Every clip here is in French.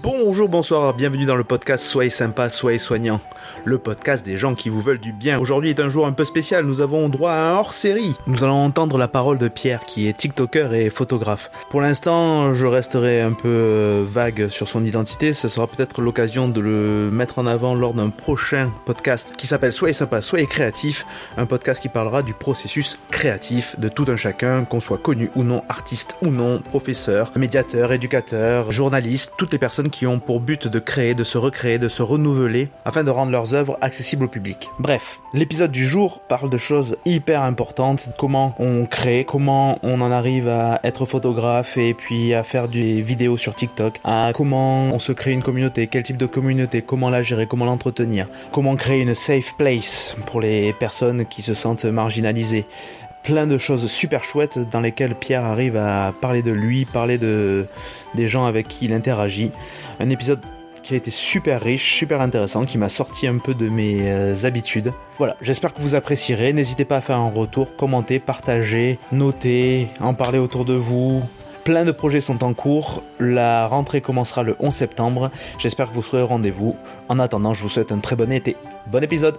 Bonjour, bonsoir, bienvenue dans le podcast Soyez sympa, soyez soignant. Le podcast des gens qui vous veulent du bien. Aujourd'hui est un jour un peu spécial, nous avons droit à un hors-série. Nous allons entendre la parole de Pierre qui est tiktoker et photographe. Pour l'instant, je resterai un peu vague sur son identité, ce sera peut-être l'occasion de le mettre en avant lors d'un prochain podcast qui s'appelle Soyez sympa, soyez créatif. Un podcast qui parlera du processus créatif de tout un chacun, qu'on soit connu ou non, artiste ou non, professeur, médiateur, éducateur, journaliste, toutes les personnes qui ont pour but de créer, de se recréer, de se renouveler, afin de rendre leurs œuvres accessibles au public. Bref, l'épisode du jour parle de choses hyper importantes, comment on crée, comment on en arrive à être photographe et puis à faire des vidéos sur TikTok, à comment on se crée une communauté, quel type de communauté, comment la gérer, comment l'entretenir, comment créer une safe place pour les personnes qui se sentent marginalisées. Plein de choses super chouettes dans lesquelles Pierre arrive à parler de lui, parler des gens avec qui il interagit. Un épisode qui a été super riche, super intéressant, qui m'a sorti un peu de mes habitudes. Voilà, j'espère que vous apprécierez. N'hésitez pas à faire un retour, commenter, partager, noter, en parler autour de vous. Plein de projets sont en cours. La rentrée commencera le 11 septembre. J'espère que vous serez au rendez-vous. En attendant, je vous souhaite un très bon été. Bon épisode!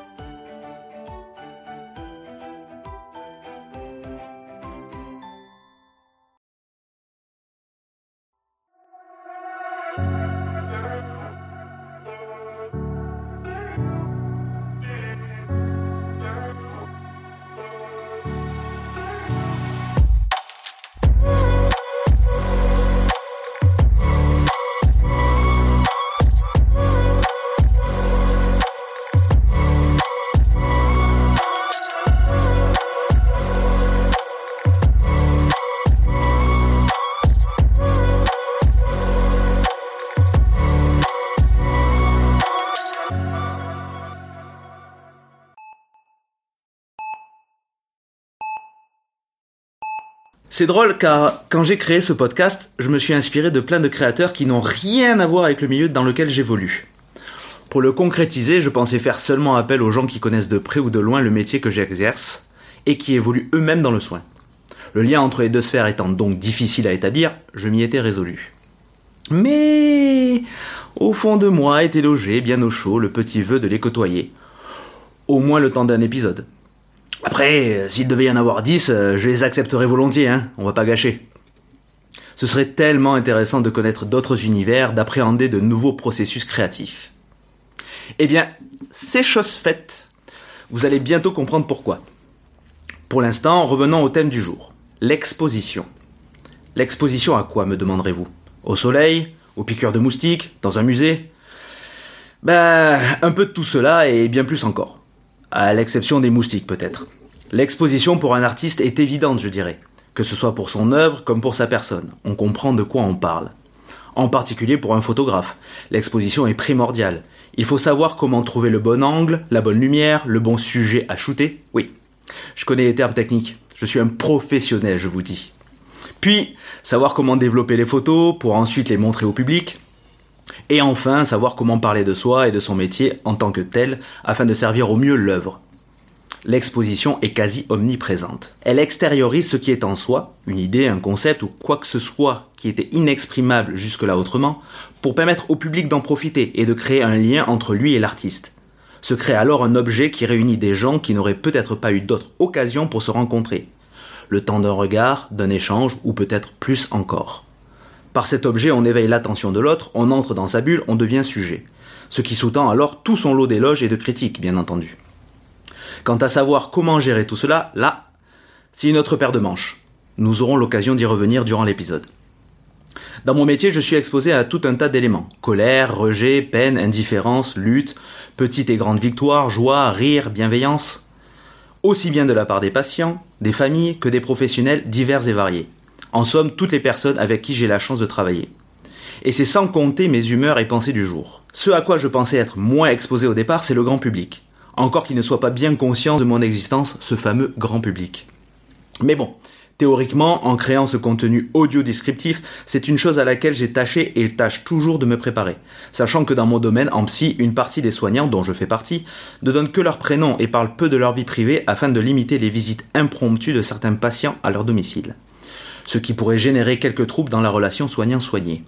C'est drôle car quand j'ai créé ce podcast, je me suis inspiré de plein de créateurs qui n'ont rien à voir avec le milieu dans lequel j'évolue. Pour le concrétiser, je pensais faire seulement appel aux gens qui connaissent de près ou de loin le métier que j'exerce et qui évoluent eux-mêmes dans le soin. Le lien entre les deux sphères étant donc difficile à établir, je m'y étais résolu. Mais au fond de moi était logé, bien au chaud, le petit vœu de les côtoyer. Au moins le temps d'un épisode. Après, s'il devait y en avoir 10, je les accepterais volontiers, on va pas gâcher. Ce serait tellement intéressant de connaître d'autres univers, d'appréhender de nouveaux processus créatifs. Eh bien, c'est chose faite. Vous allez bientôt comprendre pourquoi. Pour l'instant, revenons au thème du jour, l'exposition. L'exposition à quoi, me demanderez-vous? Au soleil? Aux piqûres de moustiques? Dans un musée? Un peu de tout cela et bien plus encore. À l'exception des moustiques peut-être. L'exposition pour un artiste est évidente, je dirais. Que ce soit pour son œuvre comme pour sa personne. On comprend de quoi on parle. En particulier pour un photographe. L'exposition est primordiale. Il faut savoir comment trouver le bon angle, la bonne lumière, le bon sujet à shooter. Oui, je connais les termes techniques. Je suis un professionnel, je vous dis. Puis, savoir comment développer les photos pour ensuite les montrer au public. Et enfin, savoir comment parler de soi et de son métier en tant que tel, afin de servir au mieux l'œuvre. L'exposition est quasi omniprésente. Elle extériorise ce qui est en soi, une idée, un concept ou quoi que ce soit qui était inexprimable jusque-là autrement, pour permettre au public d'en profiter et de créer un lien entre lui et l'artiste. Se crée alors un objet qui réunit des gens qui n'auraient peut-être pas eu d'autres occasions pour se rencontrer. Le temps d'un regard, d'un échange ou peut-être plus encore. Par cet objet, on éveille l'attention de l'autre, on entre dans sa bulle, on devient sujet. Ce qui sous-tend alors tout son lot d'éloges et de critiques, bien entendu. Quant à savoir comment gérer tout cela, là, c'est une autre paire de manches. Nous aurons l'occasion d'y revenir durant l'épisode. Dans mon métier, je suis exposé à tout un tas d'éléments. Colère, rejet, peine, indifférence, lutte, petites et grandes victoires, joie, rire, bienveillance. Aussi bien de la part des patients, des familles, que des professionnels divers et variés. En somme, toutes les personnes avec qui j'ai la chance de travailler. Et c'est sans compter mes humeurs et pensées du jour. Ce à quoi je pensais être moins exposé au départ, c'est le grand public. Encore qu'il ne soit pas bien conscient de mon existence, ce fameux grand public. Mais bon, théoriquement, en créant ce contenu audio descriptif, c'est une chose à laquelle j'ai tâché et tâche toujours de me préparer. Sachant que dans mon domaine, en psy, une partie des soignants, dont je fais partie, ne donnent que leur prénom et parlent peu de leur vie privée afin de limiter les visites impromptues de certains patients à leur domicile. Ce qui pourrait générer quelques troubles dans la relation soignant-soigné.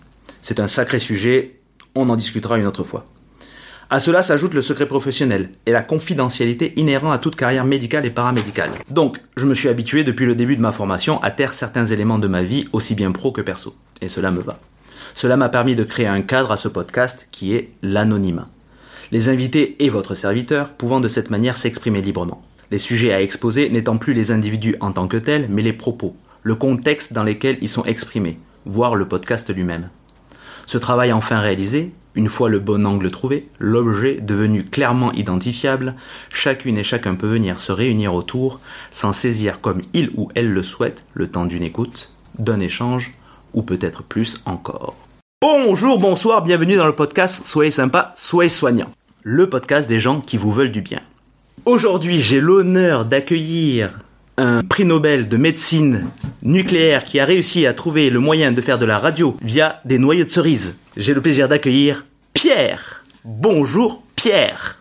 C'est un sacré sujet, on en discutera une autre fois. À cela s'ajoute le secret professionnel et la confidentialité inhérent à toute carrière médicale et paramédicale. Donc, je me suis habitué depuis le début de ma formation à taire certains éléments de ma vie, aussi bien pro que perso. Et cela me va. Cela m'a permis de créer un cadre à ce podcast qui est l'anonymat. Les invités et votre serviteur pouvant de cette manière s'exprimer librement. Les sujets à exposer n'étant plus les individus en tant que tels, mais les propos, le contexte dans lequel ils sont exprimés, voire le podcast lui-même. Ce travail enfin réalisé, une fois le bon angle trouvé, l'objet devenu clairement identifiable, chacune et chacun peut venir se réunir autour, s'en saisir comme il ou elle le souhaite, le temps d'une écoute, d'un échange, ou peut-être plus encore. Bonjour, bonsoir, bienvenue dans le podcast Soyez sympa, soyez soignant. Le podcast des gens qui vous veulent du bien. Aujourd'hui, j'ai l'honneur d'accueillir un prix Nobel de médecine nucléaire qui a réussi à trouver le moyen de faire de la radio via des noyaux de cerises. J'ai le plaisir d'accueillir Pierre. Bonjour Pierre.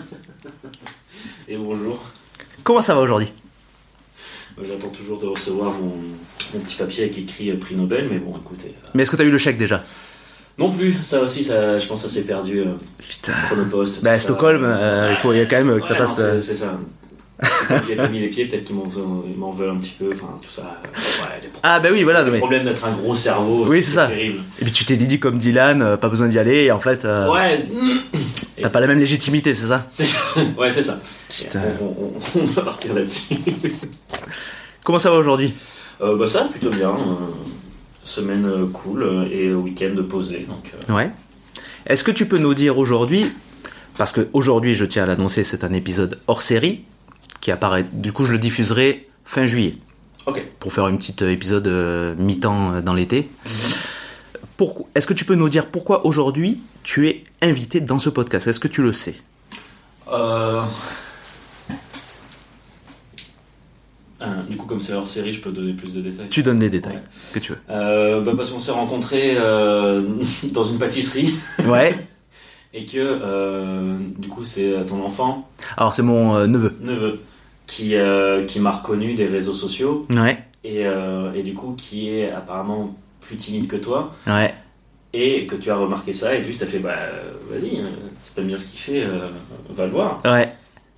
Et bonjour. Comment ça va aujourd'hui ? J'attends toujours de recevoir mon petit papier avec écrit prix Nobel, mais bon, écoutez. Mais est-ce que tu as eu le chèque déjà ? Non plus, ça aussi, je pense que ça s'est perdu. Putain. Chronopost. Bah, Stockholm, il y a quand même que ça passe. Non, c'est ça. Quand j'y ai pas mis les pieds, peut-être qu'ils m'en veulent un petit peu, enfin tout ça. Ah bah oui, voilà. Le problème d'être un gros cerveau, oui, c'est ça. Terrible. Et puis tu t'es dit comme Dylan, pas besoin d'y aller, et en fait, ouais. T'as pas la même légitimité, c'est ça ? Ouais, c'est ça. Putain. On va partir là-dessus. Comment ça va aujourd'hui ? Bah ça, plutôt bien. Semaine cool et week-end posé. Donc, Ouais. Est-ce que tu peux nous dire aujourd'hui, parce qu'aujourd'hui, je tiens à l'annoncer, c'est un épisode hors série qui apparaît, du coup je le diffuserai fin juillet. Ok. Pour faire un petit épisode mi-temps dans l'été. Est-ce que tu peux nous dire pourquoi aujourd'hui tu es invité dans ce podcast ? Est-ce que tu le sais ? Du coup, comme c'est hors série, je peux donner plus de détails. Tu donnes des détails que tu veux. Parce qu'on s'est rencontrés dans une pâtisserie. Ouais. Et que du coup, c'est ton enfant. Alors, c'est mon neveu. Qui m'a reconnu des réseaux sociaux. Ouais. Et du coup, qui est apparemment plus timide que toi. Ouais. Et que tu as remarqué ça, et lui, ça fait vas-y, si t'aimes bien ce qu'il fait, va le voir. Ouais.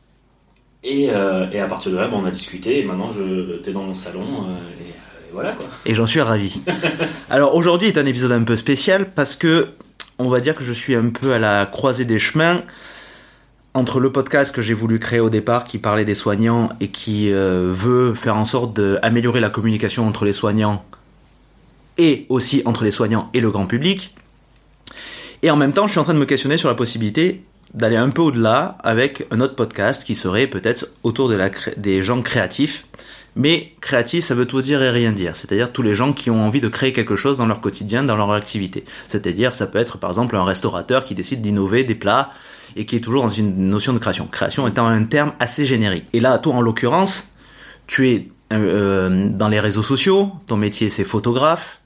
Et à partir de là, on a discuté, et maintenant t'es dans mon salon, et voilà quoi. Et j'en suis ravi. Alors aujourd'hui est un épisode un peu spécial parce que on va dire que je suis un peu à la croisée des chemins entre le podcast que j'ai voulu créer au départ qui parlait des soignants et qui veut faire en sorte d'améliorer la communication entre les soignants et aussi entre les soignants et le grand public. Et en même temps, je suis en train de me questionner sur la possibilité d'aller un peu au-delà avec un autre podcast qui serait peut-être autour des gens créatifs. Mais créatif, ça veut tout dire et rien dire. C'est-à-dire tous les gens qui ont envie de créer quelque chose dans leur quotidien, dans leur activité. C'est-à-dire, ça peut être par exemple un restaurateur qui décide d'innover des plats et qui est toujours dans une notion de création. Création étant un terme assez générique. Et là, toi en l'occurrence, tu es dans les réseaux sociaux, ton métier c'est photographe.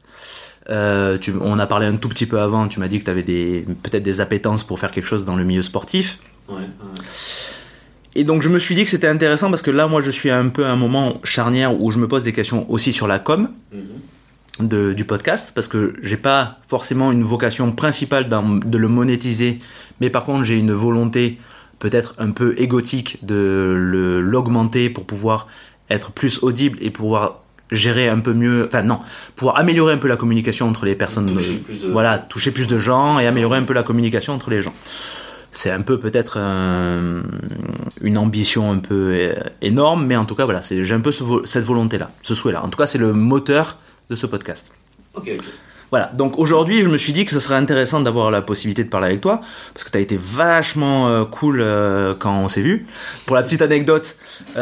On a parlé un tout petit peu avant, tu m'as dit que tu avais peut-être des appétences pour faire quelque chose dans le milieu sportif. Ouais. Et donc je me suis dit que c'était intéressant parce que là moi je suis un peu à un moment charnière où je me pose des questions aussi sur la com du podcast, parce que j'ai pas forcément une vocation principale de le monétiser, mais par contre j'ai une volonté peut-être un peu égotique de l'augmenter pour pouvoir être plus audible et pouvoir gérer un peu mieux, pouvoir améliorer un peu la communication entre les personnes, toucher plus de gens et améliorer un peu la communication entre les gens. C'est un peu peut-être une ambition un peu énorme, mais en tout cas voilà, j'ai un peu cette volonté-là, ce souhait-là. En tout cas, c'est le moteur de ce podcast. Ok. Voilà, donc aujourd'hui, je me suis dit que ce serait intéressant d'avoir la possibilité de parler avec toi, parce que tu as été vachement cool quand on s'est vu. Pour la petite anecdote,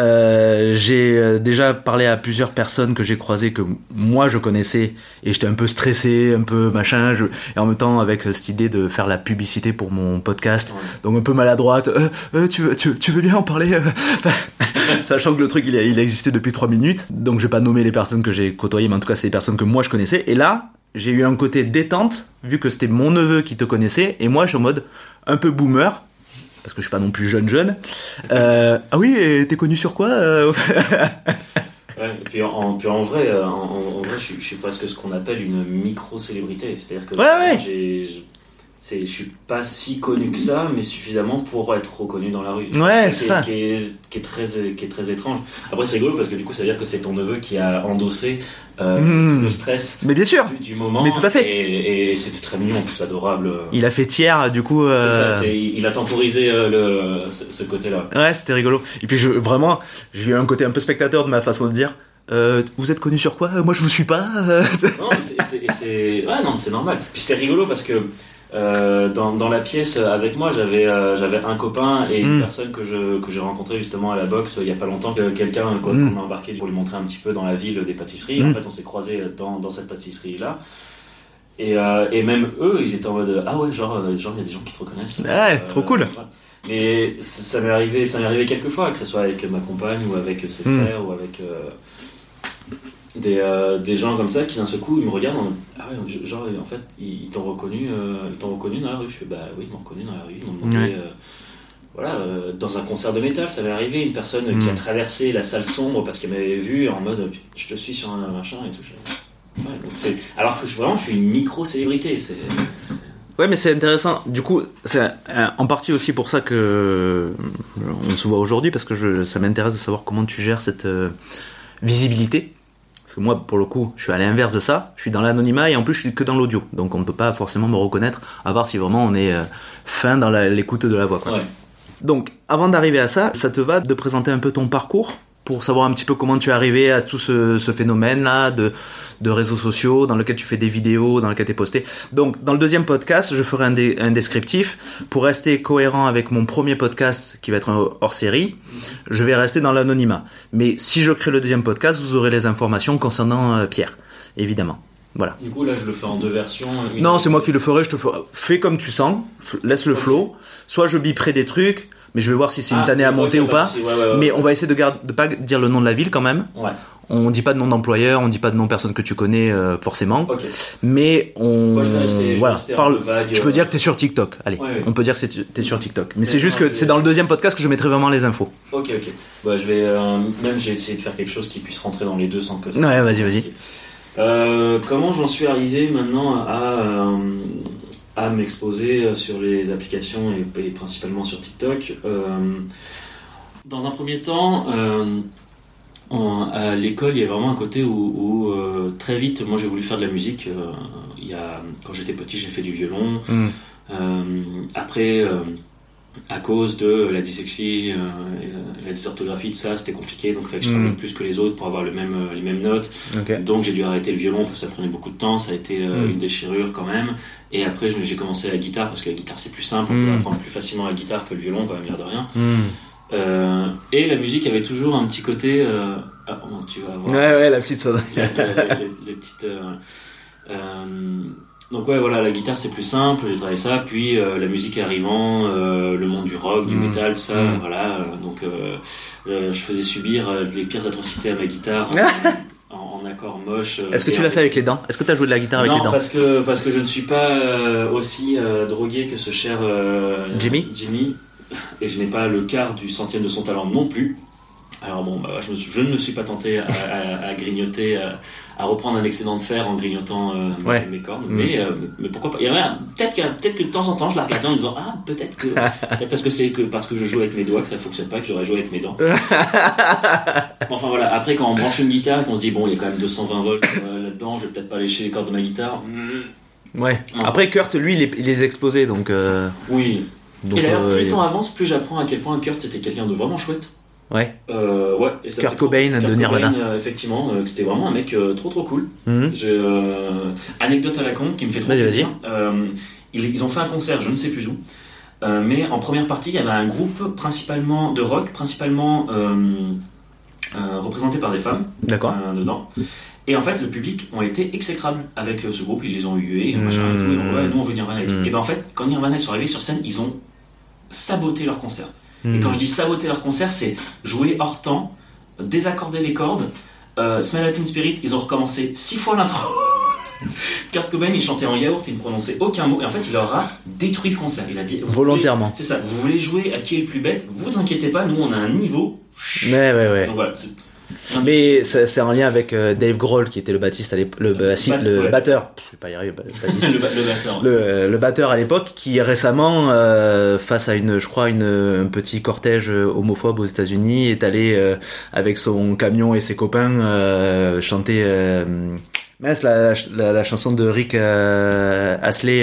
j'ai déjà parlé à plusieurs personnes que j'ai croisées, que moi je connaissais, et j'étais un peu stressé, un peu machin, et en même temps avec cette idée de faire la publicité pour mon podcast, donc un peu maladroite. Tu veux bien en parler Sachant que le truc il a existé depuis 3 minutes, donc je vais pas nommer les personnes que j'ai côtoyées, mais en tout cas c'est des personnes que moi je connaissais, et là j'ai eu un côté détente, vu que c'était mon neveu qui te connaissait, et moi je suis en mode un peu boomer, parce que je suis pas non plus jeune. Ah oui, et t'es connu sur quoi Ouais, et puis en vrai, en vrai je suis presque ce qu'on appelle une micro-célébrité. C'est-à-dire que je suis pas si connu que ça, mais suffisamment pour être reconnu dans la rue. Ouais, c'est ça. Qui est très étrange. Après, c'est rigolo parce que du coup, ça veut dire que c'est ton neveu qui a endossé tout le stress mais bien sûr. Du moment. Mais tout à fait. Et c'était très mignon, en plus adorable. Il a fait tiers, du coup. C'est ça, il a temporisé ce côté-là. Ouais, c'était rigolo. Et puis vraiment, j'ai eu un côté un peu spectateur de ma façon de dire. Vous êtes connu sur quoi? Moi, je vous suis pas. Non, ouais, non, mais c'est normal. Puis c'était rigolo parce que dans la pièce avec moi, j'avais un copain et une personne que j'ai rencontré justement à la boxe il y a pas longtemps, quelqu'un qu'on m'a embarqué pour lui montrer un petit peu dans la ville des pâtisseries. En fait, on s'est croisés dans cette pâtisserie là. Et même eux, ils étaient en mode ah ouais, genre il y a des gens qui te reconnaissent. Ouais, trop cool. Ouais. Mais ça m'est arrivé quelques fois, que ce soit avec ma compagne ou avec ses frères ou avec des gens comme ça qui d'un seul coup ils me regardent en mode ah ouais, genre en fait ils t'ont reconnu dans la rue. Je fais bah oui, ils m'ont reconnu dans la rue, ils m'ont demandé dans un concert de métal, ça m'est arrivé, une personne qui a traversé la salle sombre parce qu'elle m'avait vu en mode je te suis sur un machin et tout. Ouais, donc alors que je suis une micro-célébrité. Ouais, mais c'est intéressant. Du coup, c'est en partie aussi pour ça que on se voit aujourd'hui, parce que ça m'intéresse de savoir comment tu gères cette visibilité. Parce que moi, pour le coup, je suis à l'inverse de ça. Je suis dans l'anonymat et en plus, je suis que dans l'audio. Donc, on ne peut pas forcément me reconnaître, à part si vraiment on est fin dans l'écoute de la voix, quoi. Ouais. Donc, avant d'arriver à ça te va de présenter un peu ton parcours pour savoir un petit peu comment tu es arrivé à tout ce phénomène-là de réseaux sociaux dans lequel tu fais des vidéos, dans lequel tu es posté. Donc, dans le deuxième podcast, je ferai un descriptif. Pour rester cohérent avec mon premier podcast qui va être un hors-série, je vais rester dans l'anonymat. Mais si je crée le deuxième podcast, vous aurez les informations concernant Pierre, évidemment. Voilà. Du coup, là, je le fais en 2 versions. Non, c'est moi qui le ferai. Je te ferai. Fais comme tu sens. Laisse le flow. Soit je biperai des trucs, mais je vais voir si c'est une tannée à monter ou pas. Mais on va essayer de pas dire le nom de la ville quand même. Ouais. On dit pas de nom d'employeur, on dit pas de nom de personne que tu connais forcément. Okay. Mais moi, je vais rester parle. Vague, tu peux dire que t'es sur TikTok. Allez, on peut dire que t'es sur TikTok. Mais c'est juste que c'est dans le deuxième podcast que je mettrai vraiment les infos. Ok. Bah, j'ai essayé de faire quelque chose qui puisse rentrer dans les deux sans que ça. Ouais, vas-y. Okay. Comment j'en suis arrivé maintenant à m'exposer sur les applications et principalement sur TikTok. Dans un premier temps, à l'école, il y a vraiment un côté où très vite, moi j'ai voulu faire de la musique. Quand j'étais petit, j'ai fait du violon. Après, à cause de la dyslexie, la dysorthographie, tout ça, c'était compliqué, donc il fallait que je travaille plus que les autres pour avoir les mêmes notes. Okay. Donc j'ai dû arrêter le violon parce que ça prenait beaucoup de temps, ça a été une déchirure quand même. Et après j'ai commencé la guitare parce que la guitare c'est plus simple, on peut apprendre plus facilement la guitare que le violon, quand même, l'air de rien. Et la musique avait toujours un petit côté. Tu vas voir. Ouais, la petite sonnerie. les petites. Donc ouais, voilà, la guitare c'est plus simple, j'ai travaillé ça, puis la musique arrivant, le monde du rock, du métal, tout ça, voilà, donc je faisais subir les pires atrocités à ma guitare en accords moches. Est-ce que tu l'as fait avec les dents? Est-ce que tu as joué de la guitare avec les dents? Non, parce que je ne suis pas aussi drogué que ce cher Jimmy, et je n'ai pas le quart du centième de son talent non plus. Alors bon, je ne me suis pas tenté à grignoter, à reprendre un excédent de fer en grignotant mes cordes, mais pourquoi pas. Il y avait peut-être que de temps en temps je la regardais en me disant peut-être parce que je joue avec mes doigts que ça fonctionne pas, que j'aurais joué avec mes dents. Enfin voilà, après quand on branche une guitare et qu'on se dit bon, il y a quand même 220 volts là-dedans, je vais peut-être pas lécher les cordes de ma guitare. Ouais. Enfin, après Kurt lui il les explosait donc. Oui. Donc, et d'ailleurs plus le temps avance, plus j'apprends à quel point Kurt c'était quelqu'un de vraiment chouette. Ouais. Et Kurt Cobain de Nirvana. Effectivement, c'était vraiment un mec trop cool. Anecdote à la con qui me fait trop plaisir. Ils ont fait un concert, je ne sais plus où. Mais en première partie, il y avait un groupe principalement de rock, représenté par des femmes. D'accord. Dedans. Et en fait, le public ont été exécrables avec ce groupe. Ils les ont hués, machin et tout. Et nous, on veut Nirvana et tout. Et ben en fait, quand Nirvana sont arrivés sur scène, ils ont saboté leur concert. Et quand je dis saboter leur concert, c'est jouer hors temps, désaccorder les cordes. Smell Like Teen Spirit, ils ont recommencé 6 fois l'intro. Kurt Cobain, il chantait en yaourt, il ne prononçait aucun mot. Et en fait, il leur a détruit le concert. Il a dit volontairement. C'est ça, vous voulez jouer à qui est le plus bête, vous inquiétez pas, nous on a un niveau. Ouais. Donc voilà, Mais c'est en lien avec Dave Grohl, qui était le bassiste, le batteur. Je vais pas y arriver, le batteur à l'époque, qui récemment, face à un petit cortège homophobe aux États-Unis, est allé avec son camion et ses copains chanter. Mince, la chanson de Rick Astley,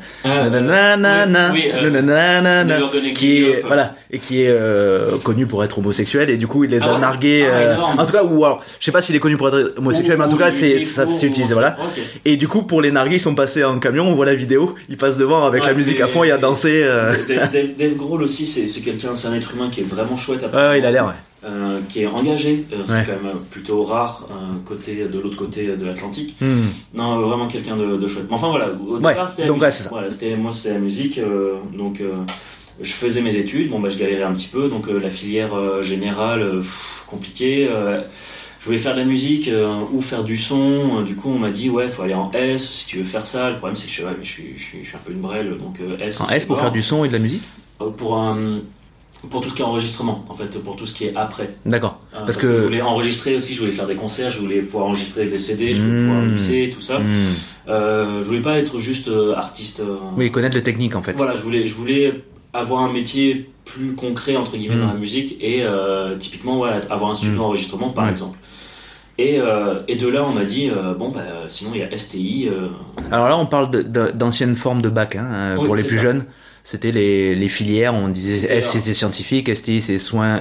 qui est connu pour être homosexuel, et du coup il les a nargués. En tout cas, alors, je sais pas s'il est connu pour être homosexuel, mais en tout cas ça s'est utilisé, voilà. Okay. Et du coup, pour les narguer, ils sont passés en camion. On voit la vidéo, ils passent devant avec la musique à fond et à danser. Dave Grohl aussi, c'est un être humain qui est vraiment chouette. Il a l'air, ouais. Qui est engagé, c'est quand même plutôt rare de l'autre côté de l'Atlantique. Non, vraiment quelqu'un de chouette. Mais enfin voilà, au départ c'était la musique. Voilà, c'était la musique, donc je faisais mes études, je galérais un petit peu, donc la filière générale, compliquée. Je voulais faire de la musique ou faire du son, du coup on m'a dit faut aller en S si tu veux faire ça. Le problème c'est que je suis un peu une brêle, donc S. En S pour faire du son et de la musique pour tout ce qui est enregistrement, en fait, pour tout ce qui est après. D'accord. Parce que je voulais enregistrer aussi, je voulais faire des concerts, je voulais pouvoir enregistrer des CD, je voulais pouvoir mixer, tout ça. Je voulais pas être juste artiste. Oui, connaître les techniques, en fait. Voilà, je voulais avoir un métier plus concret, entre guillemets, dans la musique, et typiquement, avoir un studio d'enregistrement, par exemple. Et de là, on m'a dit, sinon il y a STI. Alors là, on parle d'anciennes formes de bac, pour les plus jeunes. C'était les filières, on disait S c'était scientifique, STI c'est soins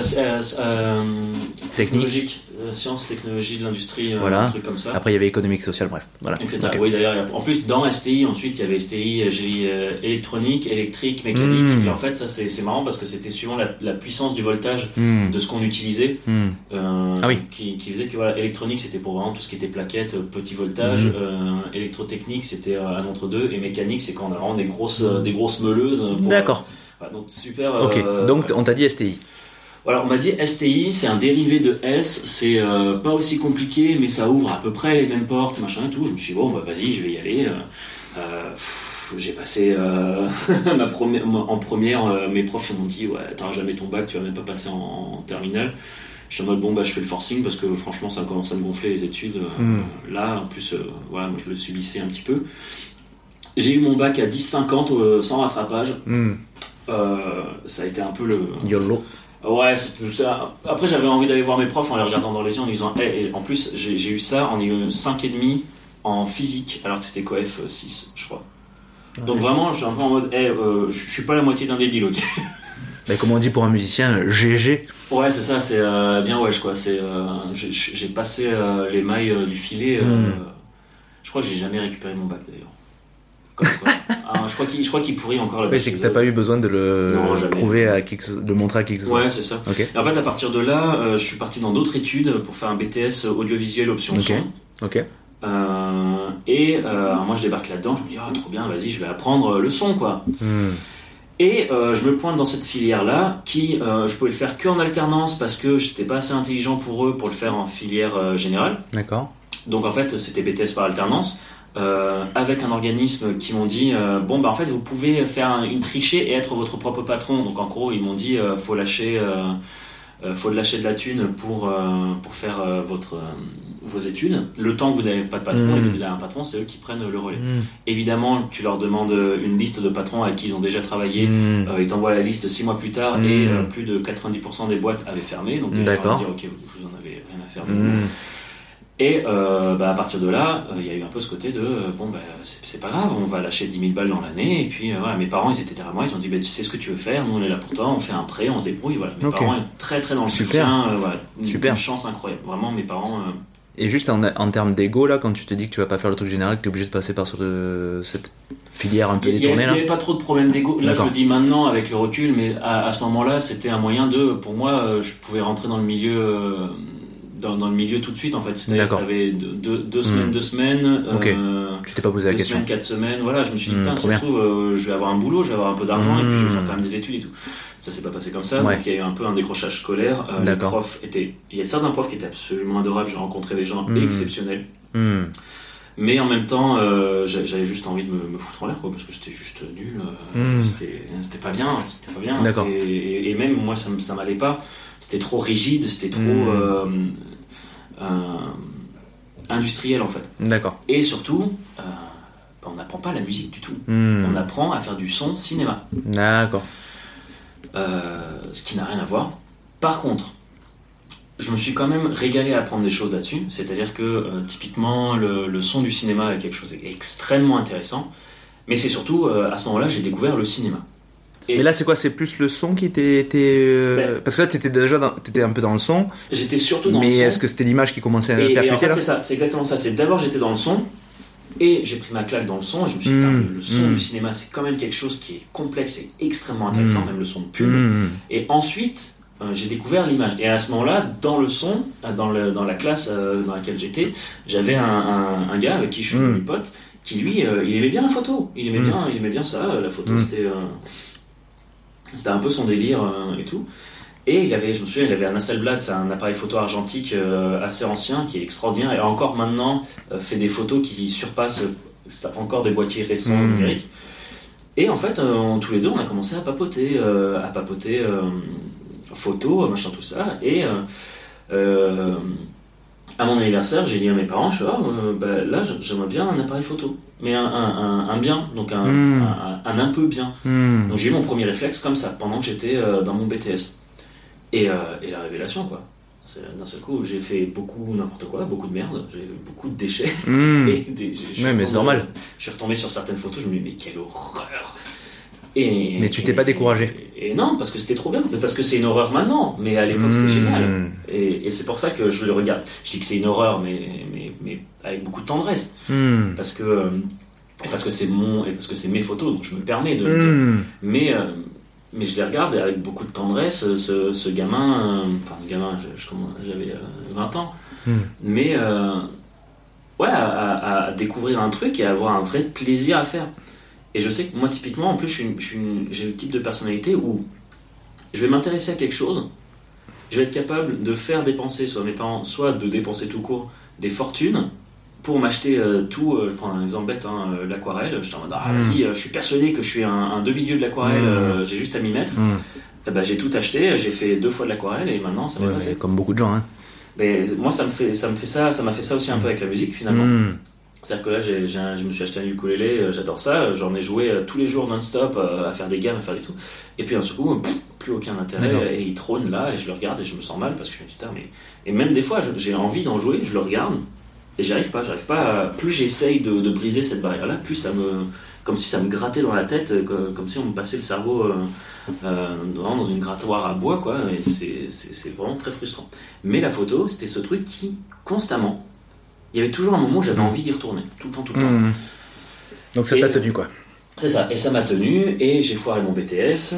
techniques, sciences, technologies de l'industrie, voilà. Un truc comme ça. Après il y avait économique, social, bref. Voilà. Etc. Okay. Oui, d'ailleurs, en plus dans STI, ensuite il y avait STI, génie électronique, électrique, mécanique. Et en fait, ça c'est marrant parce que c'était suivant la puissance du voltage de ce qu'on utilisait. Qui faisait que voilà, électronique c'était pour vraiment tout ce qui était plaquettes, petit voltage. Électrotechnique c'était un entre-deux. Et mécanique c'est quand on a vraiment des grosses meuleuses. D'accord. Donc super. Ok. Donc on t'a dit STI. Voilà, on m'a dit STI, c'est un dérivé de S, c'est pas aussi compliqué, mais ça ouvre à peu près les mêmes portes, machin et tout. Je me suis dit, vas-y, je vais y aller. J'ai passé en première, mes profs m'ont dit, t'auras jamais ton bac, tu vas même pas passer en terminale. J'étais en mode, je fais le forcing parce que franchement, ça commence à me gonfler les études. Là, en plus, moi, je le subissais un petit peu. J'ai eu mon bac à 10,50 sans rattrapage. Ça a été un peu le... YOLO. Ouais, après j'avais envie d'aller voir mes profs en les regardant dans les yeux en disant et en plus j'ai eu ça en ayant 5,5 en physique alors que c'était coef 6 je crois. Donc vraiment je suis un peu en mode je suis pas la moitié d'un débile, ok. Comme on dit pour un musicien, GG. Ouais c'est ça, c'est bien wesh quoi, j'ai passé les mailles du filet. Je crois que j'ai jamais récupéré mon bac d'ailleurs. Je crois qu'il pourrit encore. Oui, c'est que t'as pas eu besoin de le prouver de le montrer à qui que ce soit. Ouais, c'est ça. Okay. Et en fait, à partir de là, je suis parti dans d'autres études pour faire un BTS audiovisuel option son. Ok. Moi, je débarque là-dedans. Je me dis, trop bien, vas-y, je vais apprendre le son, quoi. Et je me pointe dans cette filière-là, qui je pouvais le faire qu'en alternance parce que j'étais pas assez intelligent pour eux pour le faire en filière générale. D'accord. Donc en fait, c'était BTS par alternance. Avec un organisme qui m'ont dit en fait vous pouvez faire une trichée et être votre propre patron. Donc en gros ils m'ont dit faut lâcher de la thune pour faire vos études. Le temps que vous n'avez pas de patron et que vous avez un patron, c'est eux qui prennent le relais. Évidemment tu leur demandes une liste de patrons avec qui ils ont déjà travaillé. Ils t'envoient la liste 6 mois plus tard et plus de 90% des boîtes avaient fermé. Donc déjà tu leur dis ok vous en avez rien à faire de vous. Et à partir de là, il y a eu un peu ce côté de c'est pas grave, on va lâcher 10 000 balles dans l'année. Et puis mes parents, ils étaient derrière moi, ils ont dit tu sais ce que tu veux faire, nous on est là pour toi, on fait un prêt, on se débrouille. Voilà. Mes parents sont très très dans le soutien, une chance incroyable. Vraiment, mes parents. Et juste en termes d'ego, là, quand tu te dis que tu vas pas faire le truc général, que tu es obligé de passer par cette filière un peu détournée, il n'y avait pas trop de problème d'ego. Là, je le dis maintenant avec le recul, mais à ce moment-là, c'était un moyen pour moi, je pouvais rentrer dans le milieu. Dans le milieu tout de suite en fait, c'est-à-dire que t'avais deux semaines, tu t'es pas posé la question. 2 semaines, 4 semaines, voilà, je me suis dit putain, ça se trouve, je vais avoir un boulot, je vais avoir un peu d'argent et puis je vais faire quand même des études et tout. Ça s'est pas passé comme ça, donc il y a eu un peu un décrochage scolaire. Les profs il y a certains profs qui étaient absolument adorables, j'ai rencontré des gens exceptionnels. Mais en même temps, j'avais juste envie de me foutre en l'air, quoi, parce que c'était juste nul. C'était pas bien. D'accord. Et même moi, ça m'allait pas. c'était trop rigide, c'était trop industriel en fait. D'accord. Et surtout, on n'apprend pas la musique du tout. On apprend à faire du son cinéma. D'accord. Ce qui n'a rien à voir. Par contre, je me suis quand même régalé à apprendre des choses là-dessus. C'est-à-dire que typiquement, le son du cinéma est quelque chose d'extrêmement intéressant. Mais c'est surtout, à ce moment-là, j'ai découvert le cinéma. Mais là, c'est quoi? C'est plus le son qui était... Parce que là, t'étais un peu dans le son. J'étais surtout dans le son. Mais est-ce que c'était l'image qui commençait à percuter et en fait, là? c'est ça. C'est exactement ça. C'est d'abord, j'étais dans le son. Et j'ai pris ma claque dans le son. Et je me suis dit, le son du cinéma, c'est quand même quelque chose qui est complexe et extrêmement intéressant. Même le son de pub. Et ensuite... j'ai découvert l'image. Et à ce moment-là, dans le son, dans la classe dans laquelle j'étais, j'avais un gars avec qui je suis devenu pote, qui lui, il aimait bien la photo. Il aimait bien ça. La photo, c'était un peu son délire et tout. Et je me souviens, il avait un Hasselblad, c'est un appareil photo argentique assez ancien, qui est extraordinaire. Et encore maintenant, fait des photos qui surpassent encore des boîtiers récents numériques. Et en fait, tous les deux, on a commencé à papoter photos, machin, tout ça. Et à mon anniversaire, j'ai dit à mes parents, là, j'aimerais bien un appareil photo. Mais un bien, donc un peu bien. Donc j'ai eu mon premier réflexe comme ça, pendant que j'étais dans mon BTS. Et la révélation, quoi. D'un seul coup, j'ai fait beaucoup n'importe quoi, beaucoup de merde, j'ai eu beaucoup de déchets. Mais c'est normal. Je suis retombé sur certaines photos, je me dis, mais quelle horreur! Mais tu t'es pas découragé? Et non, parce que c'était trop bien. Parce que c'est une horreur maintenant, mais à l'époque c'était génial. Et c'est pour ça que je le regarde. Je dis que c'est une horreur, mais avec beaucoup de tendresse. Parce que c'est mes photos, donc je me permets de le dire. Mais je les regarde avec beaucoup de tendresse. Ce gamin, j'avais 20 ans. Mais à découvrir un truc et à avoir un vrai plaisir à faire. Et je sais que moi, typiquement, en plus, j'ai le type de personnalité où je vais m'intéresser à quelque chose, je vais être capable de faire dépenser, soit mes parents, soit de dépenser tout court, des fortunes pour m'acheter tout. Je prends un exemple bête, l'aquarelle. J'étais en mode, vas-y, je suis persuadé que je suis un demi-dieu de l'aquarelle, j'ai juste à m'y mettre. J'ai tout acheté, j'ai fait 2 fois de l'aquarelle et maintenant ça m'est passé. Comme beaucoup de gens. Mais moi, ça m'a fait ça aussi un peu avec la musique finalement. C'est-à-dire que là, je me suis acheté un ukulélé, j'adore ça, j'en ai joué tous les jours non-stop, à faire des gammes, à faire des tout. Et puis un seul coup, plus aucun intérêt, et il trône là, et je le regarde et je me sens mal parce que je me dis, putain, mais. Et même des fois, j'ai envie d'en jouer, je le regarde, et j'arrive pas. Plus j'essaye de briser cette barrière-là, plus ça me. Comme si ça me grattait dans la tête, comme si on me passait le cerveau dans une grattoir à bois, quoi, et c'est vraiment très frustrant. Mais la photo, c'était ce truc qui, constamment, il y avait toujours un moment où j'avais envie d'y retourner, tout le temps. Donc ça t'a tenu, quoi. C'est ça, et ça m'a tenu, et j'ai foiré mon BTS,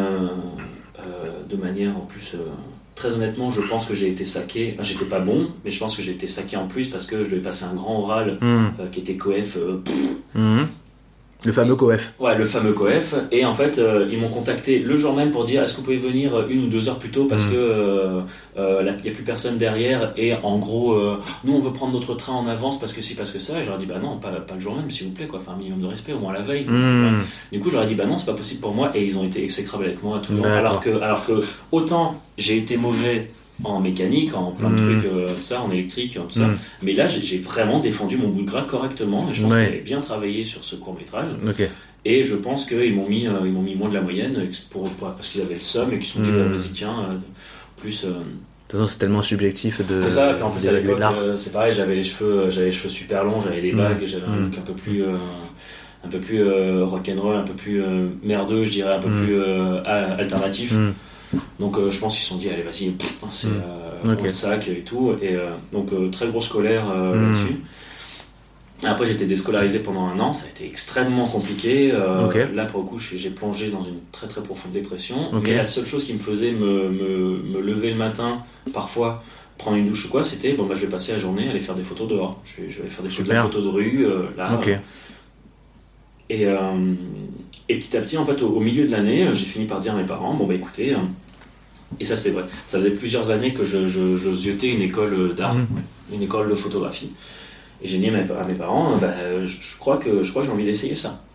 de manière en plus, très honnêtement, je pense que j'ai été saqué, j'étais pas bon, mais je pense que j'ai été saqué en plus parce que je devais passer un grand oral qui était coef. Le fameux COEF. Ouais, le fameux COEF. Et en fait, ils m'ont contacté le jour même pour dire est-ce que vous pouvez venir 1 ou 2 heures plus tôt parce que il n'y a plus personne derrière. Et en gros, nous, on veut prendre notre train en avance parce que si, parce que ça. Et je leur ai dit bah non, pas le jour même, s'il vous plaît, quoi. Enfin, un minimum de respect, au moins la veille. Ouais. Du coup, je leur ai dit bah non, c'est pas possible pour moi. Et ils ont été exécrables avec moi tout le temps. Alors que autant j'ai été mauvais en mécanique, en plein de trucs, tout ça, en électrique, tout ça. Mais là, j'ai vraiment défendu mon bout de gras correctement et je pense que j'avais bien travaillé sur ce court-métrage. Et je pense qu'ils m'ont mis moins de la moyenne parce qu'ils avaient le seum et qu'ils se sont dit, vas-y, tiens, plus... De toute façon, c'est tellement subjectif de... C'est ça, et puis en plus, à l'époque, c'est pareil, j'avais les cheveux super longs, j'avais des bagues, j'avais un look un peu plus rock'n'roll, un peu plus merdeux, je dirais, un peu plus alternatif. Donc je pense qu'ils se sont dit allez vas-y c'est on sac et tout et donc très grosse colère là-dessus. Après j'étais déscolarisé pendant 1 an, ça a été extrêmement compliqué. Là pour le coup j'ai plongé dans une très très profonde dépression. Mais la seule chose qui me faisait me lever le matin, parfois prendre une douche ou quoi, c'était je vais passer la journée à aller faire des photos dehors. Je vais aller faire des photos de rue là. Et petit à petit, en fait, au milieu de l'année, j'ai fini par dire à mes parents, écoutez, et ça c'est vrai, ça faisait plusieurs années que je ziotais une école d'art, une école de photographie, et j'ai dit à mes parents, je crois que j'ai envie d'essayer ça.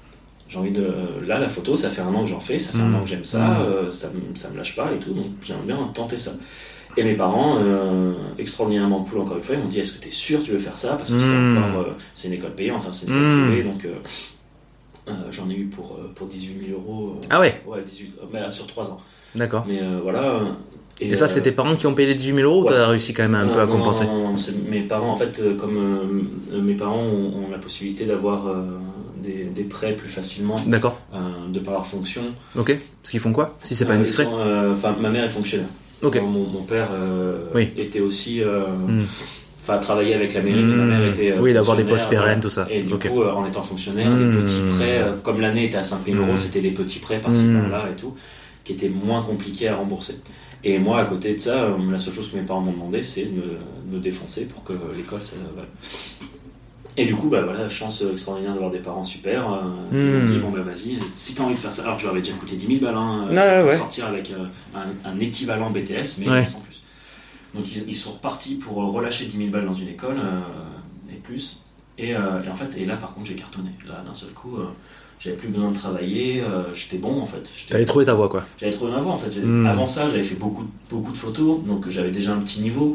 J'ai envie de... Là, la photo, ça fait 1 an que j'en fais, ça fait 1 an que j'aime ça, ça me lâche pas et tout, donc j'aimerais bien tenter ça. Et mes parents, extraordinairement cool encore une fois, ils m'ont dit, est-ce que t'es sûr que tu veux faire ça? Parce que c'est une école payante, hein, c'est une école privée, donc j'en ai eu pour 18 000 euros. Ah ouais? Ouais, 18, mais sur 3 ans. D'accord. Mais voilà... Et ça, c'est tes parents qui ont payé les 18 000 euros ou t'as réussi quand même un peu à compenser? Non, c'est mes parents, en fait, comme mes parents ont la possibilité d'avoir des prêts plus facilement. D'accord. De par leur fonction. Ok. Parce qu'ils font quoi, si c'est pas indiscret? Ma mère est fonctionnaire. Ok. Mon père était aussi... travaillait avec la mairie, mais ma mère était oui, d'avoir des postes pérennes, tout ça. Et du coup, en étant fonctionnaire, des petits prêts, comme l'année était à 5 000 euros, c'était des petits prêts par-ci par-là et tout, qui étaient moins compliqués à rembourser. Et moi, à côté de ça, la seule chose que mes parents m'ont demandé, c'est de me défoncer pour que l'école, ça... Voilà. Et du coup, chance extraordinaire d'avoir des parents super. Ils m'ont dit, vas-y, si t'as envie de faire ça... Alors que je leur avais déjà coûté 10 000 balles pour sortir avec un équivalent BTS, mais sans plus. Donc ils sont repartis pour relâcher 10 000 balles dans une école, et plus. Et en fait, là par contre, j'ai cartonné. Là, d'un seul coup... j'avais plus besoin de travailler, j'étais bon en fait. T'avais trouvé ta voie quoi. J'avais trouvé ma voie en fait. Avant ça, j'avais fait beaucoup de photos, donc j'avais déjà un petit niveau.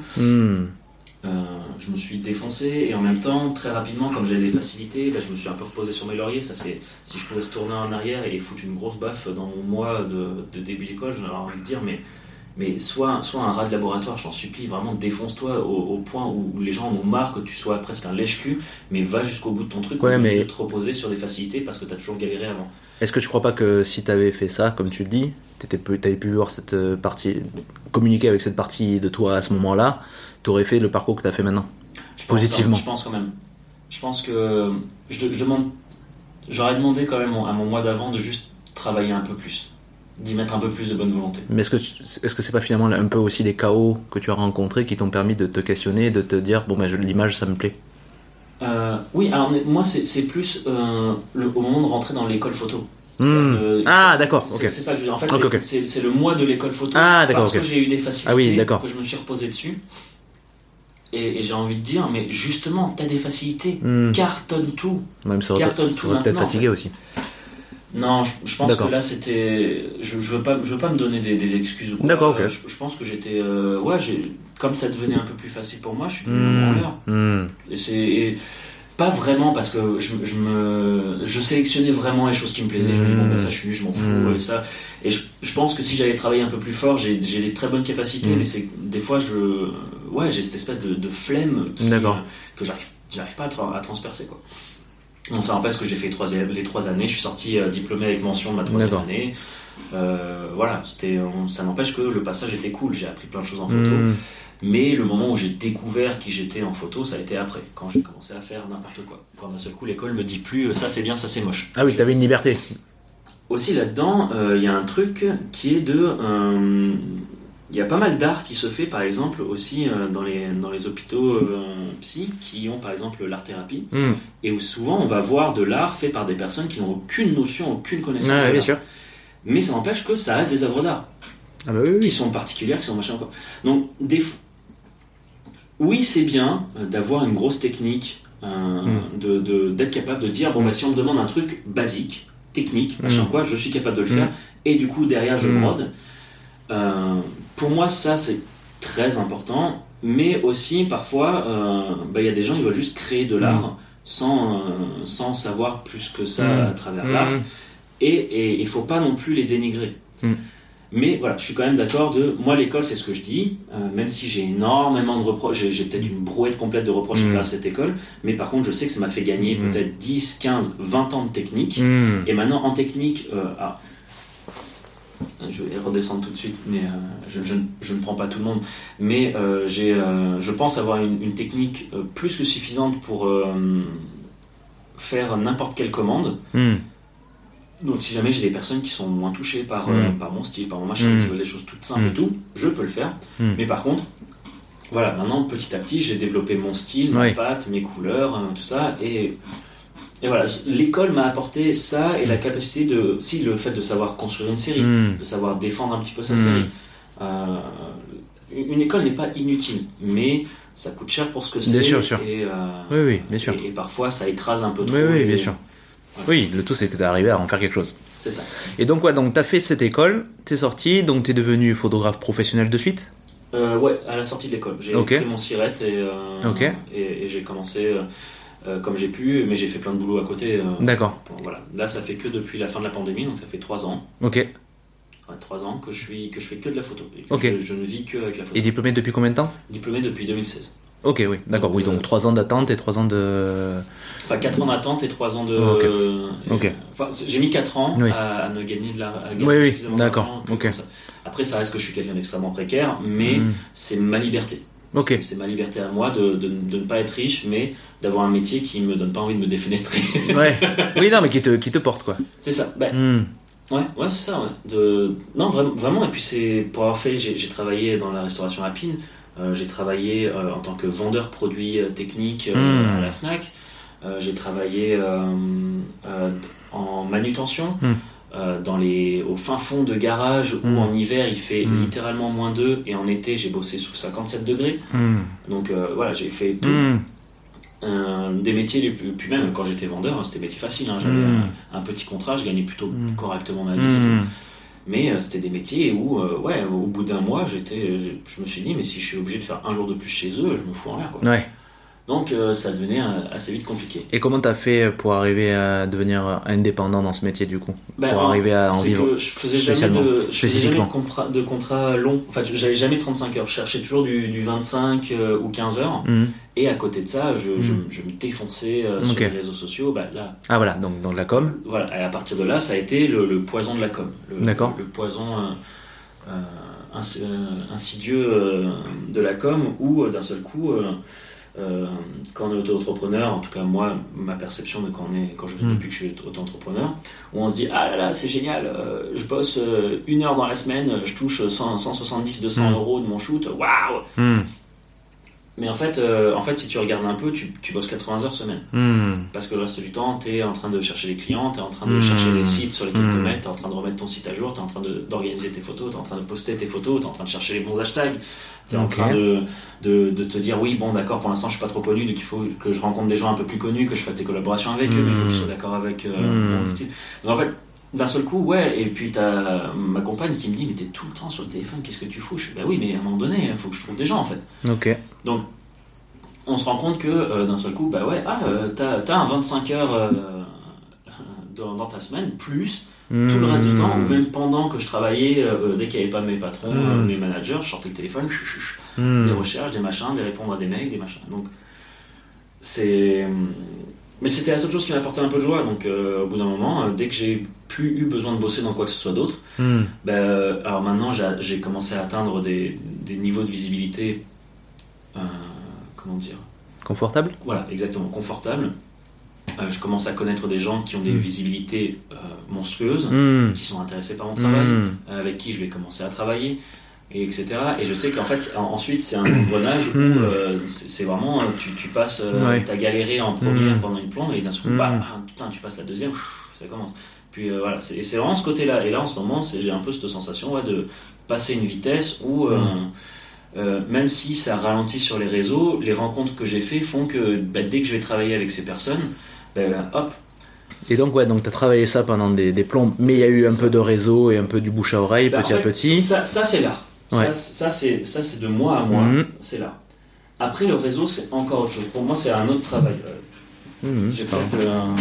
Je me suis défoncé et en même temps, très rapidement, comme j'avais des facilités, je me suis un peu reposé sur mes lauriers. Ça, c'est si je pouvais retourner en arrière et foutre une grosse baffe dans mon mois de début d'école, j'aurais envie de dire mais soit un rat de laboratoire, je t'en supplie, vraiment défonce-toi au point où les gens en ont marre que tu sois presque un lèche-cul, mais va jusqu'au bout de ton truc, mais te reposer sur des facilités parce que t'as toujours galéré avant. Est-ce que tu crois pas que si t'avais fait ça, comme tu le dis, t'avais pu voir cette partie, communiquer avec cette partie de toi à ce moment-là, t'aurais fait le parcours que t'as fait maintenant, positivement? Je pense quand même. Je pense que j'aurais demandé quand même à mon mois d'avant de juste travailler un peu plus, d'y mettre un peu plus de bonne volonté. Mais est-ce que c'est pas finalement un peu aussi les chaos que tu as rencontrés qui t'ont permis de te questionner, de te dire l'image ça me plaît? Oui, alors moi c'est plus au moment de rentrer dans l'école photo. D'accord. C'est ça que je veux dire. En fait, okay. C'est le mois de l'école photo parce que j'ai eu des facilités, que je me suis reposé dessus. Et j'ai envie de dire, mais justement, t'as des facilités, cartonne tout. Même ça aurait peut-être fatigué aussi. Non, je pense que là c'était. Je veux pas me donner des excuses ou quoi. D'accord, ok. Je pense que j'étais. Comme ça devenait un peu plus facile pour moi, je suis devenu un branleur. Et pas vraiment parce que je sélectionnais vraiment les choses qui me plaisaient. Je me dis, ça je suis nul, je m'en fous. Et je pense que si j'avais travaillé un peu plus fort, j'ai des très bonnes capacités, mais c'est des fois j'ai cette espèce de flemme que j'arrive pas à transpercer quoi. Bon, ça n'empêche que j'ai fait les 3 années, je suis sorti diplômé avec mention de ma 3e année. Ça n'empêche que le passage était cool, j'ai appris plein de choses en photo. Mais le moment où j'ai découvert qui j'étais en photo, ça a été après, quand j'ai commencé à faire n'importe quoi. Quand d'un seul coup l'école me dit plus ça c'est bien, ça c'est moche. Ah oui, t'avais une liberté. Aussi là-dedans, y a un truc qui est il y a pas mal d'art qui se fait, par exemple, aussi dans les hôpitaux psy, qui ont par exemple l'art-thérapie, et où souvent on va voir de l'art fait par des personnes qui n'ont aucune notion, aucune connaissance de l'art. Bien sûr. Mais ça n'empêche que ça reste des œuvres d'art, qui sont particulières, qui sont machin quoi. Donc, oui, c'est bien d'avoir une grosse technique, d'être capable de dire, si on me demande un truc basique, technique, machin quoi, je suis capable de le faire, et du coup derrière je brode. Pour moi, ça c'est très important, mais aussi parfois, y a des gens qui veulent juste créer de l'art sans savoir plus que ça à travers l'art, et il faut pas non plus les dénigrer. Mais voilà, je suis quand même d'accord moi l'école c'est ce que je dis, même si j'ai énormément de reproches, j'ai peut-être une brouette complète de reproches à faire à cette école, mais par contre je sais que ça m'a fait gagner peut-être 10, 15, 20 ans de technique, et maintenant en technique, je vais redescendre tout de suite, mais je ne prends pas tout le monde, mais je pense avoir une technique plus que suffisante pour faire n'importe quelle commande. Donc si jamais j'ai des personnes qui sont moins touchées par mon style, par mon machin, qui veulent des choses toutes simples et tout, je peux le faire. Mais par contre, voilà, maintenant petit à petit j'ai développé mon style, ma patte, mes couleurs, tout ça, et voilà, l'école m'a apporté ça et la capacité le fait de savoir construire une série, de savoir défendre un petit peu sa série. Une école n'est pas inutile, mais ça coûte cher pour ce que c'est. Bien sûr. Et, oui, bien sûr. Et parfois ça écrase un peu trop. Oui, bien sûr. Ouais. Oui, le tout, c'est que d'arriver à en faire quelque chose. C'est ça. Et donc, donc t'as fait cette école, t'es sorti, donc t'es devenu photographe professionnel de suite. Ouais, à la sortie de l'école. J'ai pris mon SIRET et j'ai commencé comme j'ai pu, mais j'ai fait plein de boulot à côté. D'accord. Voilà. Là, ça fait que depuis la fin de la pandémie, donc ça fait 3 ans. Ok. Ouais, 3 ans que je fais que de la photo. Et que je ne vis que avec la photo. Et diplômé depuis combien de temps ? Diplômé depuis 2016. Ok, oui, d'accord. Donc, oui, donc 3 ans d'attente et 3 ans de... Enfin, 4 ans d'attente et 3 ans de... Ok. Enfin, j'ai mis 4 ans à ne gagner suffisamment d'argent. Ok. Ça. Après, ça reste que je suis quelqu'un d'extrêmement précaire, mais c'est ma liberté. Ok. C'est ma liberté à moi de ne pas être riche, mais d'avoir un métier qui me donne pas envie de me défenestrer. Ouais. Oui, non, mais qui te porte, quoi. C'est ça. Ouais, c'est ça. Ouais. Non, vraiment. Et puis, c'est pour avoir fait... J'ai travaillé dans la restauration alpine. J'ai travaillé en tant que vendeur produits techniques à la Fnac. J'ai travaillé en manutention au fin fond de garage où en hiver il fait littéralement -2 et en été j'ai bossé sous 57 degrés. Donc voilà, j'ai fait tout. Des métiers puis même quand j'étais vendeur, c'était métier facile. J'avais un petit contrat, je gagnais plutôt correctement ma vie. Et tout. Mais c'était des métiers où, au bout d'un mois, je me suis dit, mais si je suis obligé de faire un jour de plus chez eux, je me fous en l'air, quoi. Ouais. Donc ça devenait assez vite compliqué. Et comment t'as fait pour arriver à devenir indépendant dans ce métier, du coup ? Pour arriver à en vivre que je faisais jamais de contrat long. Enfin, j'avais jamais 35 heures. Je cherchais toujours du 25 ou 15 heures. Et à côté de ça, je me défonçais sur les réseaux sociaux. Là, ah voilà, donc dans la com. Voilà, et à partir de là, ça a été le poison de la com. Le poison insidieux de la com où d'un seul coup... quand on est auto-entrepreneur, en tout cas moi, ma perception de depuis que je suis auto-entrepreneur, où on se dit ah là là c'est génial, je bosse 1 heure dans la semaine, je touche 170-200 euros de mon shoot, waouh. Mais en fait, si tu regardes un peu, tu bosses 80 heures semaine. Parce que le reste du temps, tu es en train de chercher les clients, tu es en train de chercher les sites sur lesquels te mettre, tu es en train de remettre ton site à jour, tu es en train d'organiser tes photos, tu es en train de poster tes photos, tu es en train de chercher les bons hashtags, tu es en train de te dire oui, bon d'accord, pour l'instant je suis pas trop connu, donc il faut que je rencontre des gens un peu plus connus, que je fasse des collaborations avec eux, mais il faut qu'ils soient d'accord avec mon style. Donc en fait, d'un seul coup, et puis t'as ma compagne qui me dit mais t'es tout le temps sur le téléphone, qu'est-ce que tu fous? Je fais oui, mais à un moment donné, il faut que je trouve des gens en fait. Ok. Donc on se rend compte que d'un seul coup, t'as un 25 heures dans ta semaine, plus tout le reste du temps, ou même pendant que je travaillais, dès qu'il n'y avait pas mes patrons, mes managers, je sortais le téléphone, des recherches, des machins, des répondre à des mails, des machins. Donc mais c'était la seule chose qui m'apportait un peu de joie. Donc au bout d'un moment, dès que j'ai plus eu besoin de bosser dans quoi que ce soit d'autre, alors maintenant j'ai commencé à atteindre des niveaux de visibilité comment dire, confortable. Voilà, exactement, confortable. Je commence à connaître des gens qui ont des visibilités monstrueuses, qui sont intéressés par mon travail, avec qui je vais commencer à travailler, et etc. Et je sais qu'en fait, ensuite, c'est un engrenage où c'est vraiment, tu passes, t'as galéré en première pendant une plombe, et d'un seul coup, tu passes la deuxième, ça commence. Puis voilà, c'est vraiment ce côté-là. Et là, en ce moment, j'ai un peu cette sensation de passer une vitesse où... même si ça ralentit sur les réseaux, les rencontres que j'ai fait font que dès que je vais travailler avec ces personnes, hop. Et donc tu as travaillé ça pendant des plombs, mais il y a eu un peu de réseau et un peu du bouche à oreille petit à petit. Ça c'est l'art. Ça c'est de moi à moi, c'est l'art. Après le réseau c'est encore autre chose. Pour moi c'est un autre travail. J'ai peut-être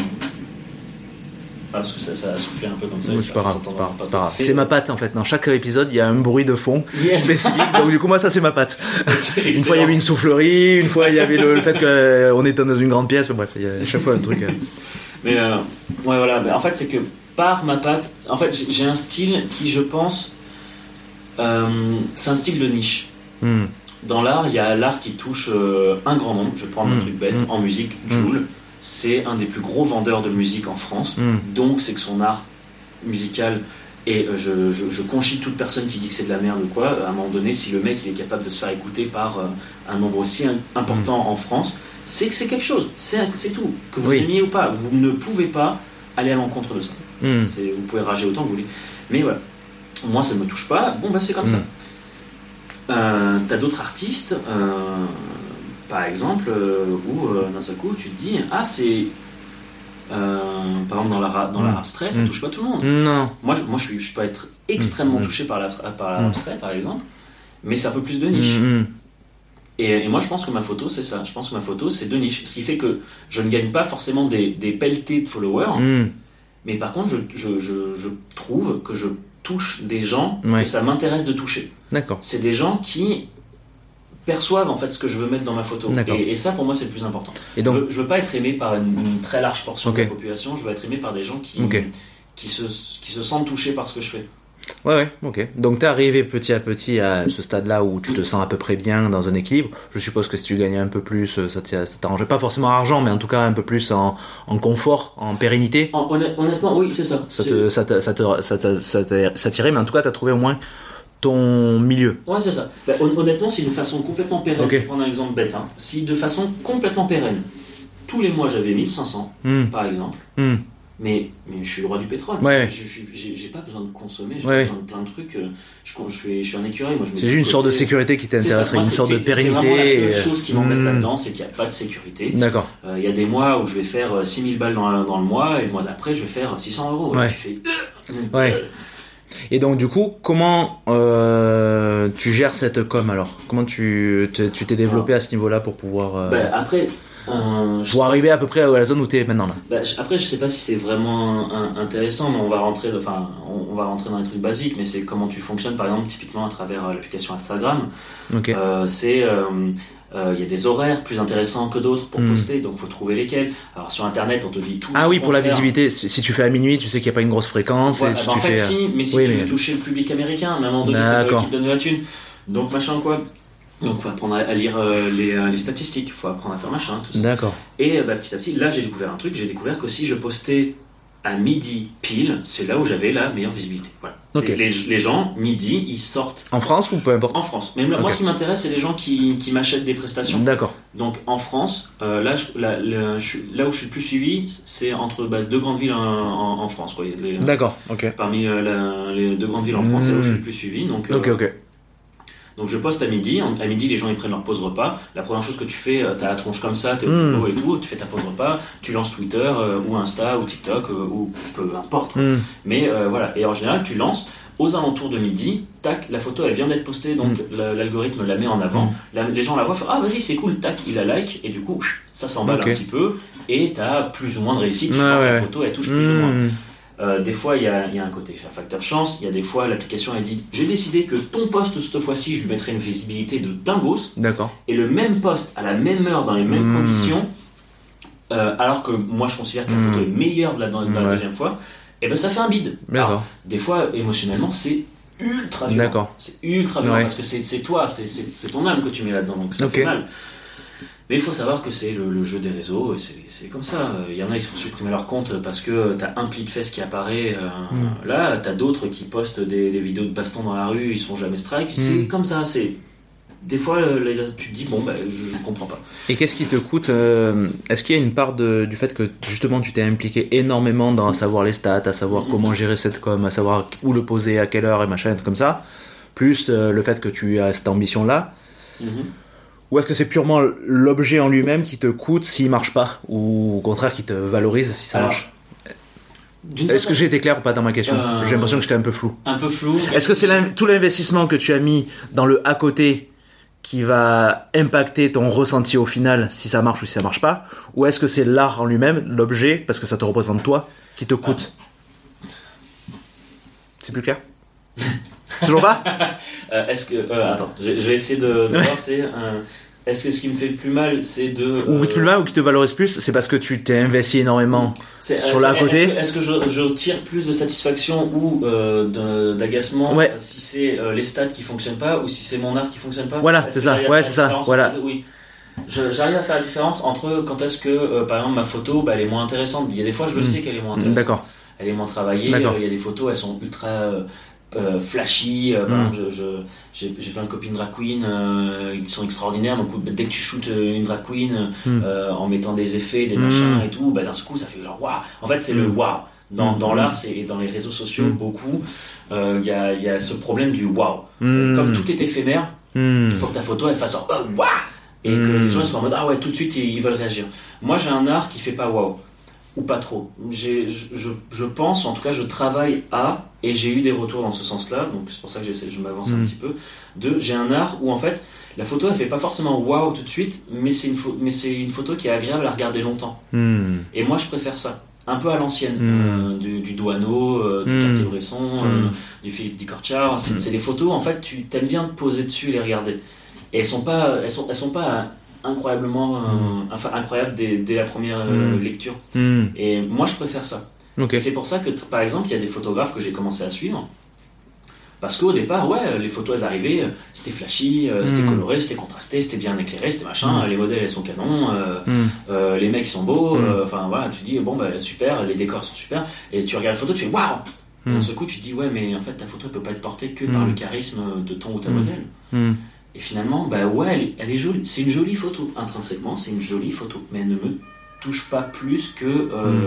parce que ça a soufflé un peu comme ça. C'est pas grave. C'est ma patte en fait. Dans chaque épisode, il y a un bruit de fond spécifique. Donc du coup, moi, ça c'est ma patte. Une fois, il y avait une soufflerie. Une fois, il y avait le fait qu'on était dans une grande pièce. Bref, il y a à chaque fois un truc. Mais voilà. Mais en fait, c'est que par ma patte, en fait, j'ai un style qui, je pense, c'est un style de niche. Dans l'art, il y a l'art qui touche un grand nombre. Je prends un truc bête. En musique, Jul. C'est un des plus gros vendeurs de musique en France, donc c'est que son art musical, et je conchis toute personne qui dit que c'est de la merde ou quoi, à un moment donné, si le mec il est capable de se faire écouter par un nombre aussi important en France, c'est que c'est quelque chose, c'est tout, que vous aimiez ou pas, vous ne pouvez pas aller à l'encontre de ça. Vous pouvez rager autant que vous voulez, mais voilà, moi ça ne me touche pas, c'est comme ça. T'as d'autres artistes... par exemple, où d'un seul coup tu te dis par exemple dans l'art abstrait, ça touche pas tout le monde. Non. Moi je peux être extrêmement touché par l'art abstrait par exemple, mais c'est un peu plus de niche. Et moi je pense que ma photo c'est ça, je pense que ma photo c'est de niche, ce qui fait que je ne gagne pas forcément des pelletés de followers, mais par contre je trouve que je touche des gens que ça m'intéresse de toucher. D'accord. C'est des gens qui perçoivent en fait ce que je veux mettre dans ma photo, et ça pour moi c'est le plus important. Et donc, je veux pas être aimé par une très large portion de la population, je veux être aimé par des gens qui se sentent touchés par ce que je fais. Ouais, ok. Donc t'es arrivé petit à petit à ce stade-là où tu te sens à peu près bien dans un équilibre. Je suppose que si tu gagnais un peu plus, ça t'arrangeait pas forcément en argent, mais en tout cas un peu plus en confort, en pérennité. Honnêtement, oui, c'est ça. Ça tirait, mais en tout cas t'as trouvé au moins ton milieu. Ouais, c'est ça. Honnêtement, c'est une façon complètement pérenne. Je vais prendre un exemple bête. Si de façon complètement pérenne, tous les mois j'avais 1500, par exemple, mais je suis le roi du pétrole. J'ai pas besoin de consommer, j'ai besoin de plein de trucs. Je suis un écureuil. Moi, c'est juste une sorte de sécurité qui t'intéresserait, une sorte de pérennité. C'est vraiment la seule chose qui m'embête là-dedans, c'est qu'il n'y a pas de sécurité. D'accord. Il y a des mois où je vais faire 6000 balles dans le mois, et le mois d'après, je vais faire 600 euros. Ouais. Tu fais... Et donc du coup, comment tu gères cette com alors ? Comment tu t'es développé à ce niveau-là pour pouvoir... Après... pour arriver à peu près à la zone où tu es maintenant là. Après je sais pas si c'est vraiment intéressant, mais on va rentrer dans les trucs basiques, mais c'est comment tu fonctionnes par exemple typiquement à travers l'application Instagram. Okay. Il y a des horaires plus intéressants que d'autres pour poster, donc il faut trouver lesquels. Alors sur internet on te dit tout. Ah oui, pour la visibilité, si tu fais à minuit, tu sais qu'il n'y a pas une grosse fréquence. Ouais, en fait si, mais si tu veux toucher le public américain, à un moment donné c'est eux qui te donnent de la thune. Donc machin quoi. Donc il faut apprendre à lire les statistiques, il faut apprendre à faire machin, tout ça. D'accord. Et petit à petit, là j'ai découvert un truc, j'ai découvert que si je postais à midi pile, c'est là où j'avais la meilleure visibilité. Voilà. Okay. Les gens, midi, ils sortent. En France ou peu importe ? En France. Mais moi ce qui m'intéresse, c'est les gens qui m'achètent des prestations. D'accord. Donc en France, là où je suis le plus suivi, c'est entre deux grandes villes en France. Quoi. D'accord, ok. Parmi les deux grandes villes en France, c'est là où je suis le plus suivi. Donc, ok. Donc je poste à midi, les gens ils prennent leur pause repas. La première chose que tu fais, t'as la tronche comme ça, t'es au boulot et tout, tu fais ta pause repas, tu lances Twitter ou Insta ou TikTok ou peu importe. Mais voilà, et en général tu lances aux alentours de midi, tac, la photo elle vient d'être postée, donc l'algorithme la met en avant. Les gens la voient, ah vas-y c'est cool, tac, il la like, et du coup ça s'emballe un petit peu et t'as plus ou moins de réussite, la photo elle touche plus ou moins. Des fois il y a un côté facteur chance, il y a des fois l'application elle dit j'ai décidé que ton post cette fois-ci je lui mettrai une visibilité de dingos. D'accord. Et le même post à la même heure dans les mêmes conditions, alors que moi je considère que la photo est meilleure dans la deuxième fois, et ben ça fait un bide. Alors, des fois émotionnellement c'est ultra violent. D'accord. C'est ultra violent parce que c'est toi, c'est ton âme que tu mets là-dedans, donc ça fait mal. Mais il faut savoir que c'est le jeu des réseaux, et c'est comme ça. Il y en a, ils se font supprimer leur compte parce que t'as un pli de fesses qui apparaît. Là, t'as d'autres qui postent des vidéos de baston dans la rue, ils se font jamais strike. C'est comme ça. Des fois, tu te dis, je comprends pas. Et qu'est-ce qui te coûte Est-ce qu'il y a une part du fait que justement tu t'es impliqué énormément dans à savoir les stats, à savoir comment gérer cette com, à savoir où le poser, à quelle heure et machin, comme ça, plus le fait que tu as cette ambition-là ou est-ce que c'est purement l'objet en lui-même qui te coûte s'il marche pas, ou au contraire qui te valorise si ça marche ? Est-ce que j'ai été clair ou pas dans ma question ? J'ai l'impression que j'étais un peu flou. Un peu flou. Est-ce que c'est tout l'investissement que tu as mis dans le à côté qui va impacter ton ressenti au final, si ça marche ou si ça marche pas ? Ou est-ce que c'est l'art en lui-même, l'objet, parce que ça te représente toi, qui te coûte ? C'est plus clair ? Toujours pas ? Est-ce que attends, je vais essayer de voir. Est-ce que ce qui me fait le plus mal, c'est de ou plus mal ou qui te valorise plus, c'est parce que tu t'es investi énormément sur l'à côté. Est-ce que je tire plus de satisfaction ou d'agacement si c'est les stats qui fonctionnent pas ou si c'est mon art qui fonctionne pas ? Voilà, c'est ça. Ouais, c'est ça. Voilà. Oui. J'arrive à faire la différence entre quand est-ce que par exemple ma photo elle est moins intéressante. Il y a des fois je le sais qu'elle est moins intéressante. D'accord. Elle est moins travaillée. Il y a des photos, elles sont ultra flashy. Par exemple, j'ai plein de copines drag queen qui sont extraordinaires. Donc dès que tu shootes une drag queen en mettant des effets, des machins et tout, d'un coup ça fait genre waouh. En fait c'est le waouh. Dans l'art et dans les réseaux sociaux beaucoup il y a ce problème du waouh. Comme tout est éphémère, il faut que ta photo elle fasse waouh et que les gens ils soient en mode ah ouais tout de suite ils veulent réagir. Moi j'ai un art qui fait pas waouh. ou pas trop. Je pense, en tout cas, je travaille à, et j'ai eu des retours dans ce sens-là, donc c'est pour ça que je m'avance un petit peu, j'ai un art où en fait, la photo elle fait pas forcément waouh tout de suite, mais c'est une photo qui est agréable à regarder longtemps. Et moi je préfère ça. Un peu à l'ancienne, du Douaneau, du Cartier-Bresson, du Philippe Dicorchar. C'est des photos, en fait, tu t'aimes bien te poser dessus et les regarder. Et elles sont pas incroyablement incroyables dès la première lecture. Et moi, je préfère ça. Okay. C'est pour ça que, par exemple, il y a des photographes que j'ai commencé à suivre. Parce qu'au départ, les photos elles arrivaient, c'était flashy, c'était coloré, c'était contrasté, c'était bien éclairé, c'était machin, les modèles elles sont canons, les mecs sont beaux, enfin voilà, tu dis bon bah super, les décors sont super, et tu regardes la photo, tu fais waouh! Et d'un seul coup tu te dis ouais, mais en fait ta photo elle peut pas être portée que par le charisme de ton ou ta modèle. Et finalement, bah ouais, elle est jolie, c'est une jolie photo, intrinsèquement, c'est une jolie photo, mais elle ne me touche pas plus que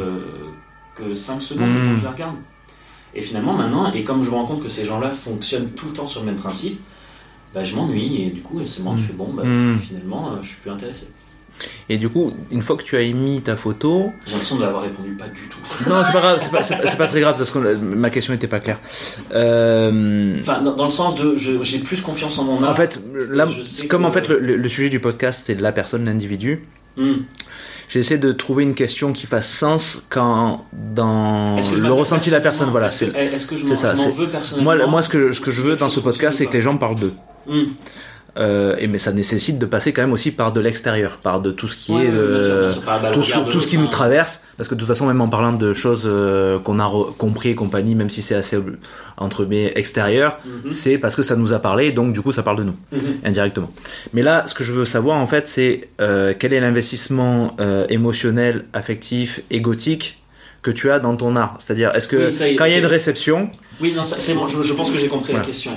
5 secondes le temps que je la regarde. Et finalement, maintenant, et comme je me rends compte que ces gens-là fonctionnent tout le temps sur le même principe, bah, je m'ennuie, et du coup, c'est moi qui fais bon, finalement, je suis plus intéressé. Et du coup, une fois que tu as émis ta photo... J'ai l'impression de l'avoir répondu pas du tout. Non, c'est pas grave, c'est pas très grave, parce que ma question n'était pas claire. Enfin, dans le sens de, j'ai plus confiance en mon art. En fait, là, comme en fait le sujet du podcast, c'est la personne, l'individu. J'ai essayé de trouver une question qui fasse sens quand dans le ressenti de la personne. Voilà, est-ce que je m'en veux personnellement? Moi, ce que je veux dans ce podcast, c'est que les gens parlent d'eux. Mais ça nécessite de passer quand même aussi par de l'extérieur, par de tout ce qui est tout ce qui nous traverse, parce que de toute façon, même en parlant de choses qu'on a compris et compagnie, même si c'est assez entre guillemets extérieur, c'est parce que ça nous a parlé, donc du coup ça parle de nous indirectement. Mais là, ce que je veux savoir en fait, c'est quel est l'investissement émotionnel, affectif, égotique que tu as dans ton art. C'est-à-dire, est-ce que quand il y a une réception... Oui, non, c'est bon, je pense que j'ai compris la question.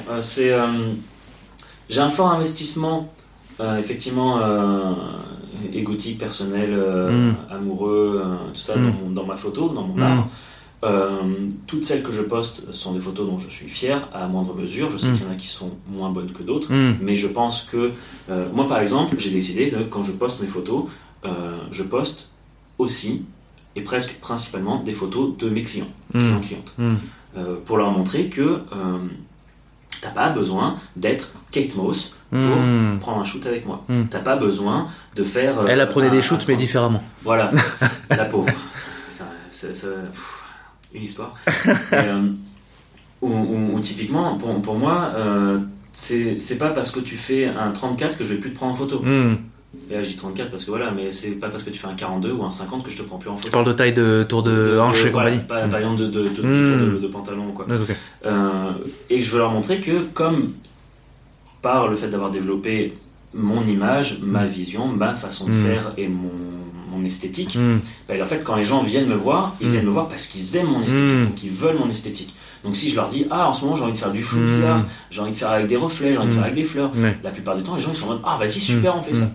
J'ai un fort investissement, effectivement, égotique, personnel, amoureux, tout ça dans ma photo, dans mon art. Toutes celles que je poste sont des photos dont je suis fier, à moindre mesure. Je sais qu'il y en a qui sont moins bonnes que d'autres, mais je pense que... moi, par exemple, j'ai décidé, quand je poste mes photos, je poste aussi, et presque principalement, des photos de mes clientes. Pour leur montrer que... t'as pas besoin d'être Kate Moss pour prendre un shoot avec moi. T'as pas besoin de faire... Elle apprenait des shoots, mais différemment. Voilà, la pauvre. C'est une histoire. Ou typiquement, pour moi, c'est pas parce que tu fais un 34 que je vais plus te prendre en photo. Et là, je dis 34 parce que voilà, mais c'est pas parce que tu fais un 42 ou un 50 que je te prends plus en photo. Tu parles de taille de tour de hanche et compagnie. Par exemple, de tour de pantalon, quoi. Okay. Et je veux leur montrer que, comme par le fait d'avoir développé mon image, ma vision, ma façon de faire et mon esthétique, en fait, quand les gens viennent me voir, ils viennent me voir parce qu'ils aiment mon esthétique, donc ils veulent mon esthétique. Donc si je leur dis, en ce moment j'ai envie de faire du flou bizarre, j'ai envie de faire avec des reflets, j'ai envie de faire avec des fleurs, la plupart du temps les gens ils sont en mode, vas-y super, on fait ça.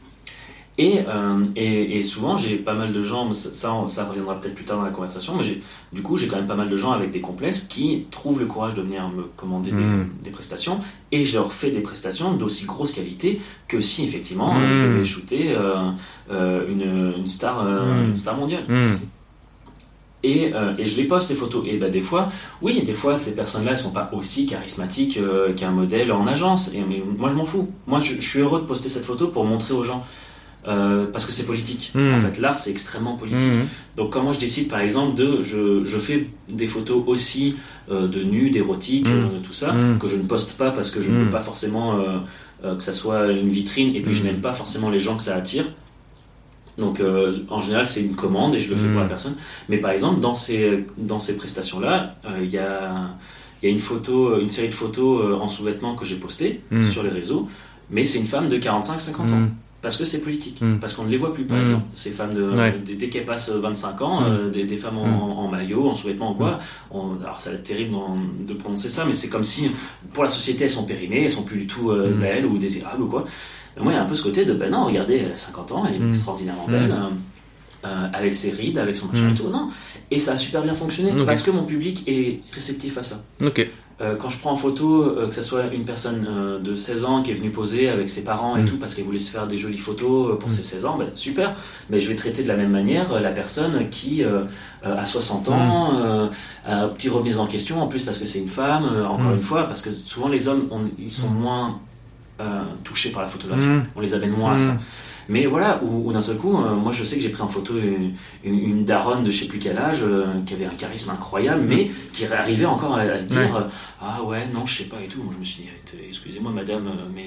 Et souvent j'ai pas mal de gens, ça reviendra peut-être plus tard dans la conversation, mais j'ai quand même pas mal de gens avec des complexes qui trouvent le courage de venir me commander des prestations, et je leur fais des prestations d'aussi grosse qualité que si effectivement je devais shooter une star mondiale. Et je les poste ces photos, et des fois ces personnes-là elles sont pas aussi charismatiques qu'un modèle en agence, mais moi je m'en fous. Moi je suis heureux de poster cette photo pour montrer aux gens. Parce que c'est politique. En fait, l'art c'est extrêmement politique. Donc quand moi je décide par exemple je fais des photos aussi de nus, d'érotique, de tout ça, que je ne poste pas parce que je ne veux pas forcément que ça soit une vitrine, et puis je n'aime pas forcément les gens que ça attire. Donc en général c'est une commande et je le fais pour la personne. Mais par exemple dans ces prestations là, il y a une série de photos en sous-vêtements que j'ai postées sur les réseaux, mais c'est une femme de 45-50 ans. Parce que c'est politique, parce qu'on ne les voit plus, par exemple. Ces femmes, dès qu'elles passent 25 ans, des femmes en maillot, en sous-vêtements ou quoi, alors ça va être terrible de prononcer ça, mais c'est comme si, pour la société, elles sont périmées, elles sont plus du tout belles ou désirables ou quoi. Et moi, il y a un peu ce côté de, non, regardez, elle a 50 ans, elle est extraordinairement belle, avec ses rides, avec son machin et tout. Non. Et ça a super bien fonctionné parce que mon public est réceptif à ça. Quand je prends en photo, que ce soit une personne de 16 ans qui est venue poser avec ses parents et tout parce qu'elle voulait se faire des jolies photos pour ses 16 ans, ben, super. Mais je vais traiter de la même manière la personne qui a 60 ans, a petit remise en question, en plus parce que c'est une femme, encore une fois, parce que souvent les hommes, ils sont moins touchés par la photographie. On les amène moins à ça. Mais voilà, où d'un seul coup, moi je sais que j'ai pris en photo une daronne de je sais plus quel âge, qui avait un charisme incroyable, mais qui arrivait encore à se dire ah ouais, non, je sais pas et tout. Moi je me suis dit, excusez-moi madame, mais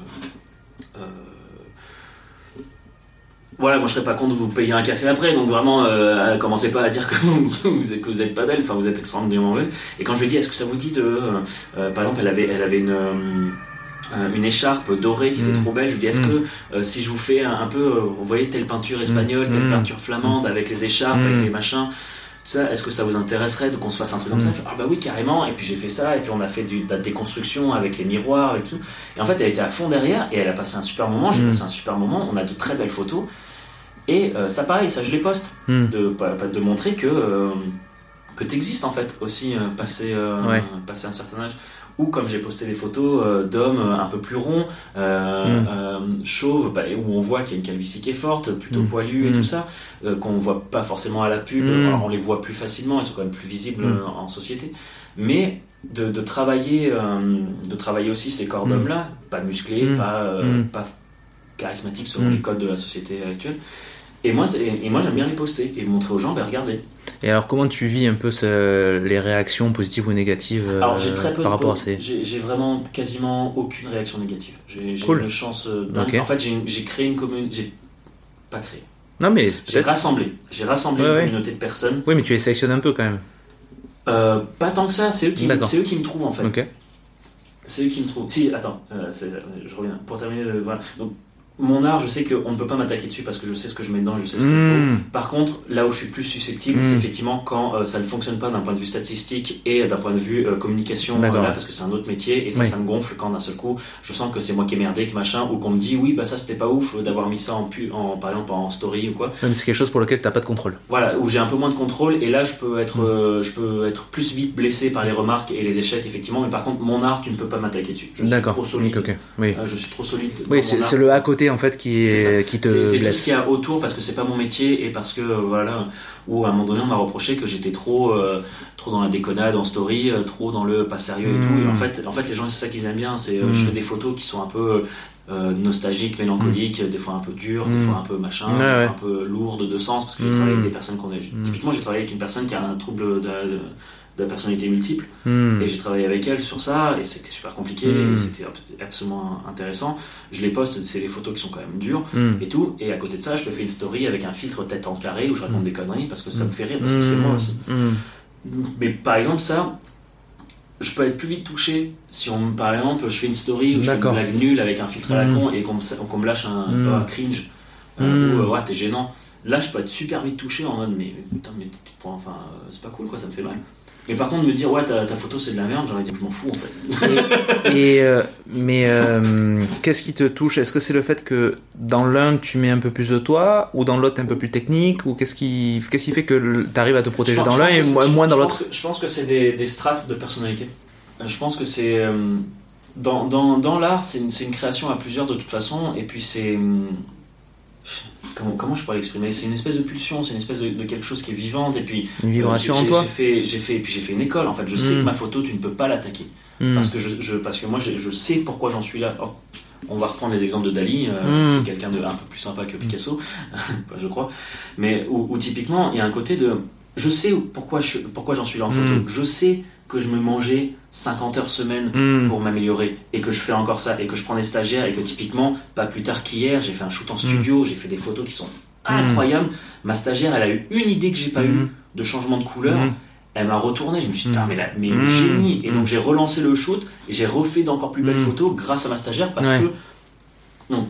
voilà, moi je serais pas contre de vous payer un café après, donc vraiment, commencez pas à dire que vous êtes pas belle, enfin vous êtes extrêmement belle. Et quand je lui ai dit, est-ce que ça vous dit de. Par exemple, elle avait une écharpe dorée qui était trop belle. Je lui dis, est-ce que si je vous fais un peu, vous voyez, telle peinture espagnole, telle peinture flamande avec les écharpes, avec les machins, tout ça, est-ce que ça vous intéresserait qu'on se fasse un truc comme ça? Elle fait, ah bah oui, carrément. Et puis j'ai fait ça, et puis on a fait de la déconstruction avec les miroirs et tout. Et en fait, elle était à fond derrière, et elle a passé un super moment. J'ai passé un super moment. On a de très belles photos. Et ça, pareil, ça je les poste, de montrer que t'existes en fait aussi, passer un certain âge. Ou comme j'ai posté des photos d'hommes un peu plus ronds, chauves, où on voit qu'il y a une calvitie qui est forte, plutôt poilue et tout ça, qu'on ne voit pas forcément à la pub. Alors, on les voit plus facilement, ils sont quand même plus visibles en société. Mais de travailler aussi ces corps d'hommes-là, pas musclés, pas charismatiques selon les codes de la société actuelle. Et moi j'aime bien les poster et montrer aux gens, regardez. Et alors comment tu vis un peu les réactions positives ou négatives j'ai très peu par rapport à ces... J'ai vraiment quasiment aucune réaction négative. J'ai une chance dingue. En fait j'ai créé une communauté, j'ai pas créé. Non mais j'ai rassemblé une communauté de personnes. Oui mais tu les sélectionnes un peu quand même. Pas tant que ça, c'est eux qui me trouvent en fait. Okay. C'est eux qui me trouvent. Si, attends, je reviens. Pour terminer, voilà. Donc, mon art, je sais qu'on ne peut pas m'attaquer dessus parce que je sais ce que je mets dedans, je sais ce que je faut. Par contre, là où je suis plus susceptible, c'est effectivement quand ça ne fonctionne pas d'un point de vue statistique et d'un point de vue communication, là, parce que c'est un autre métier et ça me gonfle quand d'un seul coup je sens que c'est moi qui ai merdé, que machin, ou qu'on me dit oui, bah ça c'était pas ouf d'avoir mis ça par exemple en story ou quoi. Même c'est quelque chose pour lequel tu n'as pas de contrôle. Voilà, où j'ai un peu moins de contrôle et là je peux être plus vite blessé par les remarques et les échecs, effectivement, mais par contre, mon art, tu ne peux pas m'attaquer dessus. Je suis trop solide. Oui. Je suis trop solide. Oui, c'est le à côté en fait qui te c'est blesse. C'est tout ce qu'il y a autour parce que c'est pas mon métier et parce que voilà, où à un moment donné on m'a reproché que j'étais trop dans la déconnade en story, trop dans le pas sérieux et tout. Et en fait les gens, c'est ça qu'ils aiment bien, c'est je fais des photos qui sont un peu nostalgiques, mélancoliques, des fois un peu dures, des fois un peu machin, des fois un peu lourdes de sens, parce que j'ai travaillé avec des personnes typiquement j'ai travaillé avec une personne qui a un trouble de la personnalité multiple et j'ai travaillé avec elle sur ça et c'était super compliqué et c'était absolument intéressant. Je les poste, c'est les photos qui sont quand même dures et tout, et à côté de ça je te fais une story avec un filtre tête en carré où je raconte des conneries parce que ça me fait rire, parce que c'est moi aussi. Mais par exemple ça, je peux être plus vite touché si par exemple je fais une story où je fais une blague nulle avec un filtre à la con et qu'on me lâche un cringe ou ouais t'es gênant, là je peux être super vite touché en mode mais putain mais enfin c'est pas cool quoi, ça me fait mal. Mais par contre, me dire ouais ta photo c'est de la merde, j'aurais dit je m'en fous en fait. Mais qu'est-ce qui te touche? Est-ce que c'est le fait que dans l'un tu mets un peu plus de toi, ou dans l'autre t'es un peu plus technique, ou qu'est-ce qui fait que tu arrives à te protéger dans l'un et moins dans l'autre? Je pense que c'est des strates de personnalité. Je pense que c'est dans l'art, c'est une création à plusieurs de toute façon, et puis c'est comment je pourrais l'exprimer, c'est une espèce de pulsion, c'est une espèce de quelque chose qui est vivante, et puis une vibration en toi. J'ai fait une école en fait, je sais que ma photo tu ne peux pas l'attaquer parce que moi je sais pourquoi j'en suis là. On va reprendre les exemples de Dali, qui est quelqu'un de un peu plus sympa que Picasso, je crois, mais où typiquement il y a un côté de je sais pourquoi j'en suis là en photo, je sais que je me mangeais 50 heures semaine pour m'améliorer et que je fais encore ça et que je prends des stagiaires et que typiquement pas plus tard qu'hier j'ai fait un shoot en studio, j'ai fait des photos qui sont incroyables. Ma stagiaire, elle a eu une idée que j'ai pas eu de changement de couleur, elle m'a retourné, je me suis dit mais génie, et donc j'ai relancé le shoot et j'ai refait d'encore plus belles photos grâce à ma stagiaire parce que non,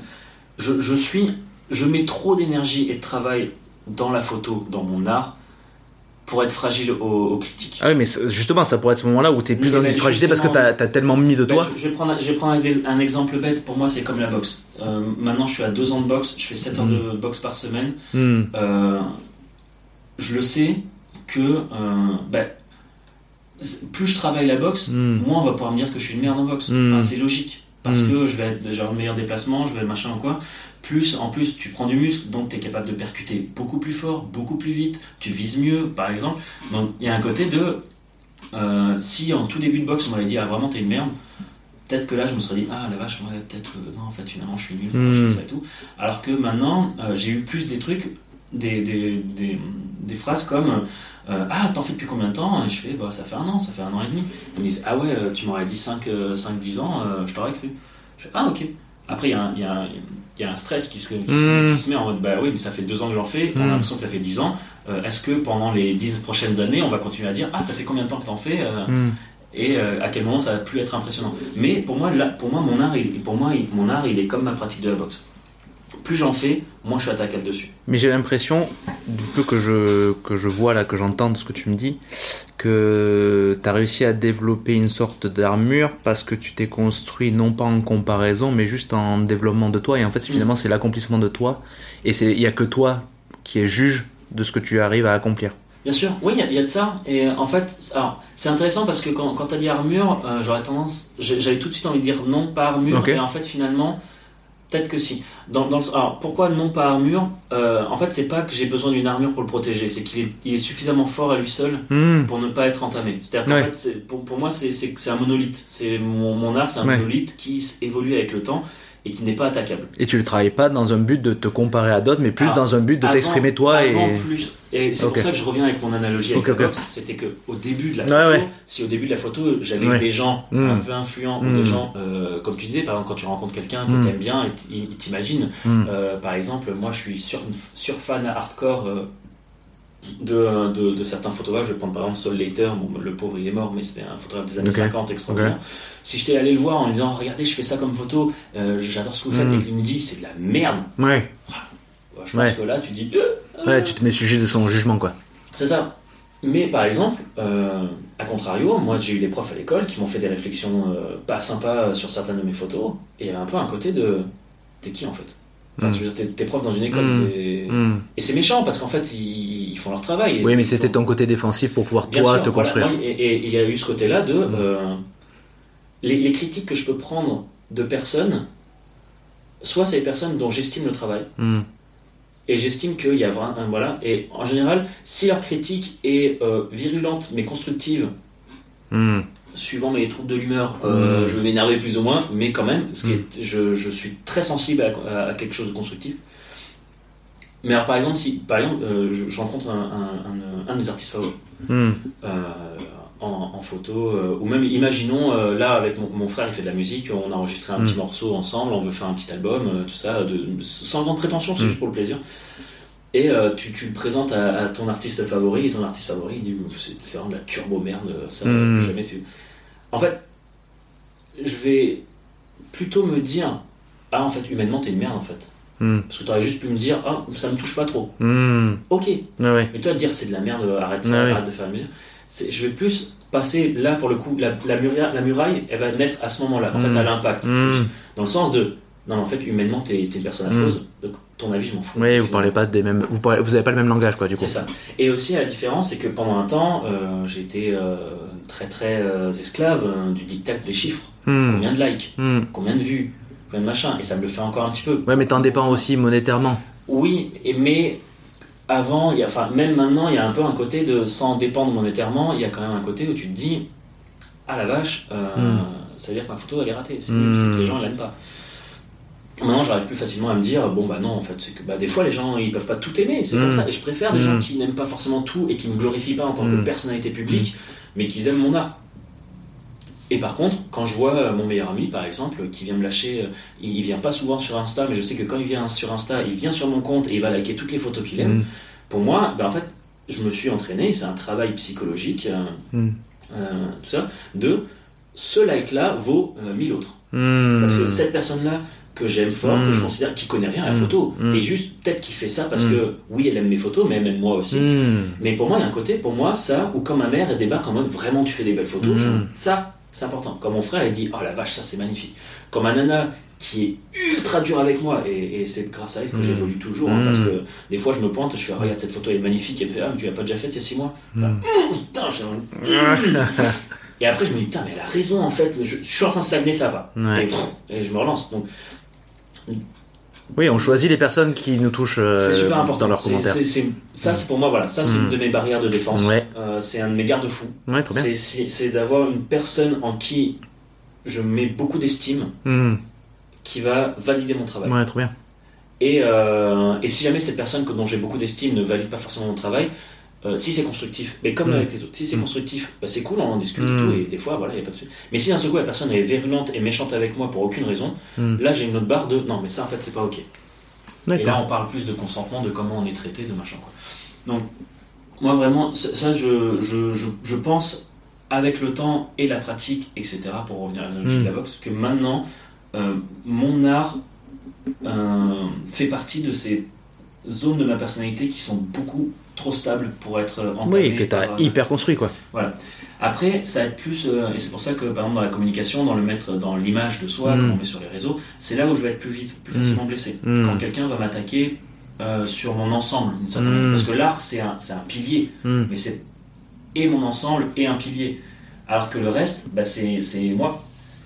je mets trop d'énergie et de travail dans la photo, dans mon art, pour être fragile aux critiques. Ah oui, mais justement, ça pourrait être ce moment-là où t'es plus dans une fragilité parce que t'as tellement mis de toi. Je vais prendre un exemple bête. Pour moi, c'est comme la boxe. Maintenant, je suis à 2 ans de boxe. Je fais 7 heures de boxe par semaine. Je le sais que plus je travaille la boxe, moins on va pouvoir me dire que je suis une merde en boxe. Enfin, c'est logique. Parce que je vais être déjà le meilleur déplacement, je vais le machin ou quoi. En plus, tu prends du muscle, donc tu es capable de percuter beaucoup plus fort, beaucoup plus vite, tu vises mieux, par exemple. Donc il y a un côté de... si en tout début de boxe, on m'avait dit « Ah, vraiment, t'es une merde », peut-être que là, je me serais dit « Ah, la vache, ouais, peut-être non, en fait, finalement, je suis nul, je fais ça et tout. » Alors que maintenant, j'ai eu plus des trucs, des phrases comme ah, t'en fais depuis combien de temps? Et je fais ça fait 1 an, ça fait 1 an et demi. Ils me disent ah ouais, tu m'aurais dit 5-10 ans, je t'aurais cru. Je fais ah ok. Après il y a un stress qui se met en mode oui, mais ça fait 2 ans que j'en fais, on a l'impression que ça fait 10 ans. Est-ce que pendant les 10 prochaines années, on va continuer à dire ah, ça fait combien de temps que t'en fais et à quel moment ça va plus être impressionnant? Mais pour moi, mon art, il est comme ma pratique de la boxe. Plus j'en fais, moins je suis attaquable dessus. Mais j'ai l'impression, du peu que je vois là, que j'entends de ce que tu me dis, que tu as réussi à développer une sorte d'armure parce que tu t'es construit non pas en comparaison, mais juste en développement de toi. Et en fait, finalement, c'est l'accomplissement de toi. Et il n'y a que toi qui es juge de ce que tu arrives à accomplir. Bien sûr, oui, il y a de ça. Et en fait, alors, c'est intéressant parce que quand tu as dit armure, j'avais tout de suite envie de dire non, pas armure. Okay. Et en fait, finalement... Peut-être que si. Alors, pourquoi non pas armure? En fait, c'est pas que j'ai besoin d'une armure pour le protéger, c'est qu'il est suffisamment fort à lui seul pour ne pas être entamé. C'est-à-dire qu'en fait, pour moi, c'est un monolithe. Mon art, c'est un monolithe qui évolue avec le temps et qui n'est pas attaquable. Et tu le travailles pas dans un but de te comparer à d'autres, mais plus dans un but de t'exprimer toi. Et c'est pour ça que je reviens avec mon analogie avec la boxe. C'était qu'au début de la photo, si au début de la photo, j'avais des gens un peu influents ou des gens, comme tu disais, par exemple, quand tu rencontres quelqu'un que tu aimes bien et il t'imagine, par exemple, moi je suis sur fan hardcore de certains photographes. Je vais prendre par exemple Sol Leiter, le pauvre il est mort, mais c'était un photographe des années 50 extraordinaire. Si j'étais allé le voir en lui disant regardez, je fais ça comme photo, j'adore ce que vous faites, et qu'il me dit c'est de la merde, je pense que là tu dis tu te mets sujet de son jugement, quoi. C'est ça. Mais par exemple, à contrario, moi j'ai eu des profs à l'école qui m'ont fait des réflexions pas sympas sur certaines de mes photos, et il y avait un peu un côté de t'es qui en fait? Enfin, t'es prof dans une école, et c'est méchant parce qu'en fait ils font leur travail. Oui, mais c'était ton côté défensif pour pouvoir te construire. Voilà, et il y a eu ce côté-là de les critiques que je peux prendre de personnes, soit c'est des personnes dont j'estime le travail, et j'estime qu'il y a voilà. Et en général, si leur critique est virulente mais constructive, suivant mes troubles de l'humeur, je vais m'énerver plus ou moins, mais quand même, je suis très sensible à quelque chose de constructif. Mais alors, par exemple, si je rencontre un des artistes favoris en photo, ou même imaginons là avec mon frère, il fait de la musique, on a enregistré un petit morceau ensemble, on veut faire un petit album, tout ça, sans grande prétention, c'est juste pour le plaisir. Et tu le présentes à ton artiste favori, et ton artiste favori il dit c'est vraiment de la turbo merde, ça plus jamais En fait, je vais plutôt me dire ah, en fait, humainement, t'es une merde en fait. Parce que t'aurais juste pu me dire ah, ça me touche pas trop. Ok. Mais toi, te dire c'est de la merde, arrête ça, arrête de faire la musique. Je vais plus passer là pour le coup, la muraille, elle va naître à ce moment-là. En fait, à l'impact. Dans le sens de non, en fait, humainement, t'es une personne affreuse. Donc, ton avis, je m'en fous. Oui, vous parlez pas des mêmes. Vous avez pas le même langage, quoi, du coup. C'est ça. Et aussi, la différence, c'est que pendant un temps, j'ai été très, très esclave du diktat des chiffres. Combien de likes, combien de vues, combien de machin. Et ça me le fait encore un petit peu. Ouais, mais t'en dépends aussi monétairement. Oui, mais avant, même maintenant, il y a un peu un côté de sans dépendre monétairement, il y a quand même un côté où tu te dis ah la vache, ça veut dire que ma photo elle est ratée. C'est que les gens ils l'aiment pas. Maintenant, j'arrive plus facilement à me dire bon bah non, en fait, c'est que des fois les gens ils peuvent pas tout aimer, c'est comme ça. Et je préfère des gens qui n'aiment pas forcément tout et qui me glorifient pas en tant que personnalité publique, mais qui aiment mon art. Et par contre, quand je vois mon meilleur ami, par exemple, qui vient me lâcher, il vient pas souvent sur Insta, mais je sais que quand il vient sur Insta, il vient sur mon compte et il va liker toutes les photos qu'il aime. Pour moi, en fait, je me suis entraîné, c'est un travail psychologique, tout ça, de ce like-là vaut 1000 autres. C'est parce que cette personne-là que j'aime fort, que je considère, qui connaît rien à la photo, et juste peut-être qu'il fait ça parce que oui, elle aime mes photos, mais elle aime moi aussi. Mais pour moi, il y a un côté, pour moi, ça, ou quand ma mère elle débarque en mode vraiment tu fais des belles photos, ça, c'est important. Quand mon frère il dit oh la vache, ça c'est magnifique. Quand ma nana qui est ultra dure avec moi, et c'est grâce à elle que j'évolue toujours, parce que des fois je me pointe, je fais regarde cette photo elle est magnifique, elle me fait ah mais tu l'as pas déjà faite il y a 6 mois. Putain, et après je me dis putain mais elle a raison en fait, je suis en train de stagner, ça va. Et je me relance. Donc oui, on choisit les personnes qui nous touchent c'est super important. Dans leurs commentaires. C'est pour moi, voilà, ça c'est une de mes barrières de défense. C'est un de mes garde-fous. Trop bien. C'est d'avoir une personne en qui je mets beaucoup d'estime, qui va valider mon travail. Trop bien. Et si jamais cette personne dont j'ai beaucoup d'estime ne valide pas forcément mon travail, si c'est constructif, mais comme avec les autres, si c'est constructif, bah c'est cool, on en discute et tout, et des fois, voilà, il n'y a pas de souci. Mais si d'un seul coup la personne est virulente et méchante avec moi pour aucune raison, là j'ai une autre barre de non, mais ça en fait c'est pas ok. Et là on parle plus de consentement, de comment on est traité, de machin quoi. Donc, moi vraiment, ça je pense, avec le temps et la pratique, etc., pour revenir à l'analogie de la boxe, que maintenant, mon art fait partie de ces zones de ma personnalité qui sont beaucoup trop stables pour être entamées. Oui, que tu as hyper construit quoi. Voilà. Après, ça aide plus, et c'est pour ça que par exemple dans la communication, dans le mettre dans l'image de soi, qu'on met sur les réseaux, c'est là où je vais être plus facilement blessé. Quand quelqu'un va m'attaquer sur mon ensemble, d'une certaine manière. Parce que l'art c'est un pilier, mais c'est et mon ensemble et un pilier. Alors que le reste, bah, c'est moi.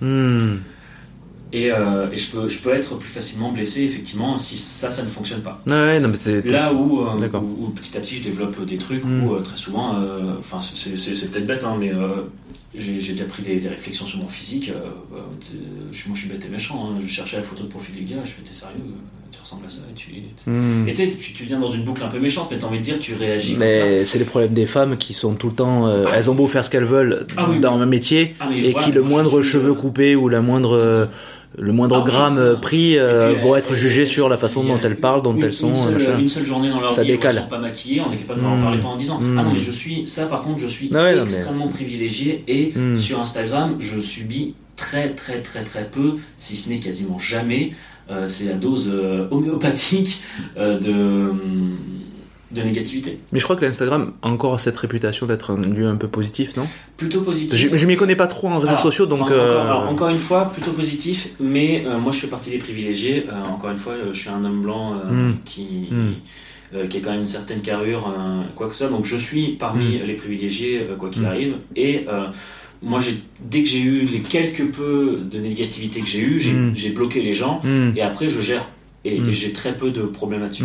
Et je peux être plus facilement blessé effectivement si ça ne fonctionne pas. Non, mais c'est là où petit à petit je développe des trucs où très souvent, enfin c'est peut-être bête hein, mais j'ai déjà pris des réflexions sur mon physique. Moi je suis bête et méchant. Hein. Je cherchais la photo de profil du gars, je fais t'es sérieux, tu ressembles à ça et tu viens dans une boucle un peu méchante, mais t'as envie de dire tu réagis comme ça. Mais c'est les problèmes des femmes qui sont tout le temps, elles ont beau faire ce qu'elles veulent dans un métier et qui le moindre cheveu coupé ou le moindre gramme pris vont être jugés sur la façon dont elles parlent, dont elles sont. Une seule journée dans leur vie où elles ne sont pas maquillées, on est capable de leur en parler pendant 10 ans. Ah non, mais je suis extrêmement privilégié et sur Instagram, je subis très très très très peu, si ce n'est quasiment jamais. C'est la dose homéopathique de négativité. Mais je crois que l'Instagram a encore cette réputation d'être un lieu un peu positif, non ? Plutôt positif. Je m'y connais pas trop en réseaux sociaux, donc... Encore une fois, plutôt positif, mais moi je fais partie des privilégiés. Encore une fois, je suis un homme blanc qui a quand même une certaine carrure, quoi que ce soit, donc je suis parmi les privilégiés, quoi qu'il arrive, et... moi, dès que j'ai eu les quelque peu de négativité que j'ai eu, j'ai bloqué les gens, et après je gère, et j'ai très peu de problèmes là-dessus.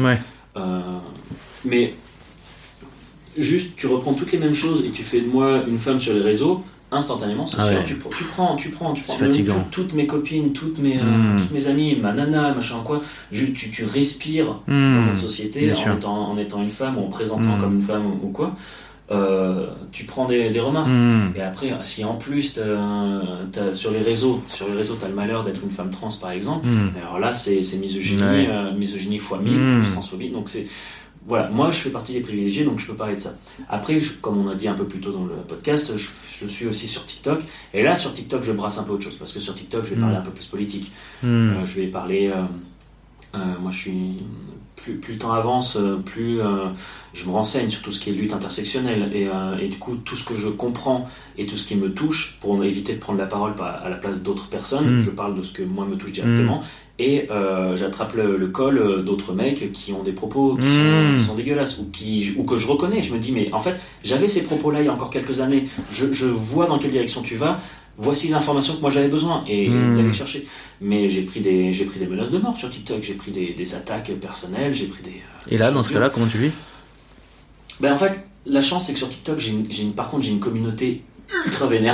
Mais juste, tu reprends toutes les mêmes choses et tu fais de moi une femme sur les réseaux, instantanément, c'est sûr, tu prends. C'est fatigant. Toutes mes copines, toutes mes amies, ma nana, machin quoi, tu respires dans notre société en étant une femme ou en présentant comme une femme ou quoi. Tu prends des remarques et après si en plus t'as sur les réseaux t'as le malheur d'être une femme trans par exemple, alors là c'est misogynie fois 1000 plus transphobie, donc c'est voilà, moi je fais partie des privilégiés donc je peux parler de ça. Après comme on a dit un peu plus tôt dans le podcast, je suis aussi sur TikTok, et là sur TikTok je brasse un peu autre chose parce que sur TikTok je vais parler un peu plus politique, je vais parler moi je suis plus le temps avance, plus je me renseigne sur tout ce qui est lutte intersectionnelle et du coup tout ce que je comprends et tout ce qui me touche, pour éviter de prendre la parole à la place d'autres personnes, je parle de ce que moi me touche directement, et j'attrape le col d'autres mecs qui ont des propos qui sont dégueulasses ou que je reconnais. Je me dis mais en fait j'avais ces propos là il y a encore quelques années, je vois dans quelle direction tu vas, voici les informations que moi j'avais besoin et d'aller chercher. Mais j'ai pris des menaces de mort sur TikTok, j'ai pris des attaques personnelles, j'ai pris des... Et là, dans ce cas-là, comment tu vis ? Ben en fait, la chance c'est que sur TikTok, par contre j'ai une communauté ultra vénère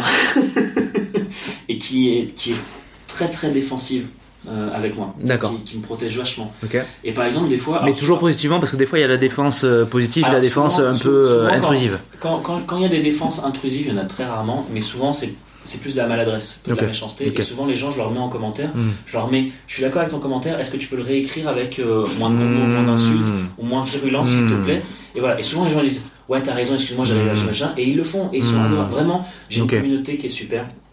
et qui est très très défensive avec moi. D'accord. Qui me protège vachement. Okay. Et par exemple des fois... Mais toujours positivement, parce que des fois il y a la défense positive et la défense un peu intrusive. Quand il y a des défenses intrusives, il y en a très rarement, mais souvent c'est plus de la maladresse que de la méchanceté. Et souvent les gens, je leur mets en commentaire, je suis d'accord avec ton commentaire, est-ce que tu peux le réécrire avec moins de mots, moins d'insultes ou moins virulent s'il te plaît. Et voilà, et souvent les gens disent ouais t'as raison, excuse-moi, j'avais lâché machin, et ils le font et ils sont adorables. Vraiment, j'ai une communauté qui est super.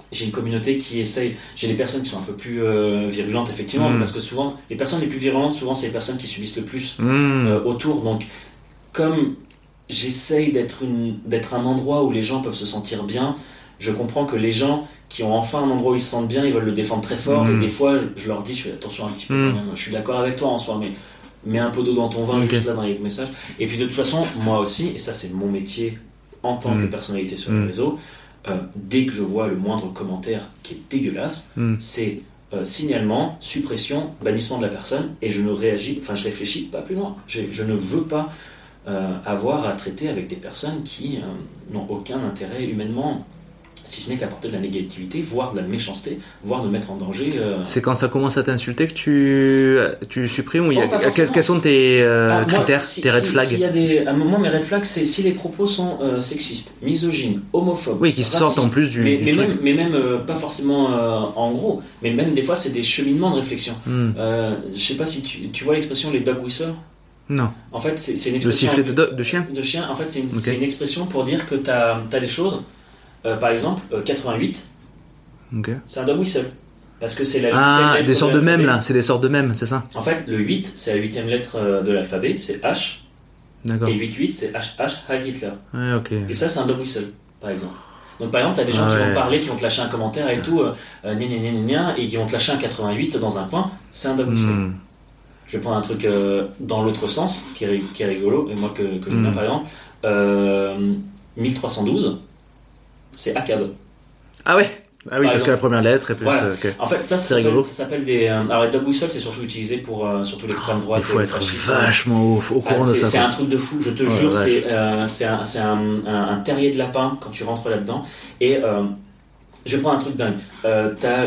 j'ai une communauté qui essaye. J'ai des personnes qui sont un peu plus virulentes, effectivement, parce que souvent, les personnes les plus virulentes, souvent, c'est les personnes qui subissent le plus autour. Donc, comme j'essaye d'être un endroit où les gens peuvent se sentir bien, je comprends que les gens qui ont enfin un endroit où ils se sentent bien, ils veulent le défendre très fort. Et des fois, je leur dis, je fais attention un petit peu quand même. Je suis d'accord avec toi en soi, mais mets un peu d'eau dans ton vin juste là dans les messages. Et puis de toute façon, moi aussi, et ça c'est mon métier en tant que personnalité sur les réseaux, dès que je vois le moindre commentaire qui est dégueulasse, c'est signalement, suppression, bannissement de la personne, et je réfléchis pas plus loin. Je ne veux pas avoir à traiter avec des personnes qui n'ont aucun intérêt humainement, si ce n'est qu'apporter de la négativité, voire de la méchanceté, voire de mettre en danger. C'est quand ça commence à t'insulter que tu supprimes, ou quels sont tes critères, tes red flags? Moi, mes red flags, c'est si les propos sont sexistes, misogynes, homophobes, qui sortent en plus du truc. Mais même pas forcément en gros, mais même des fois c'est des cheminements de réflexion. Je sais pas si tu vois l'expression les dog whistles. Non. En fait, c'est une expression. Le sifflet de chien. De chien. En fait, c'est une expression pour dire que t'as des choses. Par exemple, 88, c'est un dog whistle. Parce que c'est la des sortes de mèmes là, c'est des sortes de mèmes, c'est ça? En fait, le 8, c'est la 8e lettre de l'alphabet, c'est H. D'accord. Et 8-8, c'est HH, Heil Hitler. Ouais, Et ça, c'est un dog whistle, par exemple. Donc, par exemple, t'as des gens qui vont parler, qui vont te lâcher un commentaire et tout, et qui vont te lâcher un 88 dans un point, c'est un dog whistle. Je vais prendre un truc dans l'autre sens, qui est rigolo, et moi que j'aime bien, par exemple. 1312. C'est ACAB. Ah oui, parce que la première lettre est plus. Voilà. En fait, ça s'appelle des. Alors, les dog whistles, c'est surtout utilisé pour surtout l'extrême droite. Il faut être vachement au courant de ça. C'est un truc de fou, je te jure. C'est un terrier de lapin quand tu rentres là-dedans. Et je vais prendre un truc dingue. T'as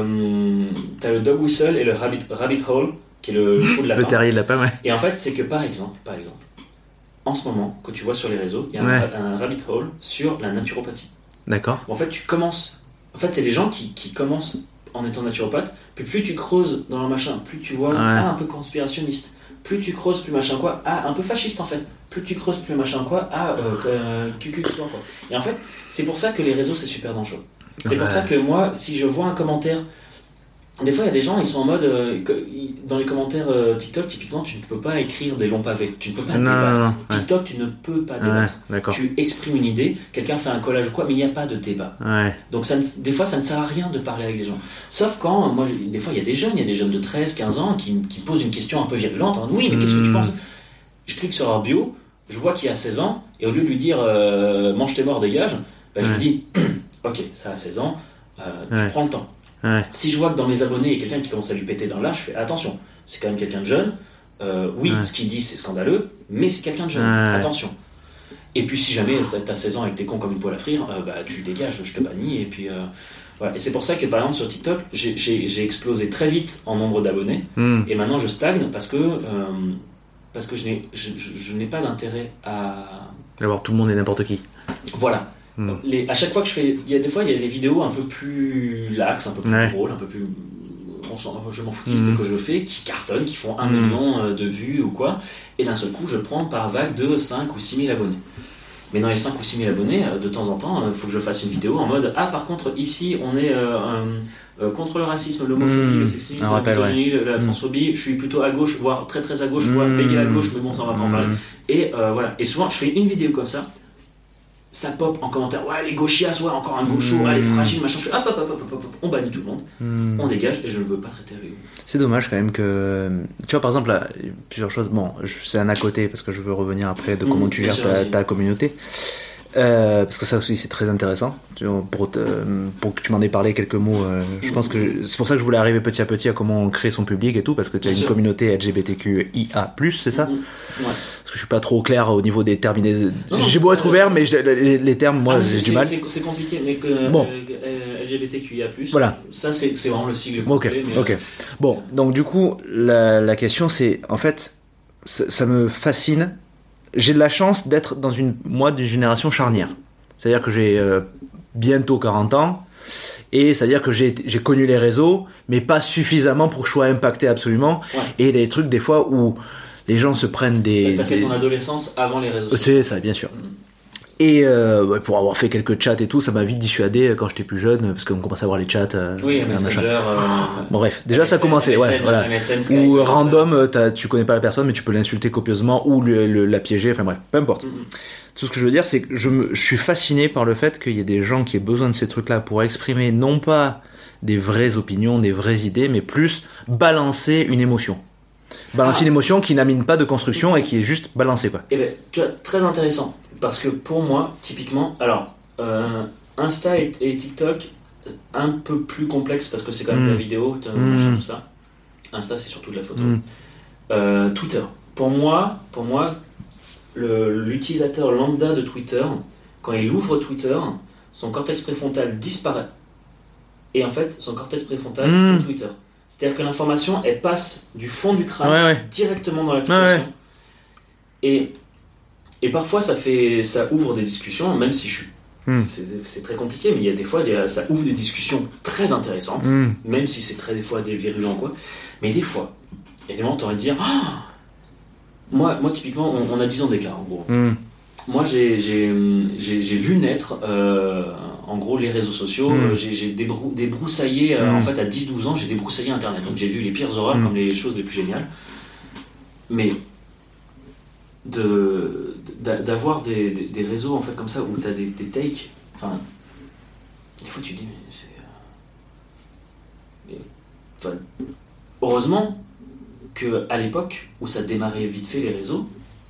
le dog whistle et le rabbit hole, qui est le trou de lapin. Le terrier de lapin, ouais. Et en fait, c'est que par exemple, en ce moment, que tu vois sur les réseaux, il y a un rabbit hole sur la naturopathie. D'accord. En fait, c'est des gens qui commencent en étant naturopathe, puis plus tu creuses dans le machin, plus tu vois un peu conspirationniste, plus tu creuses, plus machin quoi, un peu fasciste en fait, plus tu creuses, plus machin quoi, cucu quoi. Et en fait, c'est pour ça que les réseaux c'est super dangereux. C'est pour ça que moi, si je vois un commentaire, des fois il y a des gens, ils sont en mode, dans les commentaires TikTok, typiquement, tu ne peux pas écrire des longs pavés, tu ne peux pas débattre. TikTok, tu ne peux pas débattre. Tu exprimes une idée, quelqu'un fait un collage ou quoi, mais il n'y a pas de débat. Donc des fois, ça ne sert à rien de parler avec des gens. Sauf quand, des fois, il y a des jeunes de 13, 15 ans qui posent une question un peu virulente. Oui, mais qu'est-ce que tu penses? Je clique sur leur bio, je vois qu'il a 16 ans, et au lieu de lui dire mange tes morts, dégage, je lui dis ok, ça a 16 ans, tu prends le temps. Si je vois que dans mes abonnés il y a quelqu'un qui commence à lui péter dans l'âge, je fais attention, c'est quand même quelqu'un de jeune. Ce qu'il dit c'est scandaleux, mais c'est quelqu'un de jeune, attention. Et puis si jamais t'as 16 ans et que t'es con comme une poêle à frire, tu dégages, je te bannis. Et puis voilà. Et c'est pour ça que par exemple sur TikTok, j'ai explosé très vite en nombre d'abonnés, et maintenant je stagne parce que je n'ai pas d'intérêt à avoir tout le monde et n'importe qui. Voilà. À chaque fois que je fais, il y a des vidéos un peu plus laxes, un peu plus drôles, un peu plus, je m'en foutiste que je fais, qui cartonnent, qui font 1 million de vues ou quoi, et d'un seul coup je prends par vague de 5 ou 6 000 abonnés. Mais dans les 5 ou 6 000 abonnés, de temps en temps, il faut que je fasse une vidéo en mode par contre ici on est contre le racisme, l'homophobie, le sexisme, la misogynie, la transphobie, je suis plutôt à gauche, voire très très à gauche, voire méga à gauche, mais bon ça on va pas en parler. Et voilà. Et souvent je fais une vidéo comme ça pop en commentaire, les gauchias, encore un gaucho, les fragiles, machin, je fais hop, on bannit tout le monde, on dégage, et je ne veux pas traiter avec vous. C'est dommage quand même que, tu vois par exemple là, plusieurs choses, c'est un à côté parce que je veux revenir après de comment tu gères ta communauté, parce que ça aussi c'est très intéressant, pour que tu m'en aies parlé quelques mots, je pense que c'est pour ça que je voulais arriver petit à petit à comment on crée son public et tout, parce que tu as une communauté LGBTQIA+, c'est ça? Parce que je suis pas trop clair au niveau des termes. J'ai beau être ouvert, mais les termes, moi, j'ai du mal. C'est compliqué, mais LGBTQIA+, voilà. Ça, c'est vraiment le sigle complet. Ok. Bon, donc du coup, la question, c'est, en fait, ça me fascine. J'ai de la chance d'être d'une génération charnière. C'est-à-dire que j'ai bientôt 40 ans, et c'est-à-dire que j'ai connu les réseaux, mais pas suffisamment pour que je sois impacté absolument. Et les trucs, des fois, où les gens se prennent T'as fait ton adolescence avant les réseaux sociaux. C'est ça, bien sûr. Et pour avoir fait quelques chats et tout, ça m'a vite dissuadé quand j'étais plus jeune, parce qu'on commençait à voir les chats. Oui, Messenger. Bon, bref, déjà ça commençait, ouais, voilà. MSN, Ou random, tu connais pas la personne, mais tu peux l'insulter copieusement ou la piéger, enfin bref, peu importe. Tout ce que je veux dire, c'est que je suis fasciné par le fait qu'il y ait des gens qui aient besoin de ces trucs-là pour exprimer non pas des vraies opinions, des vraies idées, mais plus balancer une émotion. Balancer une émotion qui n'amène pas de construction et qui est juste balancée, quoi. Eh ben, tu vois, très intéressant. Parce que pour moi, typiquement, alors, Insta et TikTok, un peu plus complexe parce que c'est quand même de la vidéo, machin, tout ça. Insta, c'est surtout de la photo. Twitter. Pour moi, l'utilisateur lambda de Twitter, quand il ouvre Twitter, son cortex préfrontal disparaît. Et en fait, son cortex préfrontal, c'est Twitter. C'est-à-dire que l'information, elle passe du fond du crâne directement dans l'application. Et parfois, ça ouvre des discussions, même si c'est très compliqué, mais il y a des fois, ça ouvre des discussions très intéressantes, même si c'est des fois des virulents, quoi. Mais des fois, il y a des moments où tu aurais dire moi, typiquement, on a 10 ans d'écart, en gros. Moi, j'ai vu naître, en gros, les réseaux sociaux. J'ai débroussaillé, en fait, à 10-12 ans, j'ai débroussaillé Internet. Donc, j'ai vu les pires horreurs comme les choses les plus géniales. Mais d'avoir des réseaux, en fait, comme ça, où tu as des takes, enfin, des fois, tu te dis, heureusement qu'à l'époque où ça démarrait vite fait les réseaux,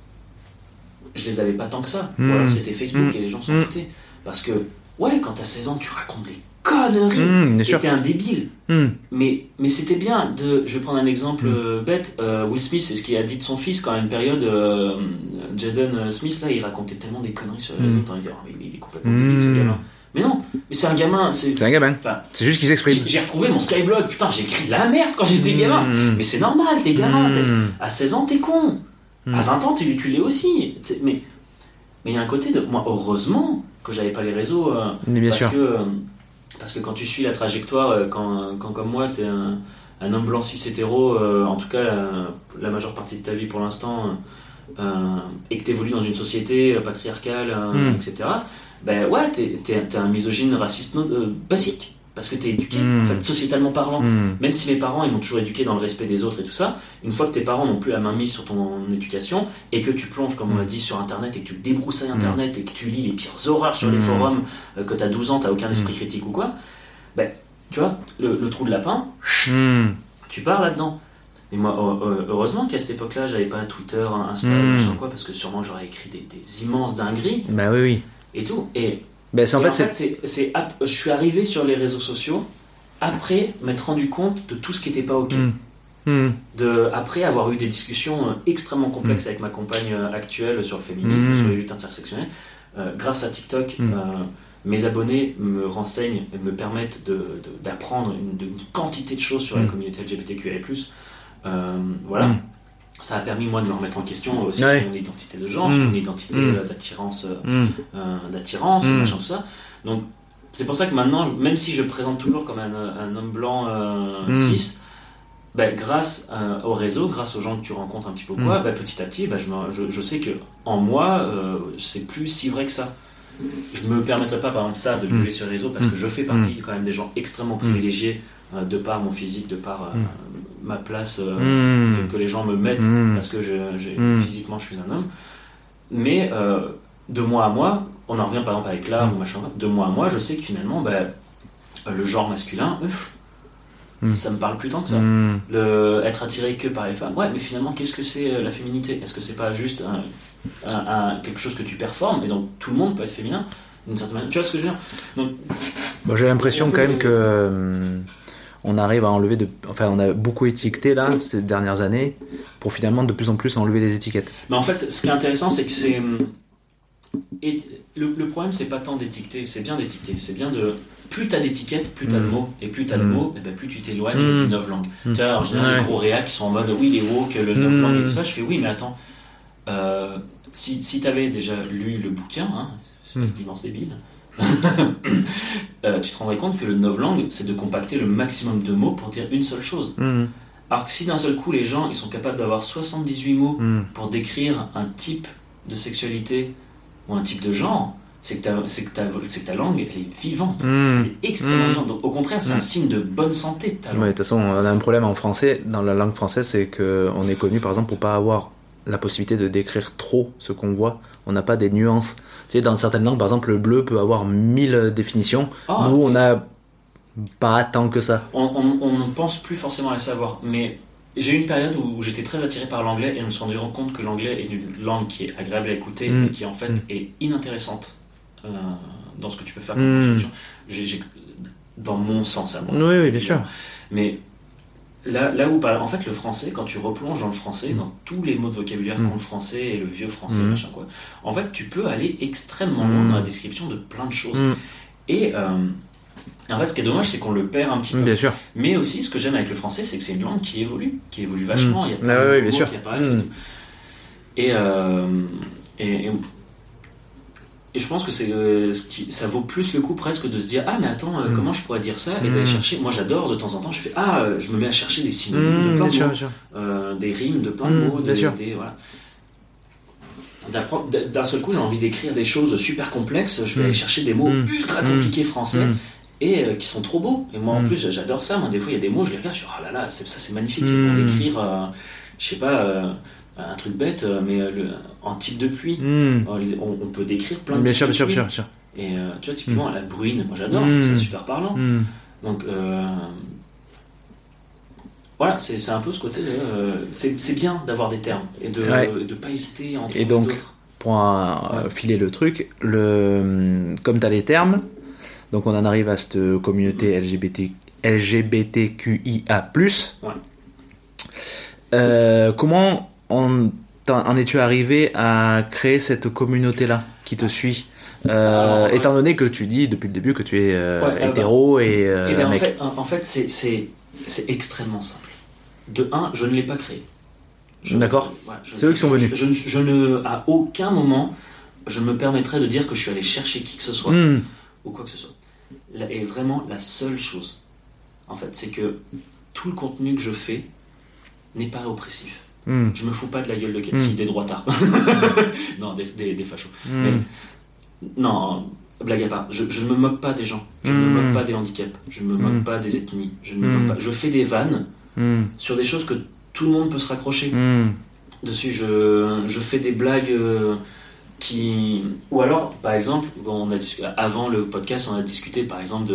je les avais pas tant que ça. Ou alors c'était Facebook et les gens s'en foutaient. Parce que, ouais, quand t'as 16 ans, tu racontes des conneries et t'es un débile. Mais c'était bien de... Je vais prendre un exemple bête. Will Smith, c'est ce qu'il a dit de son fils quand à une période, Jaden Smith, là, il racontait tellement des conneries sur les réseaux, t'as envie de dire, il est complètement débile, ce gamin. Mais non, mais c'est un gamin. C'est un gamin. C'est juste qu'il s'exprime. J'ai retrouvé mon Skyblog. Putain, j'ai écrit de la merde quand j'étais gamin. Mais c'est normal, t'es gamin. À 16 ans, t'es con. À 20 ans, tu l'es aussi. Mais il y a un côté de... Moi, heureusement que j'avais pas les réseaux. Parce que quand tu suis la trajectoire, quand comme moi, t'es un homme blanc cis hétéro, en tout cas la majeure partie de ta vie pour l'instant, et que t'évolues dans une société patriarcale, etc., ben ouais, t'es un misogyne raciste basique. Parce que t'es éduqué, en fait, sociétalement parlant. Même si mes parents, ils m'ont toujours éduqué dans le respect des autres et tout ça, une fois que tes parents n'ont plus la main mise sur ton éducation, et que tu plonges, comme on l'a dit, sur Internet, et que tu débroussailles Internet, et que tu lis les pires horreurs sur les forums, que t'as 12 ans, t'as aucun esprit critique ou quoi, ben, tu vois, le trou de lapin, tu pars là-dedans. Mais moi, heureusement qu'à cette époque-là, j'avais pas Twitter, Insta, machin quoi, parce que sûrement j'aurais écrit des immenses dingueries. Bah oui. Et tout. Et ben, je suis arrivé sur les réseaux sociaux après m'être rendu compte de tout ce qui n'était pas ok. Après avoir eu des discussions extrêmement complexes avec ma compagne actuelle sur le féminisme, sur les luttes intersectionnelles, grâce à TikTok, mes abonnés me renseignent et me permettent d'apprendre une quantité de choses sur la communauté LGBTQIA+. Voilà. Ça a permis, moi, de me remettre en question aussi sur mon identité de genre, sur mon identité d'attirance, machin, tout ça. Donc, c'est pour ça que maintenant, même si je présente toujours comme un homme blanc cis, ben, grâce au réseau, grâce aux gens que tu rencontres un petit peu quoi, ben, petit à petit, ben, je sais que en moi, c'est plus si vrai que ça. Je me permettrai pas, par exemple, ça, de gueuler sur les réseaux, parce que je fais partie quand même des gens extrêmement privilégiés, de par mon physique, de par ma place que les gens me mettent, parce que physiquement je suis un homme. Mais de moi à moi, on en revient par exemple avec l'art ou machin, de moi à moi, je sais que finalement, le genre masculin, ça me parle plus tant que ça. Être attiré que par les femmes, ouais, mais finalement, qu'est-ce que c'est la féminité ? Est-ce que c'est pas juste quelque chose que tu performes, et donc tout le monde peut être féminin d'une certaine manière. Tu vois ce que je veux dire ? Donc, bon, j'ai l'impression quand même que on arrive à enlever on a beaucoup étiqueté là ces dernières années pour finalement de plus en plus enlever les étiquettes. Mais en fait, ce qui est intéressant, c'est que le problème, c'est pas tant d'étiqueter, c'est bien d'étiqueter, c'est bien de... Plus t'as d'étiquettes, plus t'as de mots, et plus t'as de mots, et ben plus tu t'éloignes du novlangue. Tu vois, en général, les gros réacs qui sont en mode oui, les woke, le novlangue et tout ça, je fais oui, mais attends, si t'avais déjà lu le bouquin, c'est parce qu'il lance débile, tu te rendrais compte que le novlangue, c'est de compacter le maximum de mots pour dire une seule chose. Alors que si d'un seul coup les gens ils sont capables d'avoir 78 mots pour décrire un type de sexualité ou un type de genre, c'est que ta langue, elle est vivante, elle est extrêmement vivante. Donc, au contraire, c'est un signe de bonne santé de ta langue. Ouais, de toute façon, on a un problème en français, dans la langue française, c'est qu'on est connu, par exemple, pour pas avoir la possibilité de décrire trop ce qu'on voit. On n'a pas des nuances. Tu sais, dans certaines langues, par exemple, le bleu peut avoir 1000 définitions. Nous, on n'a pas tant que ça. On ne pense plus forcément à le savoir, mais j'ai eu une période où j'étais très attiré par l'anglais et je me suis rendu compte que l'anglais est une langue qui est agréable à écouter mais qui en fait est inintéressante dans ce que tu peux faire comme construction. Dans mon sens à moi. Oui, bien sûr. Mais là où, en fait, le français, quand tu replonges dans le français, dans tous les mots de vocabulaire qu'ont le français et le vieux français, machin quoi, en fait, tu peux aller extrêmement loin dans la description de plein de choses. Et en fait, ce qui est dommage, c'est qu'on le perd un petit peu. Bien sûr. Mais aussi, ce que j'aime avec le français, c'est que c'est une langue qui évolue vachement. Il y a plein de mots qui apparaissent et tout. Et je pense que ça vaut plus le coup presque de se dire mais attends, comment je pourrais dire ça et d'aller chercher. Moi, j'adore de temps en temps, je fais je me mets à chercher des synonymes de plein de mots, des rimes de plein de mots, voilà. D'un seul coup, j'ai envie d'écrire des choses super complexes. Je vais aller chercher des mots ultra compliqués français. Et qui sont trop beaux. Et moi en plus j'adore ça. Moi des fois il y a des mots, je les regarde, je dis oh là là, ça c'est magnifique, c'est pour décrire, je sais pas, un truc bête, mais en type de pluie. On peut décrire plein de types de pluie. Bien sûr. Et tu vois, typiquement la bruine, moi j'adore, je trouve ça super parlant. Donc voilà, c'est un peu ce côté de. C'est bien d'avoir des termes et de pas hésiter à en trouver d'autres. Et donc, pour filer le truc, comme tu as les termes. Donc on en arrive à cette communauté LGBTQIA+. Comment en es-tu arrivé à créer cette communauté-là qui te suit étant donné que tu dis depuis le début que tu es hétéro et mec. En fait c'est extrêmement simple. De un, je ne l'ai pas créé. D'accord. C'est eux qui sont venus. À aucun moment je me permettrais de dire que je suis allé chercher qui que ce soit ou quoi que ce soit. Et vraiment la seule chose en fait c'est que tout le contenu que je fais n'est pas oppressif. Je me fous pas de la gueule de si des droitards non des fachos mais, non, blague à part, je ne me moque pas des gens, je ne me moque pas des handicaps, je ne me moque pas des ethnies, je ne me moque pas. Je fais des vannes sur des choses que tout le monde peut se raccrocher dessus. Je fais des blagues ou alors, par exemple, avant le podcast, on a discuté par exemple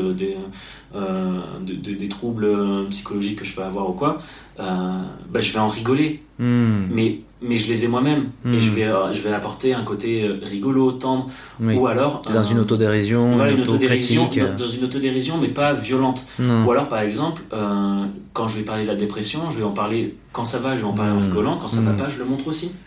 des troubles psychologiques que je peux avoir ou quoi. Je vais en rigoler, mais je les ai moi-même et je vais apporter un côté rigolo, tendre, ou alors dans une autodérision, dans une autodérision, mais pas violente. Ou alors, par exemple, quand je vais parler de la dépression, je vais en parler quand ça va, je vais en parler en rigolant. Quand ça va pas, je le montre aussi.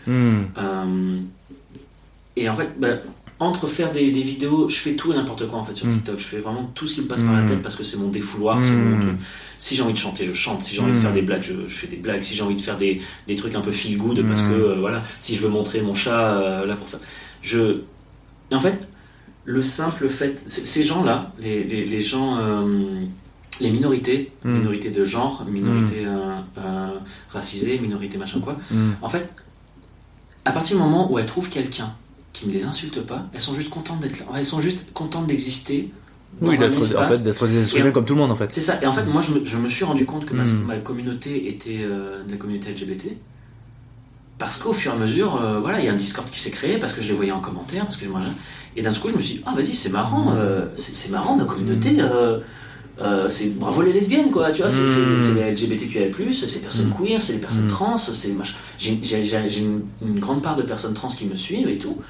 Et en fait, entre faire des vidéos, je fais tout et n'importe quoi en fait sur TikTok. Je fais vraiment tout ce qui me passe par la tête parce que c'est mon défouloir. C'est si j'ai envie de chanter, je chante. Si j'ai envie de faire des blagues, je fais des blagues. Si j'ai envie de faire des trucs un peu feel good parce que voilà, si je veux montrer mon chat là pour ça, en fait, le simple fait, ces gens-là, les gens, les minorités, minorités de genre, minorités racisées, minorités machin quoi. En fait, à partir du moment où elles trouvent quelqu'un qui ne les insulte pas, elles sont juste contentes d'être là. Elles sont juste contentes d'exister dans un espace. En fait, d'être des êtres humains comme tout le monde en fait. C'est ça. Et en fait, moi, je me suis rendu compte que ma communauté était de la communauté LGBT. Parce qu'au fur et à mesure, il y a un Discord qui s'est créé parce que je les voyais en commentaire, et d'un coup, je me suis dit, vas-y, c'est marrant, c'est marrant ma communauté. C'est bravo les lesbiennes quoi, tu vois, c'est les LGBTQIA+, c'est les personnes queer, c'est les personnes trans, c'est j'ai une grande part de personnes trans qui me suivent et tout.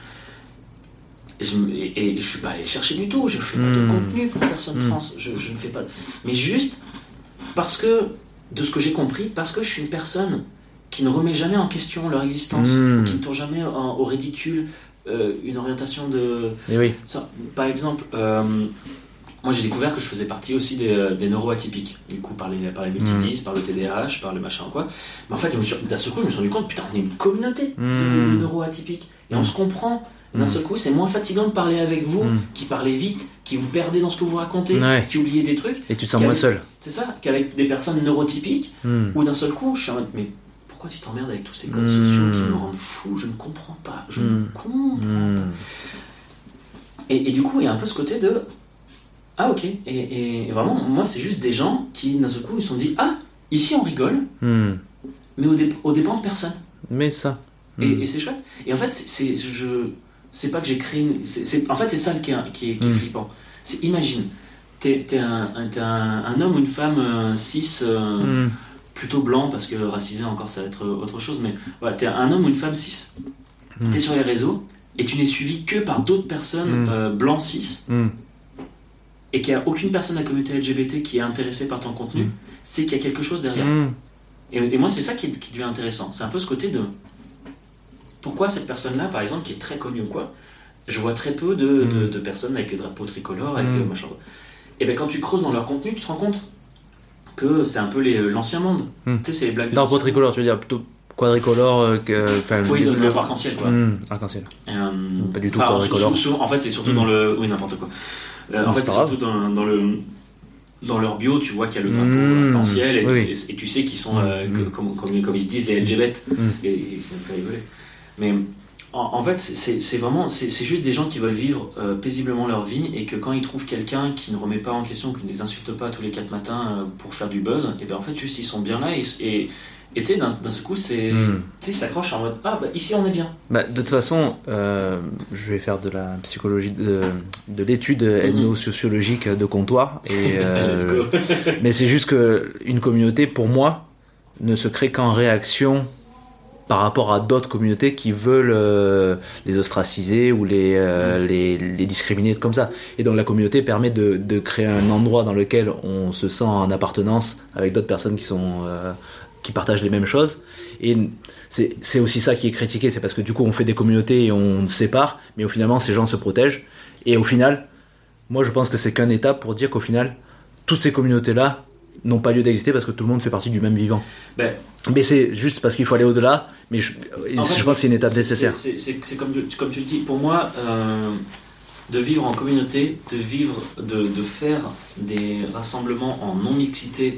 Et je suis pas allé chercher du tout, je fais pas de contenu pour les personnes trans, je ne fais pas. Mais juste parce que, de ce que j'ai compris, parce que je suis une personne qui ne remet jamais en question leur existence, ou qui ne tourne jamais au ridicule une orientation de. Et oui. Ça, par exemple. Moi, j'ai découvert que je faisais partie aussi des neuroatypiques, du coup, par les multidys, par le TDAH, par le machin quoi. Mais en fait, d'un seul coup, je me suis rendu compte, putain, on est une communauté de neuroatypiques. Et on se comprend. D'un seul coup, c'est moins fatigant de parler avec vous, qui parlez vite, qui vous perdez dans ce que vous racontez, qui oubliez des trucs. Et tu te sens moins seul. C'est ça, qu'avec des personnes neurotypiques, où d'un seul coup, je suis en mode, mais pourquoi tu t'emmerdes avec tous ces codes sociaux qui me rendent fou? Je ne comprends pas. Je ne comprends pas. Et du coup, il y a un peu ce côté de ah ok, et vraiment, moi, c'est juste des gens qui, d'un seul coup, ils se sont dit ah, ici on rigole, mais au dépend de personne. Mais ça. Et c'est chouette. Et en fait, c'est pas que j'ai créé en fait, c'est ça qui est flippant. C'est, imagine, t'es un homme ou une femme cis, plutôt blanc, parce que racisé encore, ça va être autre chose, mais voilà, t'es un homme ou une femme cis. T'es sur les réseaux, et tu n'es suivi que par d'autres personnes blancs cis, et qu'il n'y a aucune personne de la communauté LGBT qui est intéressée par ton contenu, c'est qu'il y a quelque chose derrière. Et moi, c'est ça qui devient intéressant. C'est un peu ce côté de... Pourquoi cette personne-là, par exemple, qui est très connue ou quoi, je vois très peu de personnes avec les drapeaux tricolores, avec machin. Et bien, quand tu creuses dans leur contenu, tu te rends compte que c'est un peu l'ancien monde. Tu sais, c'est les blagues... Drapeau tricolore, tu veux dire plutôt quadricolore oui, de arc-en-ciel, quoi. Arc-en-ciel. Pas du tout quadricolore. En fait, c'est surtout dans le... Oui, n'importe quoi. En fait, c'est surtout dans leur bio, tu vois qu'il y a le drapeau arc-en-ciel, et tu sais qu'ils sont, comme ils se disent, les LGBT. Et ça me fait rigoler. Mais en fait, c'est vraiment, c'est juste des gens qui veulent vivre paisiblement leur vie, et que quand ils trouvent quelqu'un qui ne remet pas en question, qui ne les insulte pas tous les 4 matins pour faire du buzz, et bien en fait, juste ils sont bien là, et tu sais, d'un seul coup, c'est, tu sais, ils s'accrochent en mode ah, bah ici on est bien. Bah, de toute façon, je vais faire de la psychologie, de l'étude ethno-sociologique de comptoir. Mais c'est juste qu'une communauté, pour moi, ne se crée qu'en réaction par rapport à d'autres communautés qui veulent les ostraciser ou les discriminer comme ça. Et donc la communauté permet de créer un endroit dans lequel on se sent en appartenance avec d'autres personnes qui partagent les mêmes choses. Et c'est aussi ça qui est critiqué, c'est parce que du coup on fait des communautés et on se sépare, mais au final ces gens se protègent. Et au final, moi je pense que c'est qu'une étape pour dire qu'au final, toutes ces communautés-là n'ont pas lieu d'exister parce que tout le monde fait partie du même vivant. Mais c'est juste parce qu'il faut aller au-delà, mais je pense que c'est une étape nécessaire. C'est comme tu le dis, pour moi, de vivre en communauté, de faire des rassemblements en non-mixité,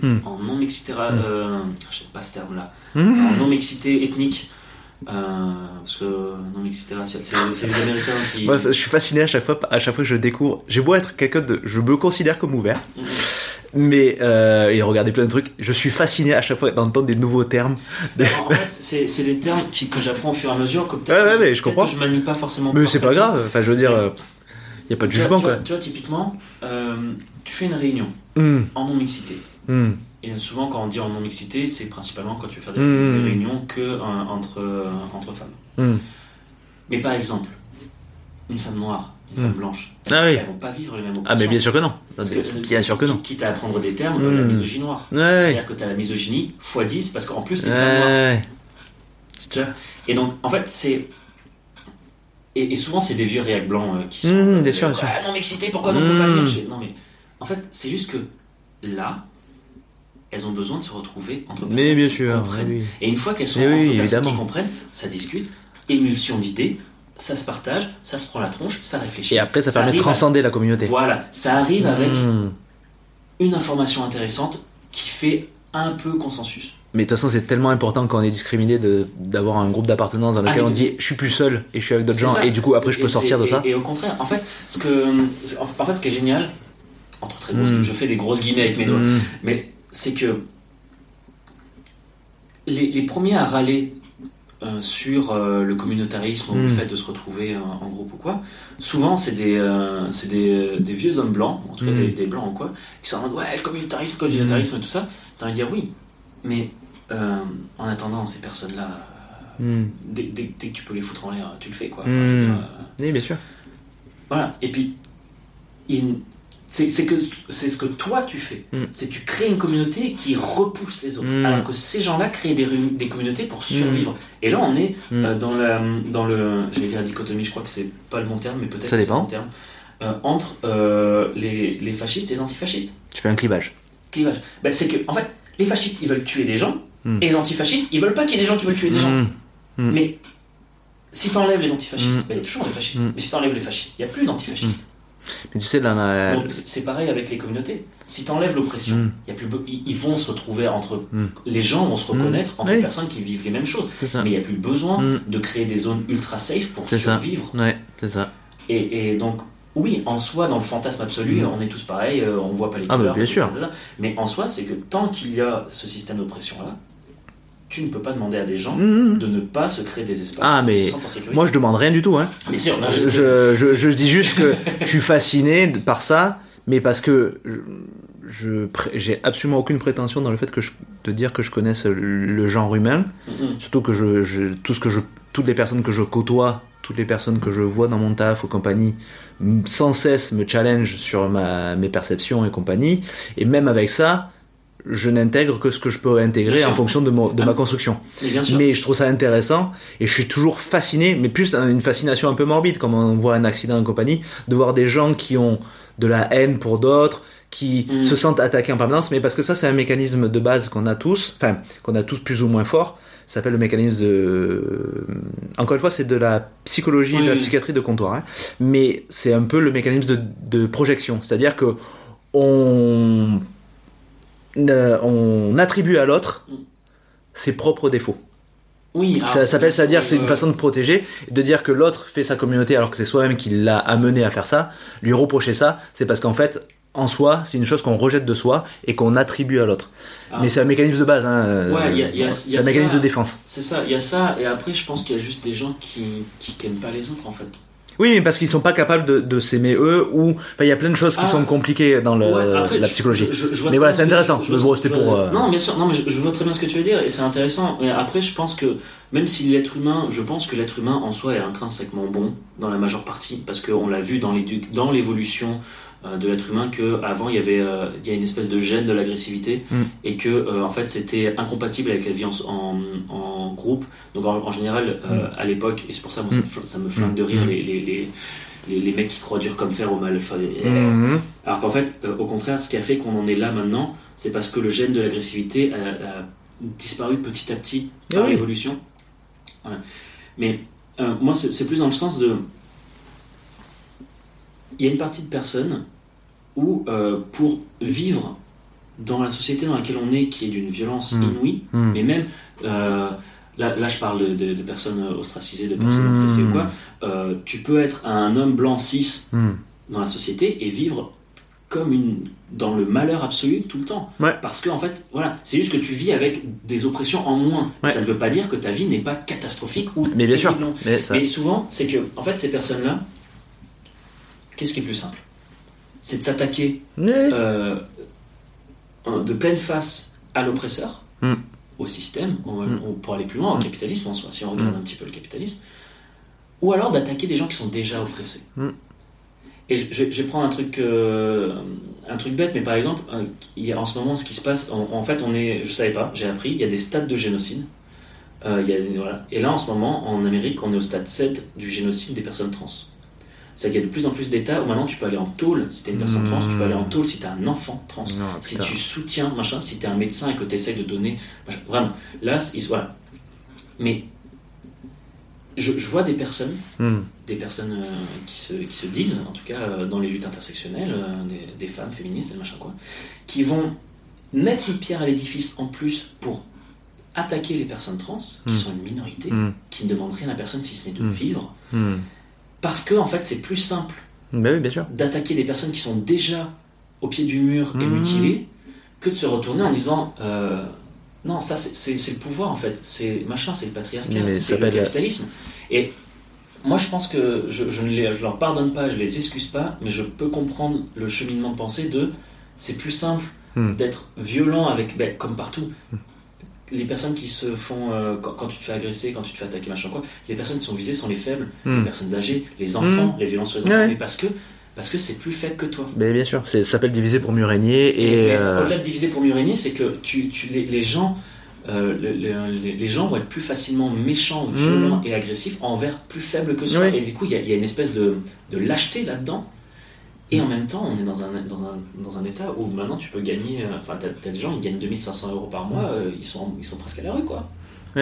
je sais pas ce terme-là, en non-mixité ethnique, parce que non-mixité raciale, c'est les Américains qui... Ouais, je suis fasciné à chaque fois que je découvre, j'ai beau être quelqu'un je me considère comme ouvert, mais et regarder plein de trucs, je suis fasciné à chaque fois d'entendre des nouveaux termes. En fait, c'est des termes que j'apprends au fur et à mesure, comme mais je comprends. Que je manie pas forcément. Mais c'est pas grave, enfin je veux dire... Il n'y a pas de jugement, quoi. Tu vois, typiquement, tu fais une réunion en non-mixité. Et souvent, quand on dit en non-mixité, c'est principalement quand tu veux faire des réunions entre femmes. Mais par exemple, une femme noire, une femme blanche, elles ne vont pas vivre les mêmes oppressions. Ah, mais bien sûr que non. Bien sûr que non. Quitte à apprendre des termes, la misogynie noire. C'est-à-dire que tu as la misogynie x10, parce qu'en plus, tu es une femme noire. Tu vois. Et donc, en fait, c'est... Et souvent, c'est des vieux réacs blancs qui sont... bien sûr. Non, mixité, pourquoi on ne peut pas venir chez... Non, mais en fait, c'est juste que là, elles ont besoin de se retrouver entre personnes mais bien qui sûr, comprennent. oui. Et une fois qu'elles sont entre personnes qui comprennent, ça discute, émulsion d'idées, ça se partage, ça se prend la tronche, ça réfléchit. Et après, ça permet de transcender la communauté. Voilà, ça arrive avec une information intéressante qui fait un peu consensus. Mais de toute façon, c'est tellement important quand on est discriminé d'avoir un groupe d'appartenance dans lequel on dit je suis plus seul et je suis avec d'autres gens, et du coup après je peux sortir de ça. Et au contraire, en fait, ce qui est génial, entre très grosses, je fais des grosses guillemets avec mes doigts, mais c'est que les premiers à râler sur le communautarisme ou le fait de se retrouver en groupe ou quoi, souvent c'est des vieux hommes blancs, en tout cas des blancs ou quoi, qui sont en mode ouais, le communautarisme et tout ça. T'as envie de dire oui, mais en attendant, ces personnes-là, dès que tu peux les foutre en l'air, tu le fais, quoi. Enfin, je veux dire, oui, bien sûr. Voilà. Et puis, c'est ce que toi tu fais. C'est que tu crées une communauté qui repousse les autres. Alors que ces gens-là créent des communautés pour survivre. Et là, on est dans le, j'allais dire la dichotomie, je crois que c'est pas le bon terme, mais peut-être ça que dépend. C'est le bon terme, entre les fascistes et les antifascistes. Tu fais un clivage. Ben, c'est que, en fait, les fascistes, ils veulent tuer des gens, et les antifascistes, ils veulent pas qu'il y ait des gens qui veulent tuer des gens. Mais si t'enlèves les antifascistes, il y a toujours des fascistes. Mais si t'enlèves les fascistes, il n'y a plus d'antifascistes. Mais tu sais, là, donc c'est pareil avec les communautés. Si t'enlèves l'oppression, ils vont se retrouver entre... Les gens vont se reconnaître entre personnes qui vivent les mêmes choses. Mais il n'y a plus besoin de créer des zones ultra safe pour survivre. C'est ça. Et donc, Oui, en soi, dans le fantasme absolu, on est tous pareils, on voit pas les couleurs. Bien sûr. Mais en soi, c'est que tant qu'il y a ce système d'oppression-là, tu ne peux pas demander à des gens de ne pas se créer des espaces où ils se sentent en sécurité. Moi, je demande rien du tout. Hein. Bien sûr, je dis juste que je suis fasciné par ça, mais parce que j'ai absolument aucune prétention dans le fait de dire que je connaisse le genre humain. Surtout que toutes les personnes que je côtoie, toutes les personnes que je vois dans mon taf ou compagnie, sans cesse me challenge sur mes perceptions et compagnie. Et même avec ça, je n'intègre que ce que je peux intégrer en fonction de ma construction. Mais je trouve ça intéressant et je suis toujours fasciné, mais plus une fascination un peu morbide, comme on voit un accident en compagnie, de voir des gens qui ont de la haine pour d'autres, qui se sentent attaqués en permanence, mais parce que ça c'est un mécanisme de base qu'on a tous plus ou moins fort. Ça s'appelle le mécanisme encore une fois, c'est de la psychologie, de la psychiatrie de comptoir, hein. Mais c'est un peu le mécanisme de projection, c'est-à-dire que on attribue à l'autre ses propres défauts. Oui, ça s'appelle, c'est-à-dire c'est une façon de protéger, de dire que l'autre fait sa communauté alors que c'est soi-même qui l'a amené à faire ça. Lui reprocher ça, c'est parce qu'en fait, en soi, c'est une chose qu'on rejette de soi et qu'on attribue à l'autre. Mais c'est un mécanisme de base, hein. C'est un mécanisme de défense. C'est ça, il y a ça, et après je pense qu'il y a juste des gens qui n'aiment pas les autres en fait. Oui, mais parce qu'ils sont pas capables de s'aimer eux, ou il y a plein de choses qui sont compliquées dans la psychologie. Mais voilà, c'est intéressant. Non, bien sûr. Non, mais je vois très bien ce que tu veux dire, et c'est intéressant. Mais après, je pense que même si je pense que l'être humain en soi est intrinsèquement bon dans la majeure partie, parce qu'on l'a vu dans l'évolution de l'être humain qu'avant il y a une espèce de gène de l'agressivité et que en fait c'était incompatible avec la vie en groupe. Donc en général à l'époque, et c'est pour ça moi, ça me flingue de rire les mecs qui croient dur comme fer au mal. Alors qu'en fait au contraire, ce qui a fait qu'on en est là maintenant, c'est parce que le gène de l'agressivité a disparu petit à petit par l'évolution. Voilà. Mais moi c'est plus dans le sens de, il y a une partie de personnes où, pour vivre dans la société dans laquelle on est, qui est d'une violence inouïe, mais même, là je parle de personnes ostracisées, de personnes oppressées ou quoi, tu peux être un homme blanc cis dans la société et vivre dans le malheur absolu tout le temps. Parce que en fait, voilà, c'est juste que tu vis avec des oppressions en moins. Ça ne veut pas dire que ta vie n'est pas catastrophique ou mais bien sûr. Mais souvent, c'est que, en fait, ces personnes-là, qu'est-ce qui est plus simple ? C'est de s'attaquer de pleine face à l'oppresseur, au système, pour aller plus loin, au capitalisme en soi, si on regarde un petit peu le capitalisme, ou alors d'attaquer des gens qui sont déjà oppressés. Et je vais prendre un truc bête, mais par exemple, il y a en ce moment ce qui se passe, en fait, je savais pas, j'ai appris, il y a des stades de génocide. Et là, en ce moment, en Amérique, on est au stade 7 du génocide des personnes trans. C'est qu'il y a de plus en plus d'États où maintenant tu peux aller en tôle si t'es une personne trans, tu peux aller en tôle si t'es un enfant trans, si tu soutiens, machin, si t'es un médecin et que t'essayes de donner, machin. Vraiment, là, voilà. Mais je vois des personnes qui se disent, en tout cas dans les luttes intersectionnelles, des femmes féministes et machin quoi, qui vont mettre une pierre à l'édifice en plus pour attaquer les personnes trans, qui sont une minorité, qui ne demandent rien à personne si ce n'est de vivre. Parce que en fait c'est plus simple oui, bien sûr, d'attaquer des personnes qui sont déjà au pied du mur et mutilées que de se retourner en disant non, ça c'est le pouvoir en fait, c'est le patriarcat, c'est le capitalisme. Et moi je pense que je leur pardonne pas, je les excuse pas, mais je peux comprendre le cheminement de pensée c'est plus simple d'être violent avec, comme partout. Les personnes qui se font quand tu te fais agresser, quand tu te fais attaquer, machin quoi, les personnes qui sont visées sont les faibles, les personnes âgées, les enfants, les violences sur les enfants, mais parce que c'est plus faible que toi. Mais bien sûr, ça s'appelle diviser pour mieux régner. Et au-delà de diviser pour mieux régner, c'est que les gens vont être plus facilement méchants, violents et agressifs envers plus faibles que soi. Et du coup, il y a une espèce de lâcheté là-dedans. Et en même temps, on est dans un état où maintenant tu peux gagner. Enfin, t'as des gens, ils gagnent 2500 € par mois, ils sont presque à la rue, quoi.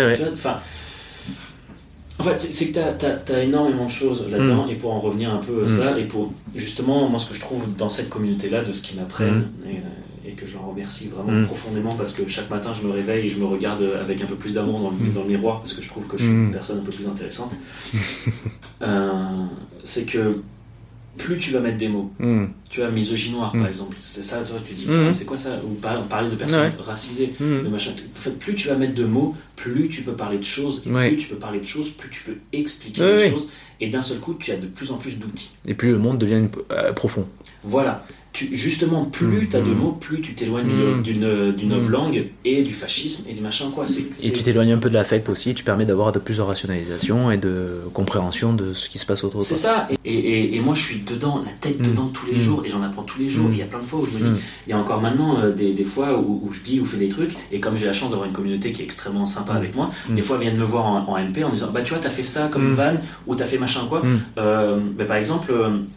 En fait, c'est que t'as énormément de choses là-dedans, et pour en revenir un peu à ça, et pour justement, moi, ce que je trouve dans cette communauté-là, de ce qu'ils m'apprennent, et que je leur remercie vraiment profondément, parce que chaque matin, je me réveille et je me regarde avec un peu plus d'amour dans le miroir, parce que je trouve que je suis une personne un peu plus intéressante. C'est que plus tu vas mettre des mots. Tu vois, misogynoir par exemple, c'est ça, toi tu dis, c'est quoi ça? Ou parler de personnes racisées, de machin. En fait, plus tu vas mettre de mots, plus tu peux parler de choses, et plus tu peux parler de choses, plus tu peux expliquer les choses, et d'un seul coup, tu as de plus en plus d'outils. Et plus le monde devient profond. Voilà. Justement, plus tu as de mots, plus tu t'éloignes d'une langue et du fascisme et du machin, quoi. Et tu t'éloignes un peu de l'affect aussi, tu permets d'avoir de plus de rationalisation et de compréhension de ce qui se passe autour de toi. C'est ça, et moi je suis dedans, la tête dedans tous les jours, et j'en apprends tous les jours, et il y a plein de fois où je me dis, il y a encore maintenant des fois où je dis ou fais des trucs, et comme j'ai la chance d'avoir une communauté qui est extrêmement sympa avec moi, des fois ils viennent me voir en MP en disant, bah tu vois, t'as fait ça comme van, ou t'as fait machin quoi. Par exemple,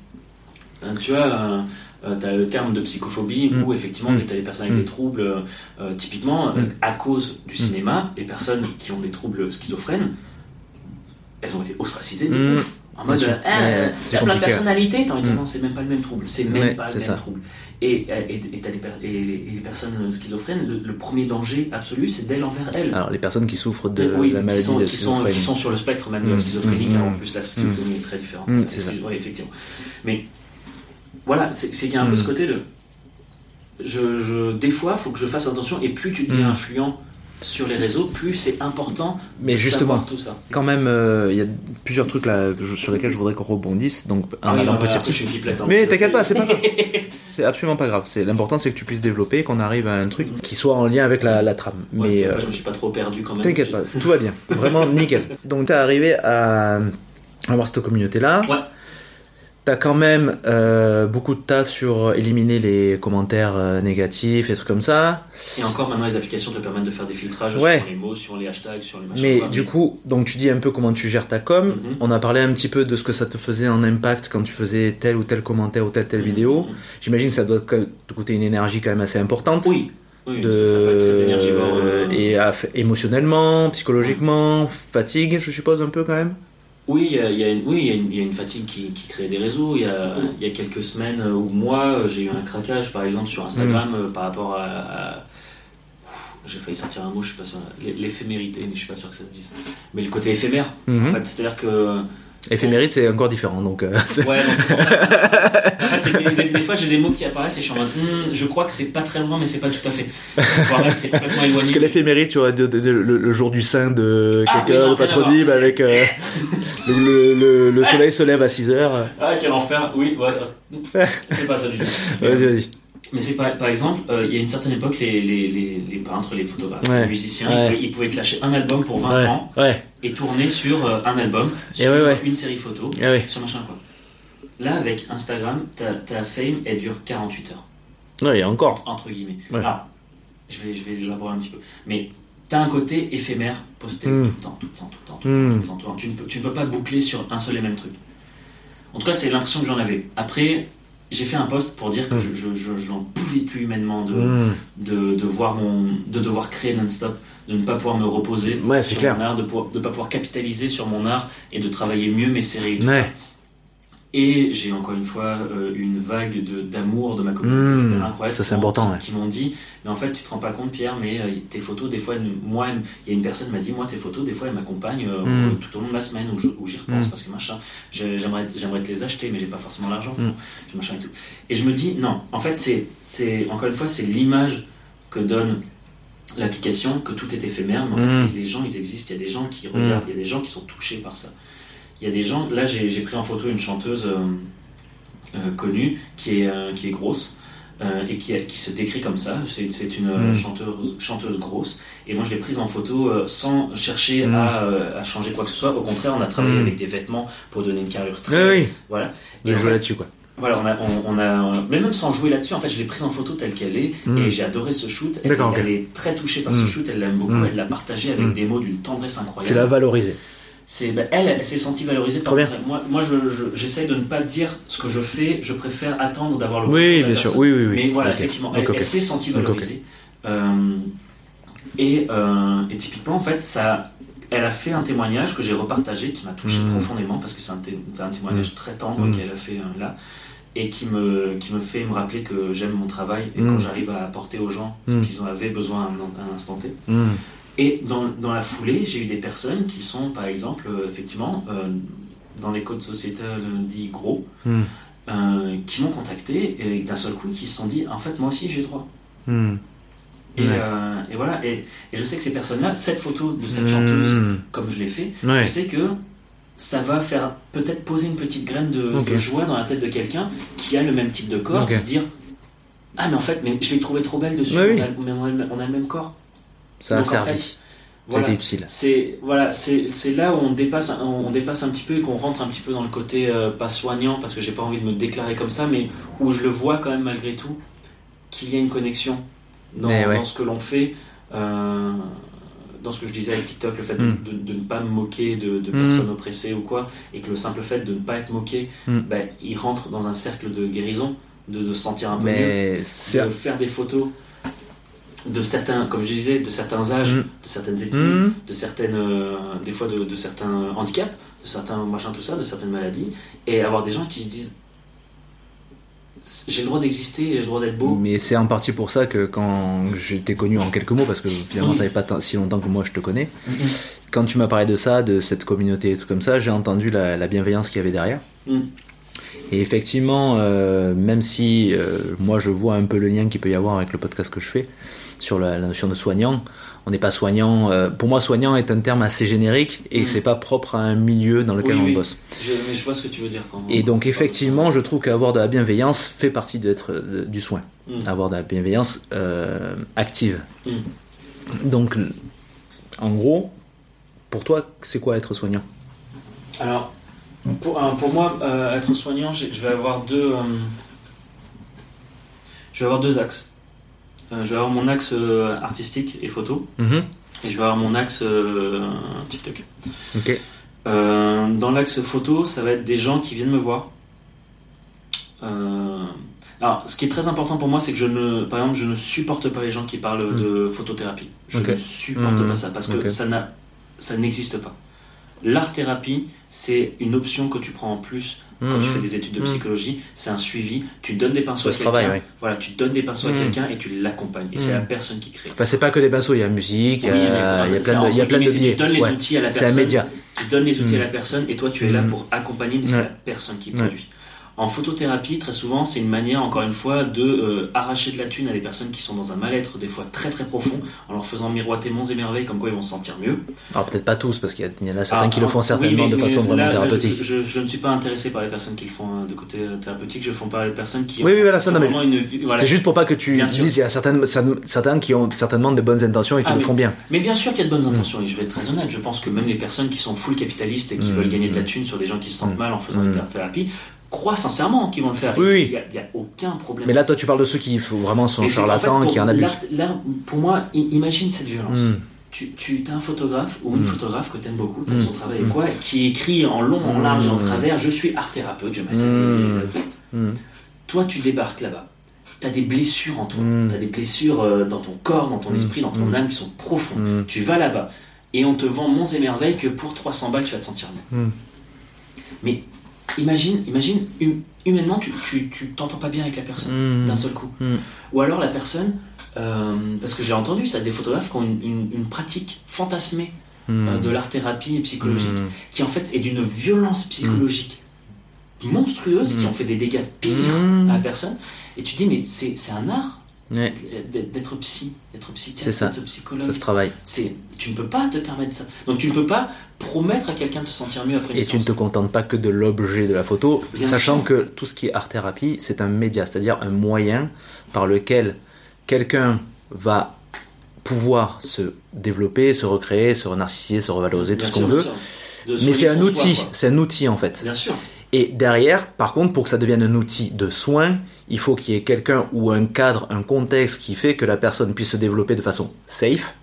tu vois... t'as le terme de psychophobie où effectivement t'as des personnes avec des troubles typiquement à cause du cinéma, les personnes qui ont des troubles schizophrènes, elles ont été ostracisées de ouf, en mode t'as plein de personnalités, t'as envie de dire non, c'est même pas le même trouble, c'est même pas le même trouble, et les personnes schizophrènes, le premier danger absolu c'est d'elles envers elles. Alors les personnes qui souffrent de la maladie de schizophrénie, qui sont sur le spectre même de la schizophrénie, car en plus la schizophrénie est très différente. C'est ça. Oui, effectivement, mais voilà, c'est qu'il y a un peu ce côté de... des fois, il faut que je fasse attention, et plus tu deviens influent sur les réseaux, plus c'est important mais de justement, savoir tout ça. Quand même, il y a plusieurs trucs là sur lesquels je voudrais qu'on rebondisse. Donc, je suis une pipelette. Mais t'inquiète pas, c'est pas grave. C'est absolument pas grave. L'important, c'est que tu puisses développer, qu'on arrive à un truc qui soit en lien avec la trame. Mais je me suis pas trop perdu quand même. T'inquiète pas, tout va bien. Vraiment nickel. Donc, t'es arrivé à avoir cette communauté-là. Ouais. T'as quand même beaucoup de taf sur éliminer les commentaires négatifs et trucs comme ça. Et encore maintenant, les applications te permettent de faire des filtrages sur les mots, sur les hashtags, sur les machins. Mais du coup, donc tu dis un peu comment tu gères ta com. On a parlé un petit peu de ce que ça te faisait en impact quand tu faisais tel ou tel commentaire ou telle vidéo. J'imagine que ça doit te coûter une énergie quand même assez importante. Oui, ça peut être très énergivore. Et émotionnellement, psychologiquement, fatigue, je suppose un peu quand même. Oui, il y a une fatigue qui crée des réseaux. Il y a quelques semaines ou mois, j'ai eu un craquage, par exemple, sur Instagram par rapport à... J'ai failli sortir un mot, je suis pas sûr. L'éphémérité, mais je suis pas sûr que ça se dise. Mais le côté éphémère, en fait, c'est-à-dire que... Éphémérite, c'est encore différent, donc... Ouais, donc c'est pour ça. En fait, des fois, j'ai des mots qui apparaissent et je suis en mode, je crois que c'est pas très loin, mais c'est pas tout à fait. Voire même, c'est complètement éloigné. Parce que l'éphémérite, tu vois, le jour du sein de quelqu'un, le patronyme, avec le soleil se lève à 6h. Ah, quel enfer, oui, ouais. C'est pas ça du tout. Vas-y. Mais c'est par exemple, il y a une certaine époque, les peintres, les photographes, les musiciens, ils pouvaient te lâcher un album pour 20 ans et tourner sur un album, sur une série photo, sur machin quoi. Là, avec Instagram, ta fame, elle dure 48 heures. Ouais, et encore. Entre guillemets. Alors, je vais élaborer un petit peu. Mais t'as un côté éphémère, posté tout le temps. Tu ne peux pas boucler sur un seul et même truc. En tout cas, c'est l'impression que j'en avais. Après... J'ai fait un post pour dire que je n'en pouvais plus humainement de devoir créer non-stop, de ne pas pouvoir me reposer sur mon art, de ne pas pouvoir capitaliser sur mon art et de travailler mieux mes séries et tout ça. Et j'ai encore une fois une vague d'amour de ma communauté qui était incroyable. Ça, c'est important, qui m'ont dit, mais en fait tu te rends pas compte Pierre, mais tes photos des fois, moi il y a une personne qui m'a dit, moi tes photos des fois elles m'accompagnent tout au long de la semaine où j'y repense parce que machin, j'aimerais te les acheter mais j'ai pas forcément l'argent pour machin et tout. Et je me dis non, en fait c'est encore une fois c'est l'image que donne l'application, que tout est éphémère, mais en fait les gens ils existent, il y a des gens qui regardent, il y a des gens qui sont touchés par ça. Il y a des gens, là j'ai pris en photo une chanteuse connue qui est grosse et qui se décrit comme ça, c'est une chanteuse grosse, et moi je l'ai prise en photo sans chercher à changer quoi que ce soit, au contraire on a travaillé avec des vêtements pour donner une carrure très... Voilà. Je joue là-dessus quoi. Voilà, mais même sans jouer là-dessus, en fait je l'ai prise en photo telle qu'elle est et j'ai adoré ce shoot, elle est très touchée par ce shoot, elle l'aime beaucoup, elle l'a partagé avec des mots d'une tendresse incroyable. Tu l'as valorisé. Elle s'est sentie valorisée par moi j'essaie de ne pas dire ce que je fais, je préfère attendre d'avoir le oui bien sûr, oui mais voilà effectivement elle s'est sentie valorisée et typiquement en fait ça, elle a fait un témoignage que j'ai repartagé qui m'a touché profondément parce que c'est un témoignage très tendre qu'elle a fait là et qui me fait me rappeler que j'aime mon travail et quand j'arrive à apporter aux gens ce qu'ils avaient besoin à un instant T. Et dans la foulée, j'ai eu des personnes qui sont, par exemple, effectivement, dans les codes sociétals dits gros, qui m'ont contacté et d'un seul coup qui se sont dit en fait moi aussi j'ai droit. Et voilà, et je sais que ces personnes-là, cette photo de cette chanteuse, comme je l'ai fait, je sais que ça va faire peut-être poser une petite graine de joie dans la tête de quelqu'un qui a le même type de corps, et se dire ah mais en fait mais je l'ai trouvée trop belle dessus, on a le même corps. Ça a servi. En fait, voilà, c'était utile. C'est là où on dépasse un petit peu et qu'on rentre un petit peu dans le côté pas soignant, parce que j'ai pas envie de me déclarer comme ça, mais où je le vois quand même malgré tout qu'il y a une connexion dans ce que l'on fait, dans ce que je disais avec TikTok, le fait de ne pas me moquer de personnes oppressées ou quoi, et que le simple fait de ne pas être moqué, il rentre dans un cercle de guérison, de se sentir un peu mieux, de faire des photos de certains, comme je disais, de certains âges, de certaines ethnies, de certaines, des fois de certains handicaps, de certains machins, tout ça, de certaines maladies, et avoir des gens qui se disent j'ai le droit d'exister, j'ai le droit d'être beau. Mais c'est en partie pour ça que quand je t'ai connu en quelques mots, parce que finalement ça fait pas si longtemps que moi je te connais, quand tu m'as parlé de ça, de cette communauté et tout comme ça, j'ai entendu la bienveillance qu'il y avait derrière. Et effectivement, même si moi je vois un peu le lien qu'il peut y avoir avec le podcast que je fais sur la notion de soignant, on n'est pas soignant. Pour moi, soignant est un terme assez générique et c'est pas propre à un milieu dans lequel on bosse. Mais je vois ce que tu veux dire. Et donc effectivement, je trouve qu'avoir de la bienveillance fait partie du soin. Avoir de la bienveillance active. Donc, en gros, pour toi, c'est quoi être soignant ? Alors, pour moi, être soignant, je vais avoir deux axes. Je vais avoir mon axe artistique et photo, et je vais avoir mon axe TikTok. Dans l'axe photo, ça va être des gens qui viennent me voir. Alors, ce qui est très important pour moi, c'est que par exemple, je ne supporte pas les gens qui parlent de photothérapie. Je ne supporte pas ça, parce que ça n'existe pas. L'art-thérapie, c'est une option que tu prends en plus quand tu fais des études de psychologie. C'est un suivi. Tu donnes des pinceaux à quelqu'un. Voilà, tu donnes des pinceaux à quelqu'un et tu l'accompagnes. Et c'est la personne qui crée. Enfin, c'est pas que des pinceaux, il y a musique, il y a plein de biais. Tu donnes les outils à la personne. C'est un média. Tu donnes les outils à la personne et toi, tu es là pour accompagner, mais c'est la personne qui produit. En photothérapie, très souvent, c'est une manière, encore une fois, de arracher de la thune à des personnes qui sont dans un mal-être, des fois très très profond, en leur faisant miroiter monts et merveilles, comme quoi ils vont se sentir mieux. Alors peut-être pas tous, parce qu'il y en a certains qui le font certainement de façon vraiment thérapeutique. Je ne suis pas intéressé par les personnes qui le font de côté thérapeutique, je ne fais pas les personnes qui ont vraiment une vie. C'était juste pour pas que tu dises, il y a certains qui ont certainement de bonnes intentions et qui le font bien. Mais bien sûr qu'il y a de bonnes intentions, et je vais être très honnête, je pense que même les personnes qui sont full capitalistes et qui veulent gagner de la thune sur des gens qui se sentent mal en faisant une thérapie, croient sincèrement qu'ils vont le faire. Il n'y a aucun problème. Mais là, toi, tu parles de ceux qui vraiment sont charlatans, qui en abusent. Là, pour moi, imagine cette violence. Tu as un photographe ou une photographe que tu aimes beaucoup, tu aimes son travail et quoi, qui écrit en long, en large et en travers, je suis art thérapeute, je mets Toi, tu débarques là-bas. Tu as des blessures en toi. Tu as des blessures dans ton corps, dans ton esprit, dans ton âme qui sont profondes. Tu vas là-bas et on te vend monts et merveilles que pour 300 balles, tu vas te sentir bien. Mais imagine, humainement, tu t'entends pas bien avec la personne d'un seul coup. Ou alors la personne, parce que j'ai entendu ça, des photographes qui ont une pratique fantasmée de l'art-thérapie psychologique, qui en fait est d'une violence psychologique monstrueuse, qui ont fait des dégâts pires à la personne. Et tu dis, mais c'est un art d'être psychiatre, d'être psychologue. Ça se travaille. Tu ne peux pas te permettre ça. Donc tu ne peux pas promettre à quelqu'un de se sentir mieux après une séance. Et tu ne te contentes pas que de l'objet de la photo, sachant que tout ce qui est art-thérapie, c'est un média, c'est-à-dire un moyen par lequel quelqu'un va pouvoir se développer, se recréer, se narcissiser, se revaloriser, tout ce qu'on veut. Mais c'est un outil en fait. Bien sûr. Et derrière, par contre, pour que ça devienne un outil de soin, il faut qu'il y ait quelqu'un ou un cadre, un contexte qui fait que la personne puisse se développer de façon safe,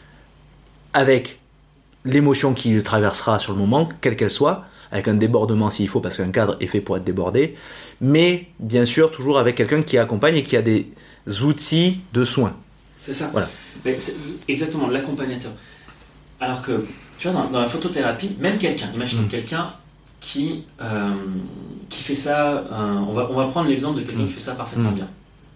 avec l'émotion qui le traversera sur le moment, quelle qu'elle soit, avec un débordement s'il faut, parce qu'un cadre est fait pour être débordé, mais bien sûr toujours avec quelqu'un qui accompagne et qui a des outils de soin. C'est ça. Voilà. Mais c'est exactement, l'accompagnateur. Alors que, tu vois, dans la photothérapie, même quelqu'un, imagine quelqu'un qui fait ça, on va prendre l'exemple de quelqu'un qui fait ça parfaitement bien.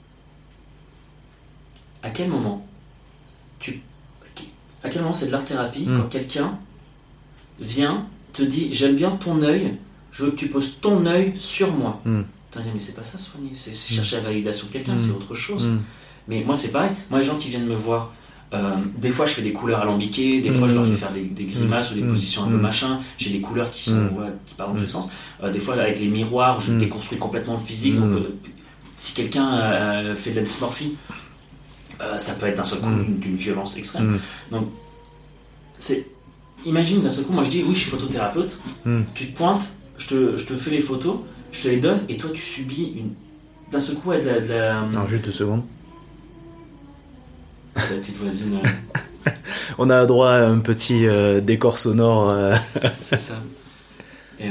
À quel moment c'est de l'art-thérapie quand quelqu'un vient, te dit, j'aime bien ton œil, je veux que tu poses ton œil sur moi. mais c'est pas ça soigner, c'est chercher la validation de quelqu'un, c'est autre chose. Mais moi c'est pareil, moi les gens qui viennent me voir, des fois je fais des couleurs alambiquées, des fois je leur fais faire des grimaces ou des positions un peu machin, j'ai des couleurs qui sont qui partent dans tous les sens, des fois avec les miroirs je déconstruis complètement le physique, donc si quelqu'un fait de la dysmorphie, ça peut être d'un seul coup d'une violence extrême. Donc imagine d'un seul coup, moi je dis oui je suis photothérapeute, tu te pointes, je te fais les photos, je te les donne et toi tu subis d'un seul coup de la... Alors juste 2 secondes. C'est la petite voisine. On a droit à un petit décor sonore. C'est ça. Et,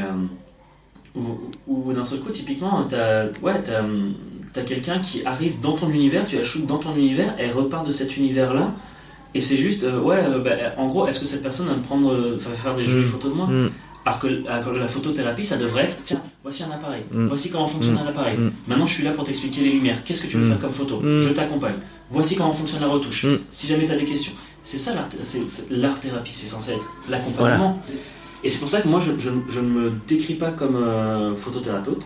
ou d'un seul coup, typiquement, t'as quelqu'un qui arrive dans ton univers, tu la shootes dans ton univers, elle repart de cet univers-là, et c'est juste, en gros, est-ce que cette personne va me prendre, faire des jolies photos de moi alors que la photothérapie, ça devrait être, tiens, voici un appareil, voici comment fonctionne un appareil. Maintenant, je suis là pour t'expliquer les lumières. Qu'est-ce que tu veux faire comme photo ? Je t'accompagne. Voici comment fonctionne la retouche. Si jamais tu as des questions. C'est ça l'art-thérapie, c'est censé être l'accompagnement. Voilà. Et c'est pour ça que moi, je ne me décris pas comme photothérapeute.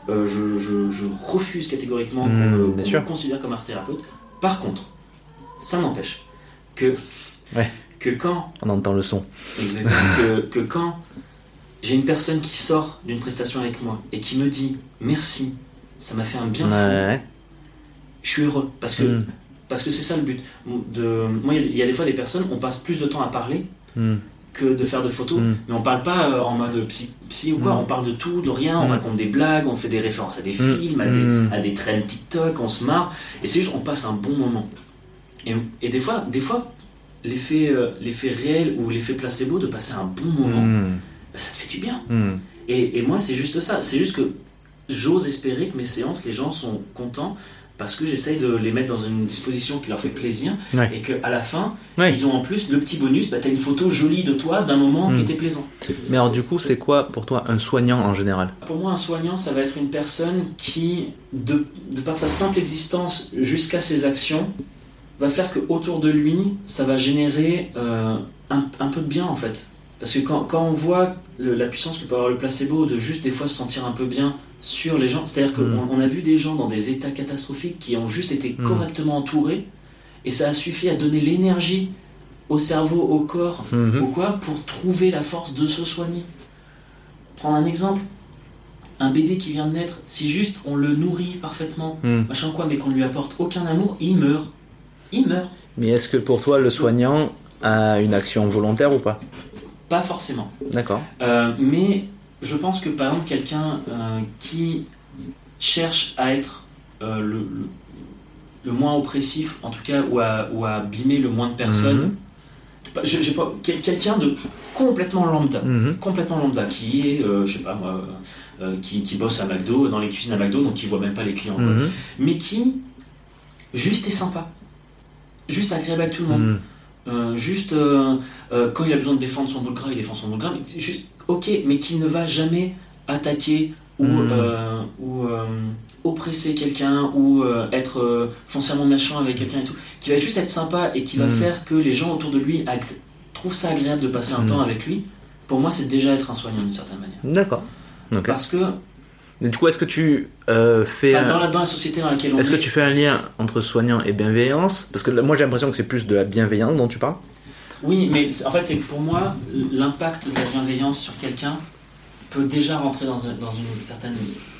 Je refuse catégoriquement qu'on me considère comme art-thérapeute. Par contre, ça n'empêche que quand... On entend le son. Exactement. que quand j'ai une personne qui sort d'une prestation avec moi et qui me dit « Merci, ça m'a fait un bien fou », je suis heureux. Parce que c'est ça le but. Moi, il y a des fois, les personnes, on passe plus de temps à parler que de faire de photos. Mais on parle pas en mode psy ou quoi. On parle de tout, de rien. On raconte des blagues, on fait des références à des films, à des trends TikTok, on se marre. Et c'est juste, on passe un bon moment. Et des fois l'effet réel ou l'effet placebo de passer un bon moment, ça te fait du bien. Et moi, c'est juste ça. C'est juste que j'ose espérer que mes séances, les gens sont contents parce que j'essaye de les mettre dans une disposition qui leur fait plaisir et qu'à la fin, ils ont en plus le petit bonus, t'as une photo jolie de toi d'un moment qui était plaisant. Mais alors du coup, c'est quoi pour toi un soignant en général ? Pour moi, un soignant, ça va être une personne qui, de par sa simple existence jusqu'à ses actions, va faire qu'autour de lui, ça va générer un peu de bien en fait. Parce que quand on voit la puissance que peut avoir le placebo de juste des fois se sentir un peu bien sur les gens, c'est-à-dire qu'on a vu des gens dans des états catastrophiques qui ont juste été correctement entourés et ça a suffi à donner l'énergie au cerveau, au corps ou quoi pour trouver la force de se soigner. Prends un exemple, un bébé qui vient de naître, si juste on le nourrit parfaitement, machin quoi, mais qu'on ne lui apporte aucun amour, il meurt. Mais est-ce que pour toi le soignant a une action volontaire ou pas ? Pas forcément. D'accord. Mais je pense que par exemple quelqu'un qui cherche à être le moins oppressif, en tout cas, ou à abîmer le moins de personnes, quelqu'un de complètement lambda, qui est, je sais pas moi, qui bosse à McDo, dans les cuisines à McDo, donc qui voit même pas les clients, quoi. Mais qui juste est sympa. Juste agréable avec tout le monde. Quand il a besoin de défendre son bout de gras, il défend son bout de gras, mais juste ok, mais qui ne va jamais attaquer ou oppresser quelqu'un ou être foncièrement méchant avec quelqu'un et tout, qui va juste être sympa et qui va faire que les gens autour de lui trouvent ça agréable de passer un temps avec lui. Pour moi, c'est déjà être un soignant d'une certaine manière. D'accord. Okay. Parce que mais du coup, est-ce que tu fais dans la société dans laquelle on est... Est-ce que tu fais un lien entre soignant et bienveillance ? Parce que moi, j'ai l'impression que c'est plus de la bienveillance dont tu parles. Oui, mais en fait, c'est que pour moi, l'impact de la bienveillance sur quelqu'un peut déjà rentrer dans une certaine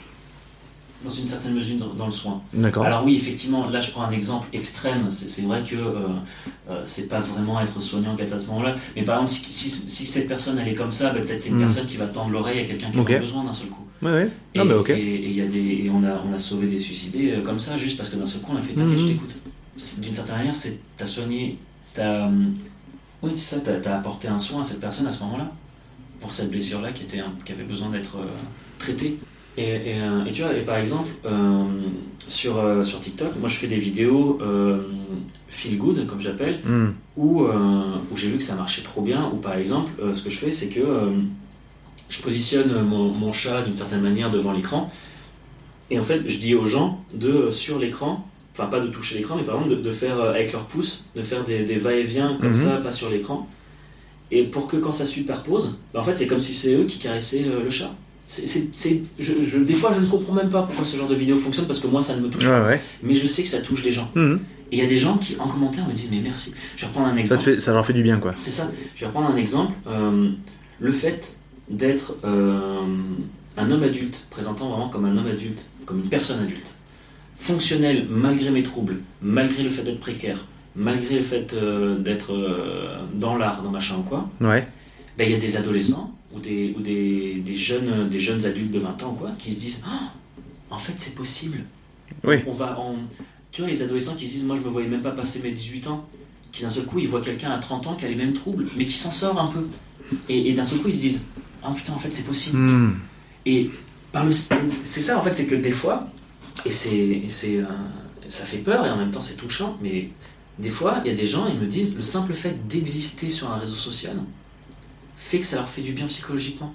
mesure dans le soin. D'accord. Alors oui, effectivement, là je prends un exemple extrême, c'est vrai que c'est pas vraiment être soignant qu'à ce moment-là, mais par exemple si cette personne elle est comme ça, peut-être c'est une personne qui va tendre l'oreille à quelqu'un qui a besoin d'un seul coup. Ouais. Et on a sauvé des suicidés comme ça, juste parce que d'un seul coup on a fait t'inquiète, je t'écoute. D'une certaine manière, t'as soigné, oui c'est ça, t'as apporté un soin à cette personne à ce moment-là, pour cette blessure-là qui avait besoin d'être traitée. Et tu vois, et par exemple, sur TikTok, moi je fais des vidéos feel good, comme j'appelle, où j'ai vu que ça marchait trop bien, où par exemple, ce que je fais, c'est que je positionne mon chat d'une certaine manière devant l'écran, et en fait, je dis aux gens sur l'écran, enfin pas de toucher l'écran, mais par exemple de faire avec leur pouce, de faire des va-et-vient comme ça, pas sur l'écran, et pour que quand ça superpose, en fait c'est comme si c'est eux qui caressaient le chat. Des fois, je ne comprends même pas pourquoi ce genre de vidéo fonctionne, parce que moi, ça ne me touche pas. Mais je sais que ça touche des gens. Et il y a des gens qui, en commentaire, me disent mais merci. Je vais reprendre un exemple. Ça leur fait du bien, quoi. C'est ça. Je vais reprendre un exemple. Le fait d'être un homme adulte, présentant vraiment comme un homme adulte, comme une personne adulte, fonctionnel malgré mes troubles, malgré le fait d'être précaire, malgré le fait d'être dans l'art, dans machin ou quoi. Ouais. Ben, il y a des adolescents ou des jeunes adultes de 20 ans quoi, qui se disent en fait c'est possible. Oui. Tu vois les adolescents qui se disent moi je me voyais même pas passer mes 18 ans, qui d'un seul coup ils voient quelqu'un à 30 ans qui a les mêmes troubles mais qui s'en sort un peu et d'un seul coup ils se disent ah putain en fait c'est possible. Et c'est ça en fait, c'est que des fois et ça fait peur et en même temps c'est touchant, mais des fois il y a des gens ils me disent le simple fait d'exister sur un réseau social fait que ça leur fait du bien psychologiquement.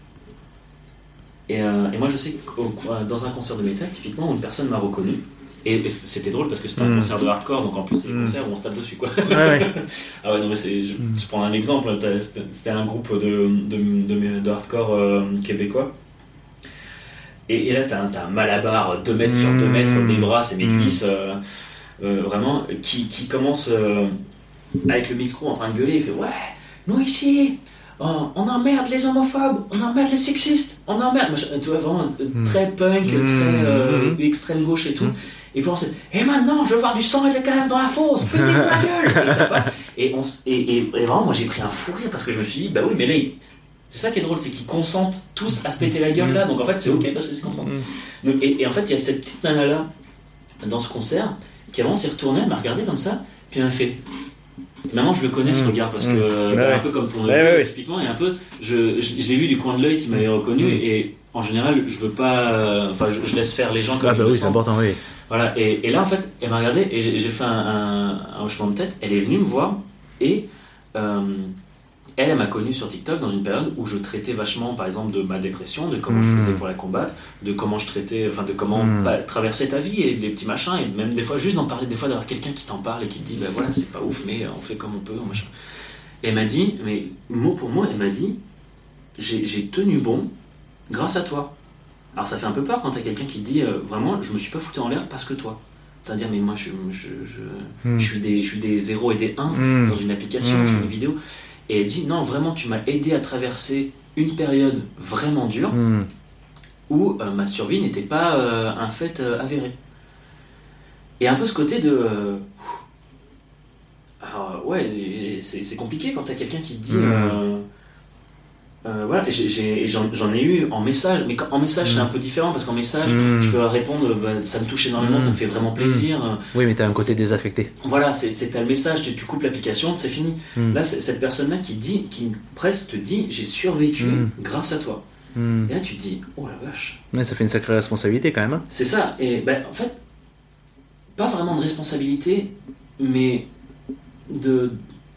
Et moi je sais que dans un concert de métal typiquement où une personne m'a reconnu et c'était drôle parce que c'était un concert de hardcore, donc en plus c'est des concerts où on se tape dessus quoi. Ah ouais non mais je prends un exemple, c'était un groupe de hardcore québécois et là t'as un malabar 2 mètres sur 2 mètres des bras, c'est mes cuisses vraiment qui commence avec le micro en train de gueuler, il fait ouais nous ici on emmerde les homophobes, on emmerde les sexistes, on emmerde. Tu vois, vraiment très punk, très extrême gauche et tout. Et puis on se dit, et maintenant je veux voir du sang et des cadavres dans la fosse, pétez-vous la gueule. Et vraiment, moi j'ai pris un fou rire parce que je me suis dit, bah oui, mais là, c'est ça qui est drôle, c'est qu'ils consentent tous à se péter la gueule là, donc en fait c'est ok parce que c'est consent. Et en fait, il y a cette petite nana là, dans ce concert, qui avant s'est retournée, elle m'a regardé comme ça, puis elle m'a fait. Maintenant je le connais ce regard parce que un peu comme ton neveu typiquement et un peu je l'ai vu du coin de l'œil qui m'avait reconnu et en général je veux pas je laisse faire les gens comme oui c'est important oui voilà et là en fait elle m'a regardé et j'ai fait un hochement de tête, elle est venue me voir et elle m'a connu sur TikTok dans une période où je traitais vachement par exemple de ma dépression, de comment je faisais pour la combattre, de comment je traitais, de comment traverser ta vie et des petits machins et même des fois juste d'en parler, des fois d'avoir quelqu'un qui t'en parle et qui te dit ben voilà c'est pas ouf mais on fait comme on peut machin. Et elle m'a dit, mais mot pour mot elle m'a dit j'ai tenu bon grâce à toi. Alors ça fait un peu peur quand t'as quelqu'un qui te dit vraiment je me suis pas foutu en l'air parce que toi. T'as à dire mais moi je suis des 0 et des 1 dans une application, je fais une vidéo. Et elle dit non vraiment tu m'as aidé à traverser une période vraiment dure où ma survie n'était pas un fait avéré. Et un peu ce côté de alors, ouais c'est compliqué quand t'as quelqu'un qui te dit voilà, j'en ai eu en message, mais en message c'est un peu différent parce qu'en message je peux répondre ça me touche énormément, ça me fait vraiment plaisir. Oui, mais t'as un côté désaffecté. Voilà, t'as le message, tu coupes l'application, c'est fini. Là, c'est cette personne-là qui presque te dit j'ai survécu grâce à toi. Et là, tu te dis oh la vache. Mais ça fait une sacrée responsabilité quand même. Hein. C'est ça, et en fait, pas vraiment de responsabilité, mais de.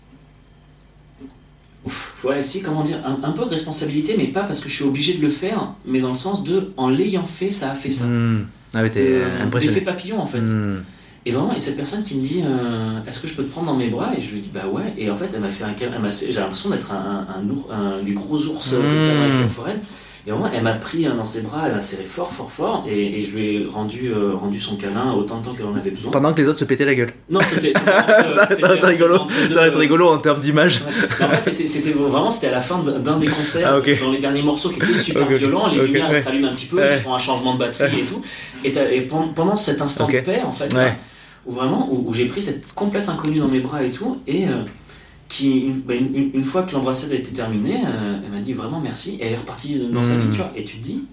Ouais, si, comment dire, un peu de responsabilité, mais pas parce que je suis obligé de le faire, mais dans le sens de, en l'ayant fait, ça a fait ça. Ah oui, t'es impressionné. L'effet papillon, en fait. Et vraiment, et cette personne qui me dit, est-ce que je peux te prendre dans mes bras ? Et je lui dis, bah ouais. Et en fait, elle m'a fait j'ai l'impression d'être des gros ours que t'as dans les fêtes foraines. Et vraiment, elle m'a pris dans ses bras, elle m'a serré fort, fort, fort, et je lui ai rendu son câlin autant de temps qu'elle en avait besoin. Pendant que les autres se pétaient la gueule. Non, c'était ça va être rigolo. Ça va être rigolo en termes d'image. Ouais. En fait, c'était à la fin d'un des concerts, dans les derniers morceaux qui étaient super violents, les lumières se rallument un petit peu, ils font un changement de batterie et tout. Et pendant cet instant de paix, en fait, là, où j'ai pris cette complète inconnue dans mes bras et tout, et une fois que l'embrassade a été terminée, elle m'a dit vraiment merci, et elle est repartie dans sa vie, tu vois, et tu te dis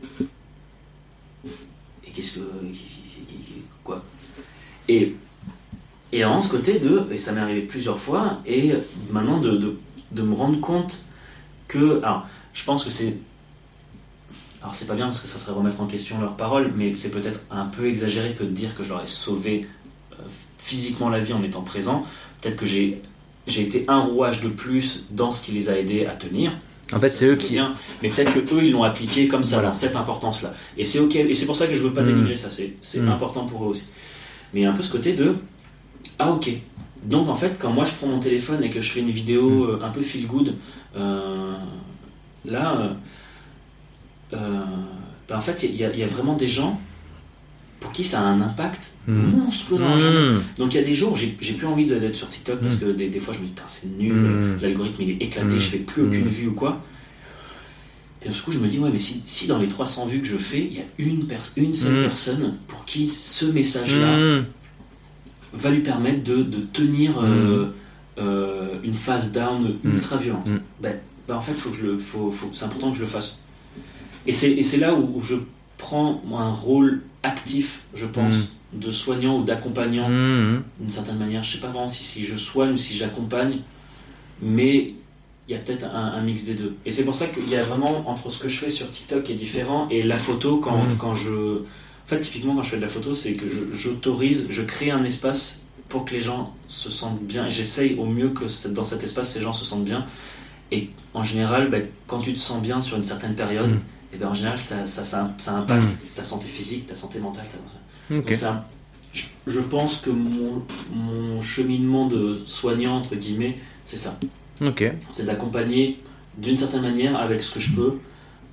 et qu'est-ce que quoi et vraiment ce côté et ça m'est arrivé plusieurs fois, et maintenant de me rendre compte que, alors je pense que c'est pas bien parce que ça serait remettre en question leurs paroles, mais c'est peut-être un peu exagéré que de dire que je leur ai sauvé physiquement la vie en étant présent. Peut-être que j'ai été un rouage de plus dans ce qui les a aidés à tenir. En fait, c'est eux qui. Mais peut-être que eux, ils l'ont appliqué comme ça, dans cette importance-là. Et c'est ok. Et c'est pour ça que je veux pas dénigrer ça. C'est important pour eux aussi. Mais il y a un peu ce côté de ah ok. Donc en fait, quand moi je prends mon téléphone et que je fais une vidéo un peu feel good, là, en fait, il y a vraiment des gens pour qui ça a un impact monstrueux dans l'agenda. Donc il y a des jours où j'ai plus envie d'être sur TikTok parce que des fois je me dis c'est nul, l'algorithme il est éclaté, je fais plus aucune vue ou quoi. Et du coup je me dis ouais mais si dans les 300 vues que je fais, il y a une seule personne pour qui ce message-là va lui permettre de tenir une phase down ultra violente. En fait c'est important que je le fasse. Et c'est là où je prends un rôle actif, je pense, de soignant ou d'accompagnant d'une certaine manière. Je sais pas vraiment si je soigne ou si j'accompagne, mais il y a peut-être un mix des deux. Et c'est pour ça qu'il y a vraiment, entre ce que je fais sur TikTok qui est différent et la photo, quand je... En fait, typiquement, quand je fais de la photo, c'est que je crée un espace pour que les gens se sentent bien. Et j'essaye au mieux que dans cet espace, ces gens se sentent bien. Et en général, quand tu te sens bien sur une certaine période, et en général, ça impacte ta santé physique, ta santé mentale. Donc je pense que mon cheminement de soignant, entre guillemets, c'est ça. C'est d'accompagner d'une certaine manière, avec ce que je peux,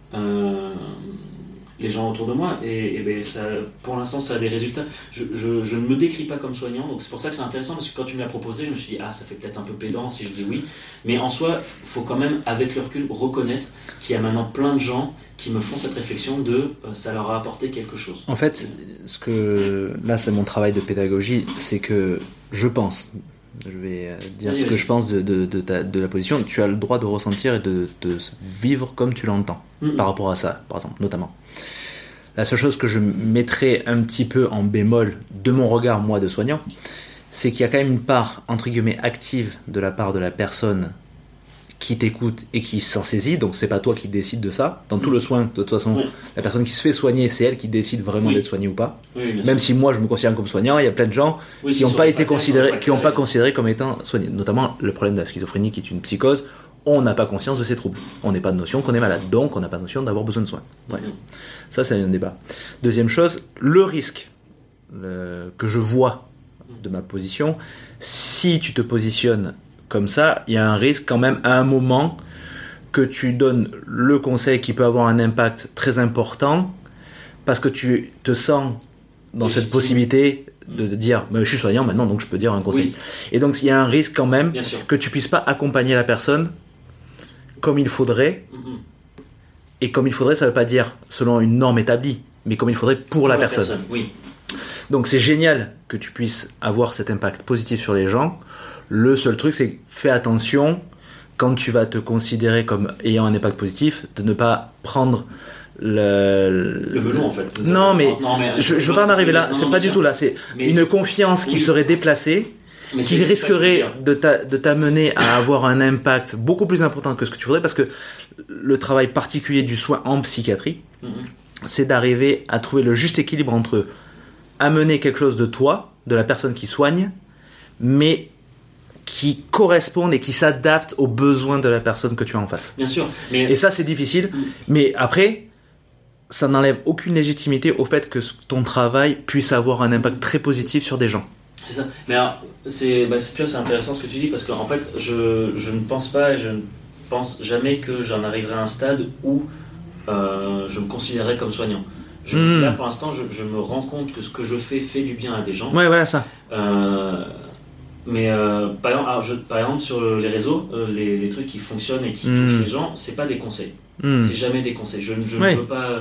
les gens autour de moi. Et ça, pour l'instant, ça a des résultats. Je ne me décris pas comme soignant, donc c'est pour ça que c'est intéressant, parce que quand tu me l'as proposé, je me suis dit, ça fait peut-être un peu pédant si je dis oui. Mais en soi, il faut quand même, avec le recul, reconnaître qu'il y a maintenant plein de gens qui me font cette réflexion de ça leur a apporté quelque chose. En fait, là c'est mon travail de pédagogie, c'est que je pense, je vais dire ce que je pense de la position, tu as le droit de ressentir et de vivre comme tu l'entends par rapport à ça, par exemple, notamment. La seule chose que je mettrais un petit peu en bémol de mon regard, moi, de soignant, c'est qu'il y a quand même une part, entre guillemets, active de la part de la personne qui t'écoute et qui s'en saisit, donc c'est pas toi qui décides de ça. Dans tout le soin, de toute façon, la personne qui se fait soigner, c'est elle qui décide vraiment d'être soignée ou pas. Même si moi je me considère comme soignant, il y a plein de gens qui n'ont pas été considérés, qui n'ont pas considéré comme étant soignés. Notamment le problème de la schizophrénie qui est une psychose, on n'a pas conscience de ces troubles. On n'a pas de notion qu'on est malade, donc on n'a pas de notion d'avoir besoin de soins. Bref. Ça c'est un débat. Deuxième chose, le risque que je vois de ma position, si tu te positionnes comme ça, il y a un risque quand même à un moment que tu donnes le conseil qui peut avoir un impact très important parce que tu te sens dans cette possibilité de dire je suis soignant maintenant donc je peux dire un conseil. Et donc il y a un risque quand même que tu puisses pas accompagner la personne comme il faudrait. Et comme il faudrait, ça veut pas dire selon une norme établie, mais comme il faudrait pour la personne. Donc c'est génial que tu puisses avoir cet impact positif sur les gens. Le seul truc, c'est fais attention quand tu vas te considérer comme ayant un impact positif, de ne pas prendre le melon en fait. Non, mais je veux pas en arriver là. C'est pas du tout là. C'est une confiance qui serait déplacée, qui risquerait de t'amener à avoir un impact beaucoup plus important que ce que tu voudrais, parce que le travail particulier du soin en psychiatrie, c'est d'arriver à trouver le juste équilibre entre amener quelque chose de toi, de la personne qui soigne, mais qui correspondent et qui s'adaptent aux besoins de la personne que tu as en face. Bien sûr. Et ça, c'est difficile. Mais après, ça n'enlève aucune légitimité au fait que ton travail puisse avoir un impact très positif sur des gens. C'est ça. Mais alors, c'est intéressant ce que tu dis, parce qu'en fait, je ne pense pas et je ne pense jamais que j'en arriverai à un stade où je me considérerais comme soignant. Là, pour l'instant, je me rends compte que ce que je fais du bien à des gens. Ouais, voilà ça. Mais par exemple sur les réseaux, les trucs qui fonctionnent et qui touchent les gens, c'est pas des conseils. C'est jamais des conseils. Je ne veux pas.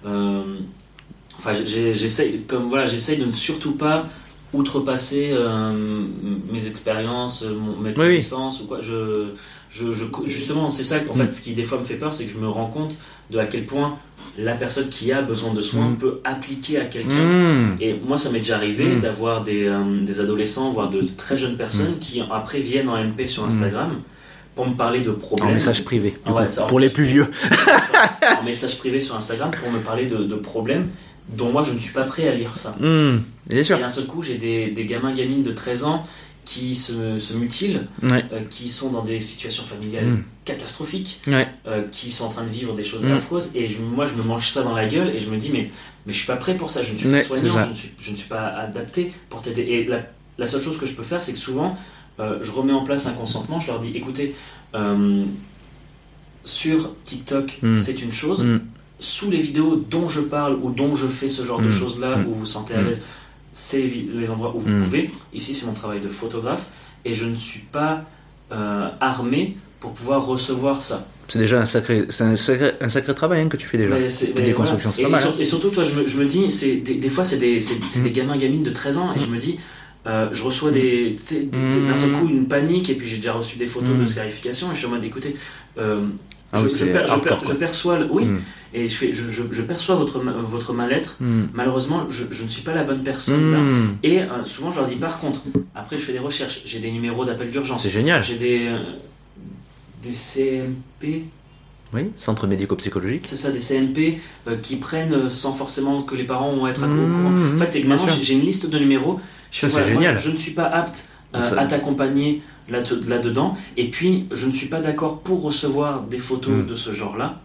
J'essaye de ne surtout pas outrepasser mes expériences, mes connaissances ou quoi. Justement, c'est ça en fait qui des fois me fait peur, c'est que je me rends compte de à quel point la personne qui a besoin de soins peut appliquer à quelqu'un. Et moi, ça m'est déjà arrivé d'avoir des adolescents, voire de très jeunes personnes qui après viennent en MP sur Instagram pour me parler de problèmes. En message privé, pour les plus vieux. En message privé sur Instagram pour me parler de problèmes dont moi, je ne suis pas prêt à lire ça. Bien sûr. Et d'un seul coup, j'ai des gamins, gamines de 13 ans qui se mutilent, qui sont dans des situations familiales catastrophiques, qui sont en train de vivre des choses affreuses, et moi je me mange ça dans la gueule et je me dis mais je suis pas prêt pour ça, je ne suis pas soignant, je ne suis pas adapté pour t'aider. Et la seule chose que je peux faire, c'est que souvent je remets en place un consentement, je leur dis écoutez, sur TikTok c'est une chose, sous les vidéos dont je parle ou dont je fais ce genre de choses-là, où vous vous sentez à l'aise, c'est les endroits où vous pouvez. Ici, c'est mon travail de photographe et je ne suis pas armé pour pouvoir recevoir ça. C'est déjà un sacré travail que tu fais déjà. Des déconstructions, c'est pas mal. Et surtout, toi, je me dis, des fois, c'est des gamins, gamines de 13 ans, et je me dis, je reçois d'un seul coup une panique, et puis j'ai déjà reçu des photos de scarification, et je suis en mode, écoutez, je perçois et je perçois votre mal-être. Malheureusement, je ne suis pas la bonne personne là. Et souvent, je leur dis, par contre, après, je fais des recherches, j'ai des numéros d'appel d'urgence. C'est génial. J'ai des CMP. Oui, centre médico-psychologique. C'est ça, des CMP qui prennent sans forcément que les parents vont être au courant. En fait, c'est que maintenant, j'ai une liste de numéros. C'est génial. Moi, je ne suis pas apte à t'accompagner là-dedans. Et puis, je ne suis pas d'accord pour recevoir des photos de ce genre-là.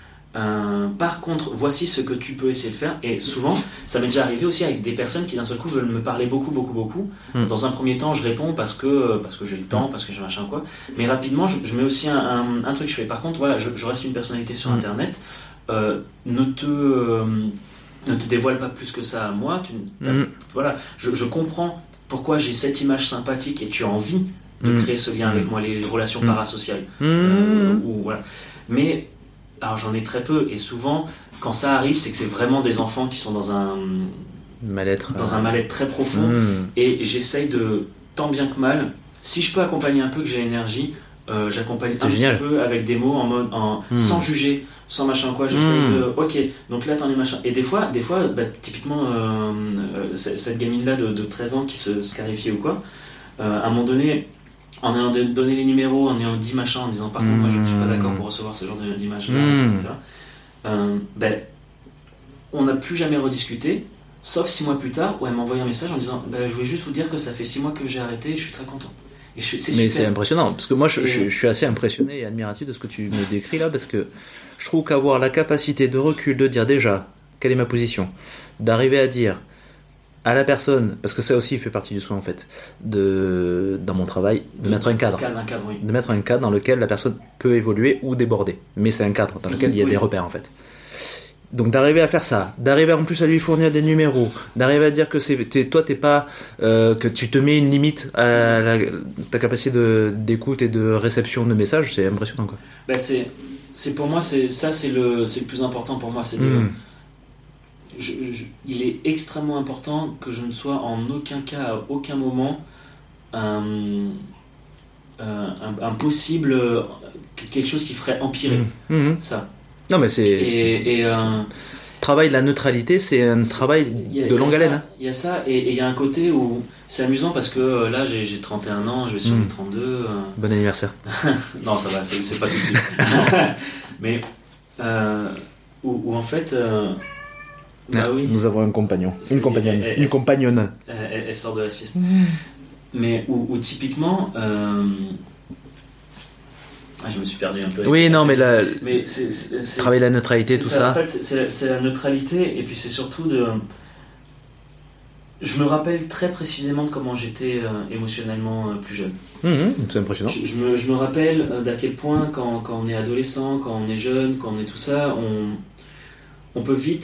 Par contre, voici ce que tu peux essayer de faire. Et souvent, ça m'est déjà arrivé aussi avec des personnes qui d'un seul coup veulent me parler beaucoup. Dans un premier temps, je réponds parce que j'ai le temps, parce que j'ai machin quoi. Mais rapidement, je mets aussi un truc. Je fais, par contre, voilà, je reste une personnalité sur Internet. Ne te dévoile pas plus que ça à moi. Voilà, je comprends pourquoi j'ai cette image sympathique et tu as envie de créer ce lien avec moi, les relations parasociales. Voilà. Mais alors j'en ai très peu, et souvent quand ça arrive, c'est que c'est vraiment des enfants qui sont dans un mal-être très profond, et j'essaye de, tant bien que mal, si je peux accompagner un peu, que j'ai l'énergie, j'accompagne un petit peu avec des mots en mode sans juger, sans machin quoi. J'essaye de ok, donc là t'en es machin, et des fois typiquement cette gamine là de 13 ans qui se scarifie ou quoi, à un moment donné, en ayant donné les numéros, en ayant dit machin, en disant par contre moi je ne suis pas d'accord pour recevoir ce genre d'image là, etc. On n'a plus jamais rediscuté, sauf 6 mois plus tard où elle m'a envoyé un message en disant je voulais juste vous dire que ça fait 6 mois que j'ai arrêté, je suis très content. Mais c'est impressionnant, parce que moi je suis assez impressionné et admiratif de ce que tu me décris là, parce que je trouve qu'avoir la capacité de recul, de dire déjà quelle est ma position, d'arriver à dire à la personne, parce que ça aussi fait partie du soin en fait, dans mon travail, de mettre un cadre, oui. De mettre un cadre dans lequel la personne peut évoluer ou déborder, mais c'est un cadre dans lequel il y a des repères en fait. Donc d'arriver à faire ça, d'arriver en plus à lui fournir des numéros, d'arriver à dire que toi t'es pas que tu te mets une limite à ta capacité d'écoute et de réception de messages, c'est impressionnant quoi. C'est pour moi c'est le plus important pour moi, c'est il est extrêmement important que je ne sois en aucun cas, à aucun moment un possible quelque chose qui ferait empirer ça. Non mais travail de la neutralité, c'est un travail de longue haleine. Il y a ça, et il y a un côté où c'est amusant parce que là j'ai 31 ans, je vais sur les 32. Bon anniversaire. Non ça va, c'est pas tout de suite. Mais où en fait oui. Nous avons un compagnon, une compagnonne. Elle sort de la sieste. Mais où typiquement je me suis perdu un peu. Oui, non, mais là, mais travailler la neutralité, tout ça. En fait, c'est la neutralité, et puis c'est surtout je me rappelle très précisément de comment j'étais émotionnellement plus jeune. C'est impressionnant. Je me rappelle d'à quel point, quand on est adolescent, quand on est jeune, quand on est tout ça, on peut vite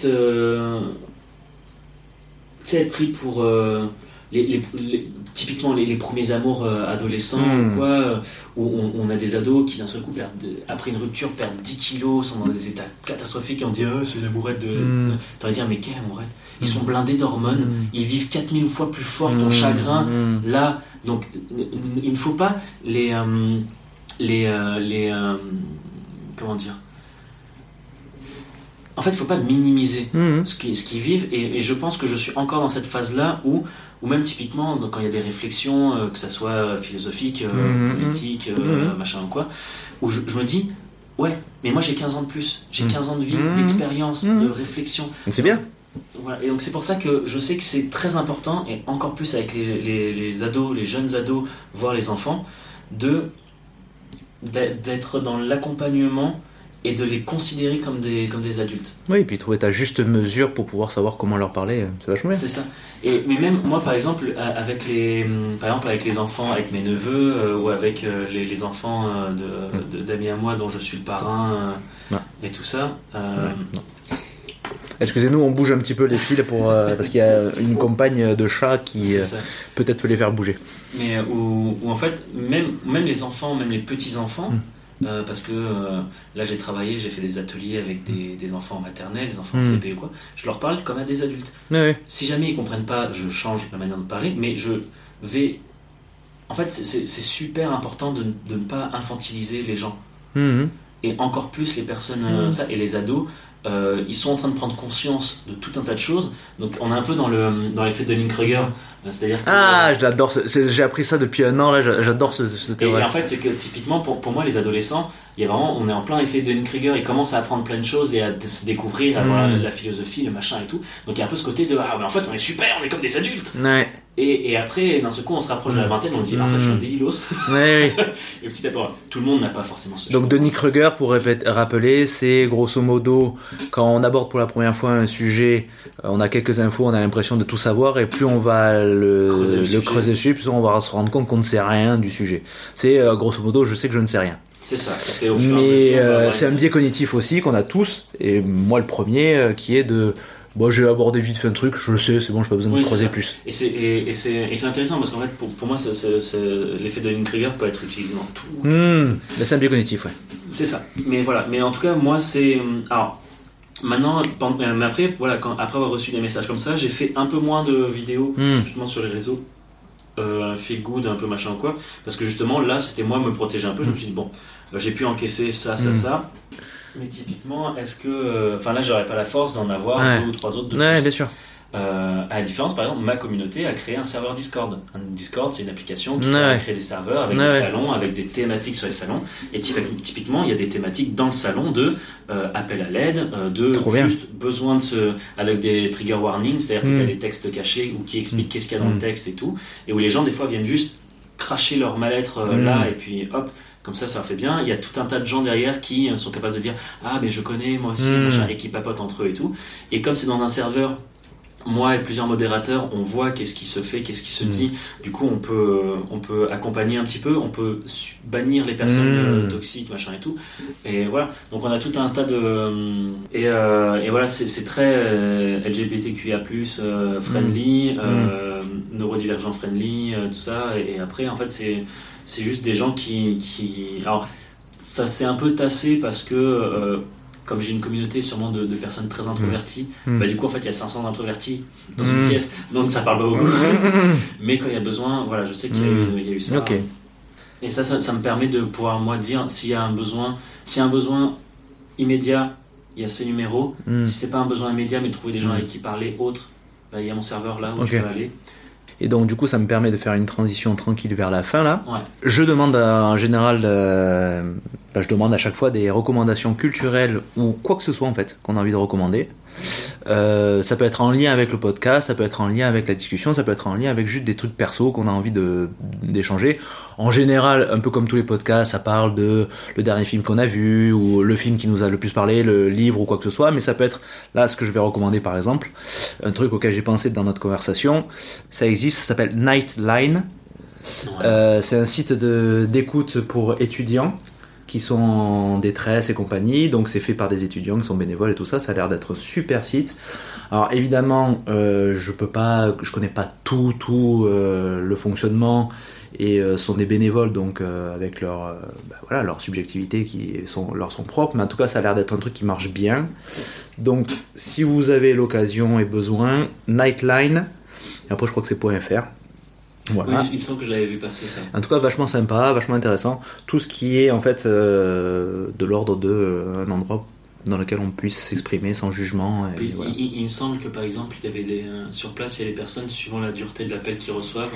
être pris pour typiquement les premiers amours adolescents ou quoi, où on a des ados qui d'un seul coup après une rupture perdent 10 kilos, sont dans des états catastrophiques, et on dit c'est l'amourette de... T'aurais dire mais quelle amourette, ils sont blindés d'hormones, ils vivent 4000 fois plus fort ton chagrin là, donc il ne faut pas les comment dire, en fait il ne faut pas minimiser ce qu'ils vivent, et je pense que je suis encore dans cette phase là où même typiquement quand il y a des réflexions, que ça soit philosophique, politique, machin ou quoi, où je me dis ouais, mais moi j'ai 15 ans de plus, j'ai 15 ans de vie, d'expérience, de réflexion. C'est bien. Voilà. Et donc c'est pour ça que je sais que c'est très important, et encore plus avec les ados, les jeunes ados, voire les enfants, d'être dans l'accompagnement et de les considérer comme des adultes. Oui, et puis trouver ta juste mesure pour pouvoir savoir comment leur parler, c'est vachement bien. C'est ça. Mais même moi, par exemple, avec les enfants, avec mes neveux, ou avec les enfants d'amis à moi dont je suis le parrain, et tout ça. Excusez-nous, on bouge un petit peu les fils parce qu'il y a une compagne de chat qui peut-être peut les faire bouger. Mais où en fait, même les enfants, même les petits-enfants, parce que là j'ai fait des ateliers avec des enfants en maternelle, des enfants en CP ou quoi, je leur parle comme à des adultes. Oui. Si jamais ils comprennent pas, je change la manière de parler, mais je vais... En fait, c'est super important de ne pas infantiliser les gens. Et encore plus les personnes, et les ados, ils sont en train de prendre conscience de tout un tas de choses. Donc on est un peu dans l'effet de Dunning-Kruger. C'est-à-dire que, je l'adore. J'ai appris ça depuis un an. Là, j'adore ce théorie. Et en fait, c'est que typiquement pour moi, les adolescents, on est en plein effet de Dunning-Kruger. Ils commencent à apprendre plein de choses et à se découvrir, à voir la philosophie, le machin et tout. Donc il y a un peu ce côté de mais en fait on est super, on est comme des adultes. Ouais. Et après, d'un seul coup, on se rapproche de la vingtaine, on se dit en fait je suis un débilos. Oui. Et petit à petit, tout le monde n'a pas forcément ce Donc Dunning-Kruger, pour rappeler, c'est grosso modo quand on aborde pour la première fois un sujet, on a quelques infos, on a l'impression de tout savoir, et plus on va le creuser dessus, plus on va se rendre compte qu'on ne sait rien du sujet. C'est grosso modo, je sais que je ne sais rien. C'est ça. Mais c'est un biais cognitif aussi qu'on a tous, et moi le premier, qui est de... Bon, j'ai abordé vite fait un truc, je le sais, c'est bon, j'ai pas besoin de creuser plus. Et c'est intéressant parce qu'en fait, pour moi, l'effet de Dunning-Kruger peut être utilisé dans tout. Mais c'est un biais cognitif, ouais. C'est ça. Mais voilà. Mais en tout cas, moi, c'est. Alors, maintenant, mais après, voilà, après avoir reçu des messages comme ça, j'ai fait un peu moins de vidéos, typiquement sur les réseaux, feel good, un peu machin ou quoi, parce que justement, là, c'était moi me protéger un peu. Je me suis dit, bon, j'ai pu encaisser ça. Mais typiquement, est-ce que... Enfin là, j'aurais pas la force d'en avoir 2 ou 3 autres de plus. Ouais, bien sûr. À la différence, par exemple, ma communauté a créé un serveur Discord. Un Discord, c'est une application qui permet de créer des serveurs avec des salons, avec des thématiques sur les salons. Et typiquement, il y a des thématiques dans le salon de appel à l'aide, juste besoin avec des trigger warnings, c'est-à-dire que tu as des textes cachés ou qui expliquent qu'est-ce qu'il y a dans le texte et tout. Et où les gens, des fois, viennent juste cracher leur mal-être là et puis hop... Comme ça fait bien. Il y a tout un tas de gens derrière qui sont capables de dire mais je connais moi aussi, machin, et qui papotent entre eux et tout. Et comme c'est dans un serveur, moi et plusieurs modérateurs, on voit qu'est-ce qui se fait, qu'est-ce qui se dit. Du coup, on peut accompagner un petit peu, on peut bannir les personnes toxiques, machin et tout. Et voilà. Donc on a tout un tas de et voilà, c'est très LGBTQIA+ friendly, neurodivergent friendly, tout ça. Et après, en fait, c'est juste des gens qui... Alors, ça s'est un peu tassé parce que, comme j'ai une communauté sûrement de personnes très introverties, du coup, en fait, il y a 500 introvertis dans une pièce, donc ça parle pas beaucoup. Mais quand il y a besoin, voilà, je sais qu'il y a eu ça. Okay. Et ça me permet de pouvoir, moi, dire s'il y a un besoin immédiat, il y a ces numéros. Si c'est pas un besoin immédiat, mais trouver des gens avec qui parler autres, il y a mon serveur là où tu peux aller. Et donc du coup ça me permet de faire une transition tranquille vers la fin là. Ouais. Je demande en général, je demande à chaque fois des recommandations culturelles ou quoi que ce soit en fait qu'on a envie de recommander. Ça peut être en lien avec le podcast, ça peut être en lien avec la discussion, ça peut être en lien avec juste des trucs perso qu'on a envie d'échanger. En général, un peu comme tous les podcasts, ça parle de le dernier film qu'on a vu ou le film qui nous a le plus parlé, le livre ou quoi que ce soit, mais ça peut être là ce que je vais recommander par exemple, un truc auquel j'ai pensé dans notre conversation. Ça existe, ça s'appelle Nightline. C'est un site d'écoute pour étudiants qui sont en détresse et compagnie, donc c'est fait par des étudiants qui sont bénévoles et tout ça, ça a l'air d'être un super site. Alors évidemment, je connais pas tout le fonctionnement et sont des bénévoles donc avec leur subjectivité leur sont propres, mais en tout cas ça a l'air d'être un truc qui marche bien. Donc si vous avez l'occasion et besoin, Nightline, et après je crois que c'est .fr. Voilà. Oui, il me semble que je l'avais vu passer ça. En tout cas, vachement sympa, vachement intéressant. Tout ce qui est en fait de l'ordre d'un endroit dans lequel on puisse s'exprimer sans jugement. Et voilà. Il me semble que par exemple, il y avait sur place, il y a des personnes suivant la dureté de l'appel qu'ils reçoivent.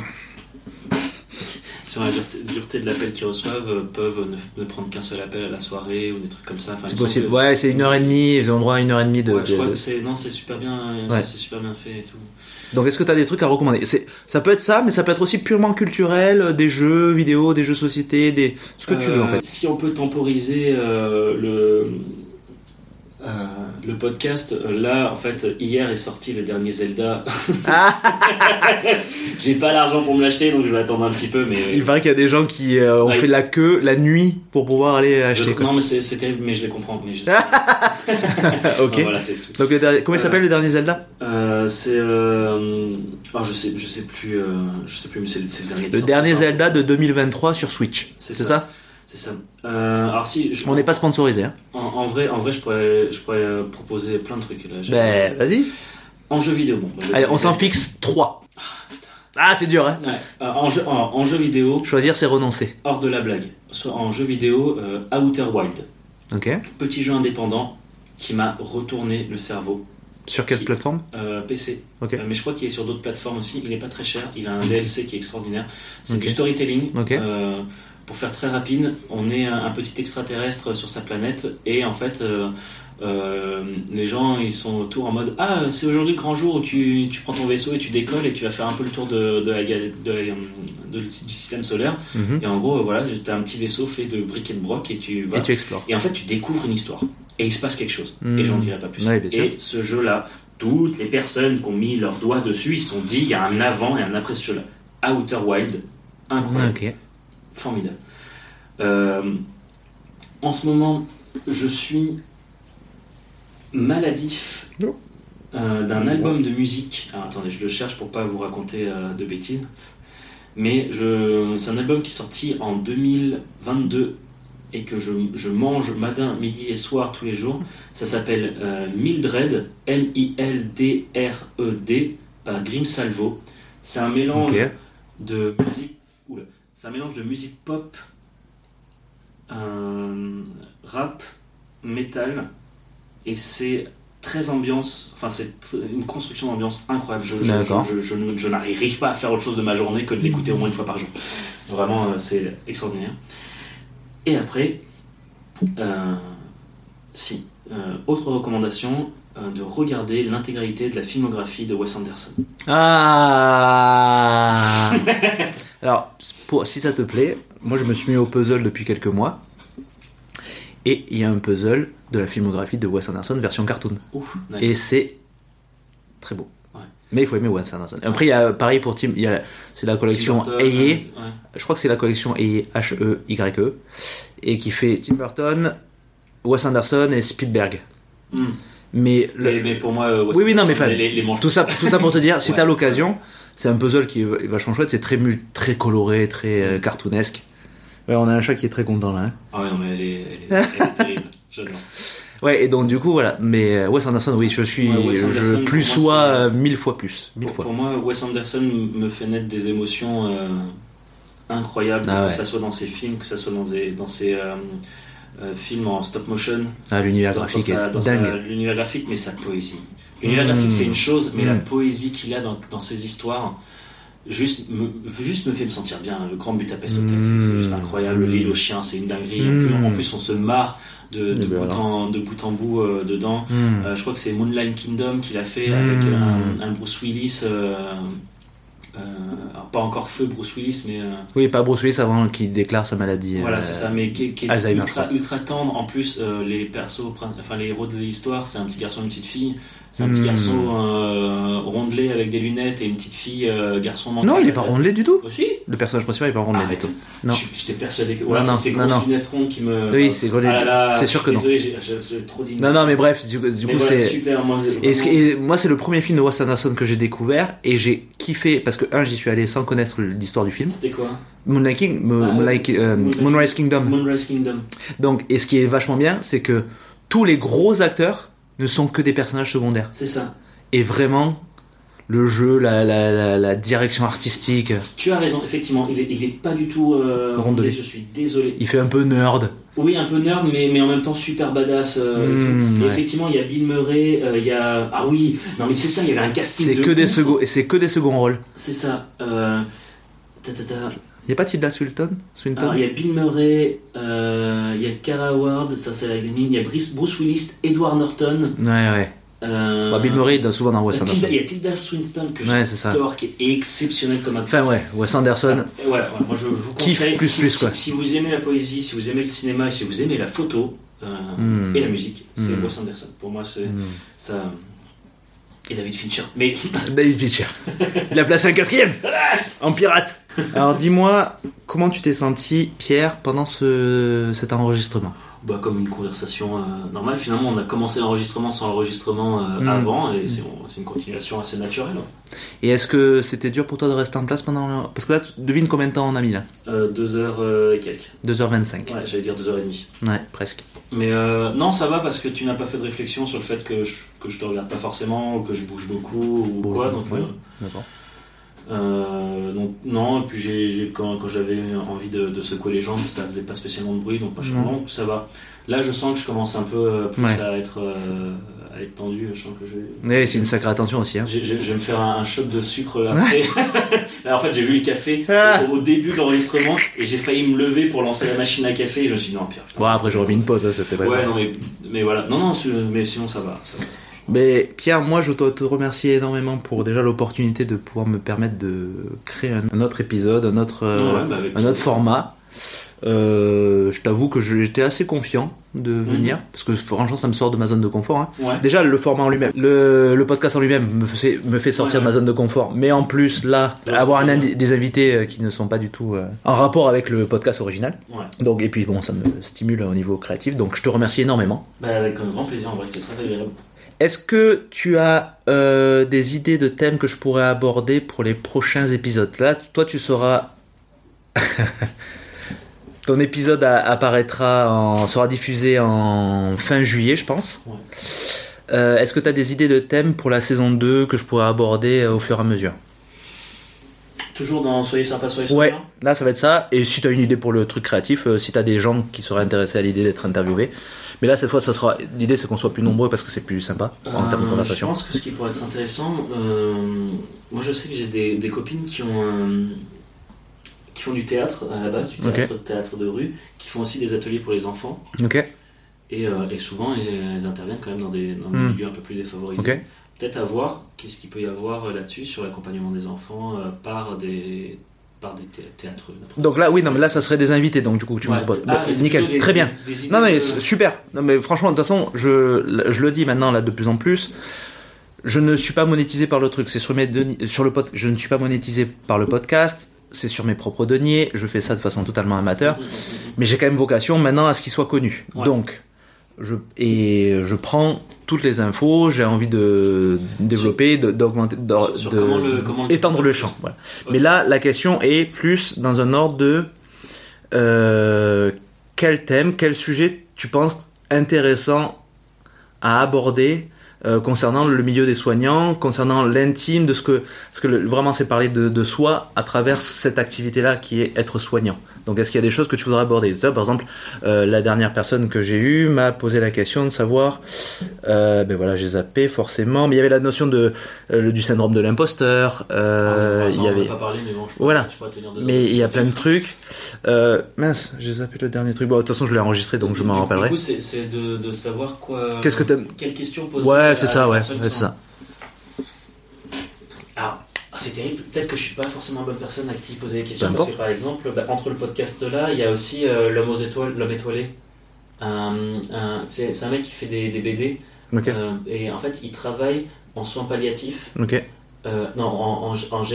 Sur la dureté de l'appel qu'ils reçoivent, peuvent ne prendre qu'un seul appel à la soirée ou des trucs comme ça. Enfin, c'est possible. Ouais, c'est 1h30. Ils ont droit à 1h30 de. Ouais, je crois que c'est super bien. Ouais. C'est super bien fait et tout. Donc est-ce que tu as des trucs à recommander ? Ça peut être ça, mais ça peut être aussi purement culturel, des jeux vidéo, des jeux société, ce que tu veux en fait. Si on peut temporiser Le podcast, là, en fait, hier est sorti le dernier Zelda. J'ai pas l'argent pour me l'acheter, donc je vais attendre un petit peu. Mais il paraît qu'il y a des gens qui ont fait la queue la nuit pour pouvoir aller acheter. Non, mais c'est terrible, mais je les comprends. Mais ok. Voilà, c'est... Donc, comment il s'appelle le dernier Zelda? C'est. Oh, je sais plus, mais c'est le dernier. Le dernier Zelda de 2023 sur Switch. C'est ça? C'est ça. Alors si on n'est pas sponsorisé. Hein. En vrai, je pourrais proposer plein de trucs là. Ben vas-y. En jeu vidéo, bon. Allez, on s'en fixe 3. Ah, c'est dur, hein. Ouais. En jeu vidéo. Choisir, c'est renoncer. Hors de la blague. En jeu vidéo, Outer Wild. Ok. Petit jeu indépendant qui m'a retourné le cerveau. Sur quelle plateforme? PC. Okay. Mais je crois qu'il est sur d'autres plateformes aussi. Il est pas très cher. Il a un DLC qui est extraordinaire. C'est du Okay. storytelling. Okay. Pour faire très rapide, on est un petit extraterrestre sur sa planète et en fait les gens ils sont autour en mode c'est aujourd'hui le grand jour où tu prends ton vaisseau et tu décolles et tu vas faire un peu le tour du système solaire. Et en gros voilà, t'as un petit vaisseau fait de briques et de broc et tu explores. Et en fait tu découvres une histoire et il se passe quelque chose et j'en dirai pas plus. Ouais, et ce jeu là, toutes les personnes qui ont mis leurs doigts dessus, ils se sont dit il y a un avant et un après ce jeu là. Outer Wild, incroyable. Okay. Formidable. En ce moment, je suis maladif d'un album de musique. Alors, attendez, je le cherche pour pas vous raconter de bêtises. Mais c'est un album qui est sorti en 2022 et que je mange matin, midi et soir tous les jours. Ça s'appelle Mildred, Mildred, par Grimsalvo. C'est un mélange de musique. C'est un mélange de musique pop, rap, métal, et c'est très ambiance. Enfin, c'est une construction d'ambiance incroyable. Je n'arrive pas à faire autre chose de ma journée que de l'écouter au moins une fois par jour. Vraiment, c'est extraordinaire. Et après, autre recommandation, de regarder l'intégralité de la filmographie de Wes Anderson. Alors, si ça te plaît, moi je me suis mis au puzzle depuis quelques mois. Et il y a un puzzle de la filmographie de Wes Anderson version cartoon. Ouf, nice. Et c'est très beau. Ouais. Mais il faut aimer Wes Anderson. Après, il y a pareil pour Tim. C'est la collection Aye. Je crois que c'est la collection Aye, H-E-Y-E. Et qui fait Tim Burton, Wes Anderson et Spielberg. Mais pour moi, oui, non, mais les tout ça pour te dire, si t'as l'occasion, c'est un puzzle qui est vachement chouette. C'est très coloré, très cartoonesque. Ouais, on a un chat qui est très content là. Hein. Ah ouais, non, mais elle est terrible. J'adore. Ouais, et donc du coup, voilà. Mais Wes Anderson, oui, je plus sois 1000 fois plus. Pour moi, Wes Anderson me fait naître des émotions incroyables, que ça soit dans ses films, que ça soit dans ses films en stop motion. L'univers graphique est dingue. L'univers graphique, mais sa poésie. L'univers graphique, c'est une chose, mais la poésie qu'il a dans ses histoires... Juste me fait me sentir bien. Le Grand Budapest Hotel, c'est juste incroyable. L'île aux chiens, c'est une dinguerie. En plus, on se marre de bout en bout dedans. Je crois que c'est Moonlight Kingdom qu'il a fait avec un Bruce Willis. Alors pas encore feu Bruce Willis, mais oui, pas Bruce Willis avant qu'il déclare sa maladie. Voilà, c'est ça, mais qui est Alzheimer, ultra tendre. En plus, les héros de l'histoire, c'est un petit garçon et une petite fille. C'est un petit garçon rondelé avec des lunettes et une petite fille garçon manqué. Non, il est pas rondelé du tout. Aussi. Le personnage principal est pas rondelé du tout. Non. J'étais persuadé que c'est grosses lunettes rondes qui me. Oui, c'est gros. C'est sûr que non. Désolé, j'ai trop dit. Non, mais bref, du coup c'est super. Et moi, c'est le premier film de Wes Anderson que j'ai découvert et j'ai kiffé parce que j'y suis allé sans connaître l'histoire du film. C'était quoi? Moonrise Kingdom. Moonrise Kingdom. Donc, et ce qui est vachement bien, c'est que tous les gros acteurs ne sont que des personnages secondaires. C'est ça. Et vraiment, le jeu, la direction artistique. Tu as raison, effectivement, il est pas du tout rondelé. Je suis désolé. Il fait un peu nerd. Oui, un peu nerd, mais en même temps super badass. Et tout. Et effectivement, il y a Bill Murray, il y a. Ah oui, non mais c'est ça, il y avait un casting. C'est que des seconds rôles. C'est ça. Il n'y a pas Tilda Swinton? Alors, il y a Bill Murray, il y a Cara Howard, ça c'est la gamine, il y a Bruce Willis, Edward Norton. Ouais. Bill Murray il donne souvent dans Wes Anderson. Il y a Tilda Swinton que j'adore, qui est exceptionnel comme actrice. Wes Anderson. Moi je vous conseille, plus, si vous aimez la poésie, si vous aimez le cinéma et si vous aimez la photo et la musique, c'est Wes Anderson. Pour moi, c'est ça. Et David Fincher. Mais David Fincher. Il a placé un 4e en pirate. Alors dis-moi, comment tu t'es senti, Pierre, pendant cet enregistrement ? Comme une conversation normale. Finalement, on a commencé l'enregistrement sans l'enregistrement avant, et c'est une continuation assez naturelle. Et est-ce que c'était dur pour toi de rester en place pendant... Parce que là, tu devines combien de temps on a mis là ? 2 heures et quelques. 2h25. Ouais, j'allais dire 2h30. Ouais, presque. Mais non, ça va parce que tu n'as pas fait de réflexion sur le fait que je te regarde pas forcément, ou que je bouge beaucoup, ou quoi. Donc, d'accord. Donc non, et puis quand j'avais envie de secouer les jambes, ça faisait pas spécialement de bruit, donc non, ça va. Là, je sens que je commence un peu à être tendu. Je sens que c'est une sacrée attention aussi. Hein. Je vais me faire un shot de sucre après. Là, en fait, j'ai vu le café au début de l'enregistrement et j'ai failli me lever pour lancer la machine à café. Et je me suis dit non, Pierre. Après, j'aurais mis une pause, c'était pas grave. Non, mais voilà. Non, mais sinon ça va. Mais Pierre, moi je dois te remercier énormément pour déjà l'opportunité de pouvoir me permettre de créer un autre épisode, un autre format. Je t'avoue que j'étais assez confiant de venir, parce que franchement ça me sort de ma zone de confort. Hein. Ouais. Déjà le format en lui-même, le podcast en lui-même me fait sortir de ma zone de confort, mais en plus là, avoir des invités qui ne sont pas du tout en rapport avec le podcast original. Ouais. Donc, et puis bon, ça me stimule au niveau créatif, donc je te remercie énormément. Avec un grand plaisir, en vrai c'était très agréable. Est-ce que tu as des idées de thèmes que je pourrais aborder pour les prochains épisodes ? Là, toi, tu seras... Ton épisode sera diffusé en fin juillet, je pense. Ouais. Est-ce que tu as des idées de thèmes pour la saison 2 que je pourrais aborder au fur et à mesure ? Toujours dans Soyez sympa, soyez sympa. Ouais, là, ça va être ça. Et si tu as une idée pour le truc créatif, si tu as des gens qui seraient intéressés à l'idée d'être interviewés... Mais là, cette fois, l'idée, c'est qu'on soit plus nombreux parce que c'est plus sympa en termes de conversation. Je pense que ce qui pourrait être intéressant, moi je sais que j'ai des copines qui font du théâtre à la base, du théâtre de rue, qui font aussi des ateliers pour les enfants. Okay. Et souvent, elles interviennent quand même dans des milieux un peu plus défavorisés. Okay. Peut-être à voir qu'est-ce qu'il peut y avoir là-dessus sur l'accompagnement des enfants par des théâtreux. Donc là, mais là, ça serait des invités, donc du coup, tu me proposes. Nickel, très bien. Non, mais super. Non, mais franchement, de toute façon, je le dis maintenant, là, de plus en plus, je ne suis pas monétisé par le truc. C'est sur je ne suis pas monétisé par le podcast, c'est sur mes propres deniers, je fais ça de façon totalement amateur, mais j'ai quand même vocation maintenant à ce qu'il soit connu. Ouais. Donc, je prends toutes les infos, j'ai envie de développer, d'augmenter, étendre le champ. Voilà. Okay. Mais là, la question est plus dans un ordre de quel thème, quel sujet tu penses intéressant à aborder concernant le milieu des soignants, concernant l'intime de vraiment c'est parler de soi à travers cette activité-là qui est être soignant. Donc est-ce qu'il y a des choses que tu voudrais aborder ? Ça, par exemple, la dernière personne que j'ai eue m'a posé la question de savoir, j'ai zappé forcément, mais il y avait la notion du syndrome de l'imposteur. Il y avait... On n'a pas parlé, mais bon, je pourrais tenir 2 heures. Mais il y a plein de trucs. Mince, j'ai zappé le dernier truc. Bon, de toute façon, je l'ai enregistré, donc je m'en rappellerai. Du coup, c'est de savoir quoi. Qu'est-ce que t'aimes ? Quelle question poser. Ouais, c'est ça, c'est ça. Alors, c'est terrible, peut-être que je suis pas forcément la bonne personne à qui poser des questions, parce que par exemple, entre le podcast là, il y a aussi l'homme étoilé. C'est un mec qui fait des BD, okay. Et en fait, il travaille en soins palliatifs. Ok. En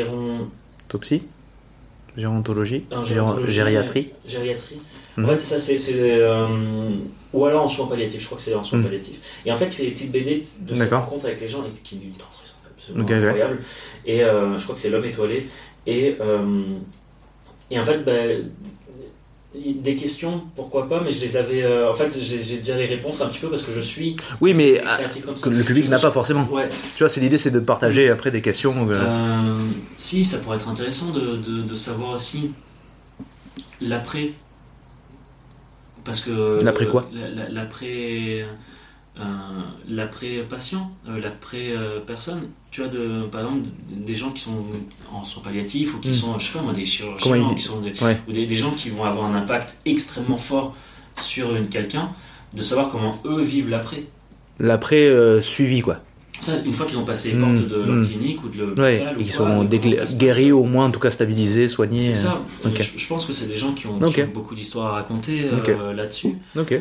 gérontologie, gériatrie. En fait, ça c'est ou alors en soins palliatifs. Je crois que c'est en soins palliatifs. Et en fait, il fait des petites BD de ses rencontres avec les gens et qui lui incroyable. Et je crois que c'est l'homme étoilé. Et en fait, des questions, pourquoi pas, mais je les avais. En fait, j'ai déjà les réponses un petit peu parce que je suis. Oui, mais le public n'a pas forcément. Ouais. Tu vois, l'idée, c'est de partager après des questions. Si, ça pourrait être intéressant de savoir aussi l'après. Parce que. L'après quoi ? L'après patient, l'après personne, tu vois, par exemple des gens qui sont en soins palliatifs ou qui sont, je sais pas moi, des chirurgiens qui sont ou des gens qui vont avoir un impact extrêmement fort sur quelqu'un, de savoir comment eux vivent l'après. L'après suivi quoi. Ça, une fois qu'ils ont passé les portes de leur clinique ou de l'hôpital, ils sont guéris, au moins, en tout cas stabilisés, soignés. C'est ça. Okay. Je pense que c'est des gens qui ont beaucoup d'histoires à raconter là-dessus. Ok.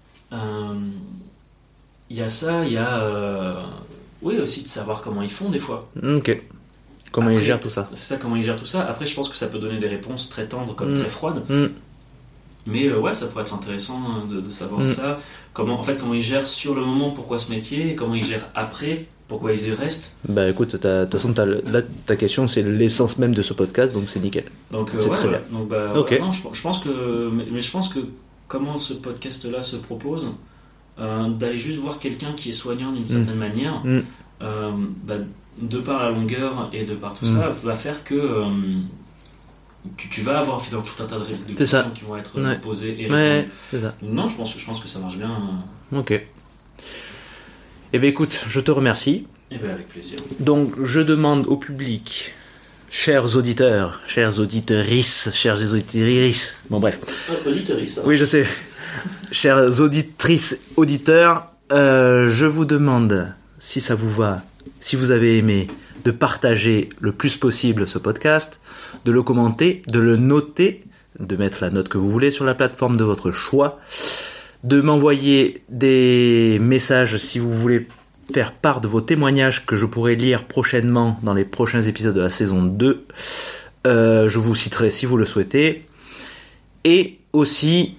Il y a ça, il y a aussi de savoir comment ils font des fois. Ok. Comment ils gèrent tout ça. C'est ça, comment ils gèrent tout ça. Après, je pense que ça peut donner des réponses très tendres comme très froides. Mais ça pourrait être intéressant de savoir ça. Comment ils gèrent sur le moment, pourquoi ce métier, et comment ils gèrent après, pourquoi ils y restent. Bah écoute, de toute façon, là, ta question, c'est l'essence même de ce podcast, donc c'est nickel. Donc, c'est très bien. Donc, non, je pense que comment ce podcast-là se propose, d'aller juste voir quelqu'un qui est soignant d'une certaine manière, de par la longueur et de par tout ça, va faire que tu vas avoir fait tout un tas de questions qui vont être posées et répondues. C'est ça. Non, je pense que ça marche bien. Ok. Eh bien écoute, je te remercie. Eh bien avec plaisir. Donc je demande au public, chers auditeurs, chères auditrices, bon bref. Auditrices. Oui, je sais. Chères auditrices, auditeurs, je vous demande, si ça vous va, si vous avez aimé, de partager le plus possible ce podcast, de le commenter, de le noter, de mettre la note que vous voulez sur la plateforme de votre choix, de m'envoyer des messages si vous voulez faire part de vos témoignages que je pourrai lire prochainement dans les prochains épisodes de la saison 2. Je vous citerai si vous le souhaitez. Et aussi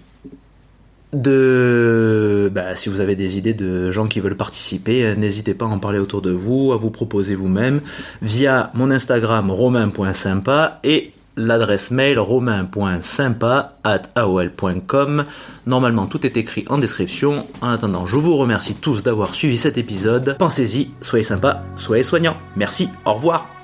si vous avez des idées de gens qui veulent participer, n'hésitez pas à en parler autour de vous, à vous proposer vous-même via mon Instagram romain.sympa et l'adresse mail romain.sympa@aol.com. Normalement tout est écrit en description. En attendant, je vous remercie tous d'avoir suivi cet épisode. Pensez-y, soyez sympas, soyez soignants. Merci, au revoir.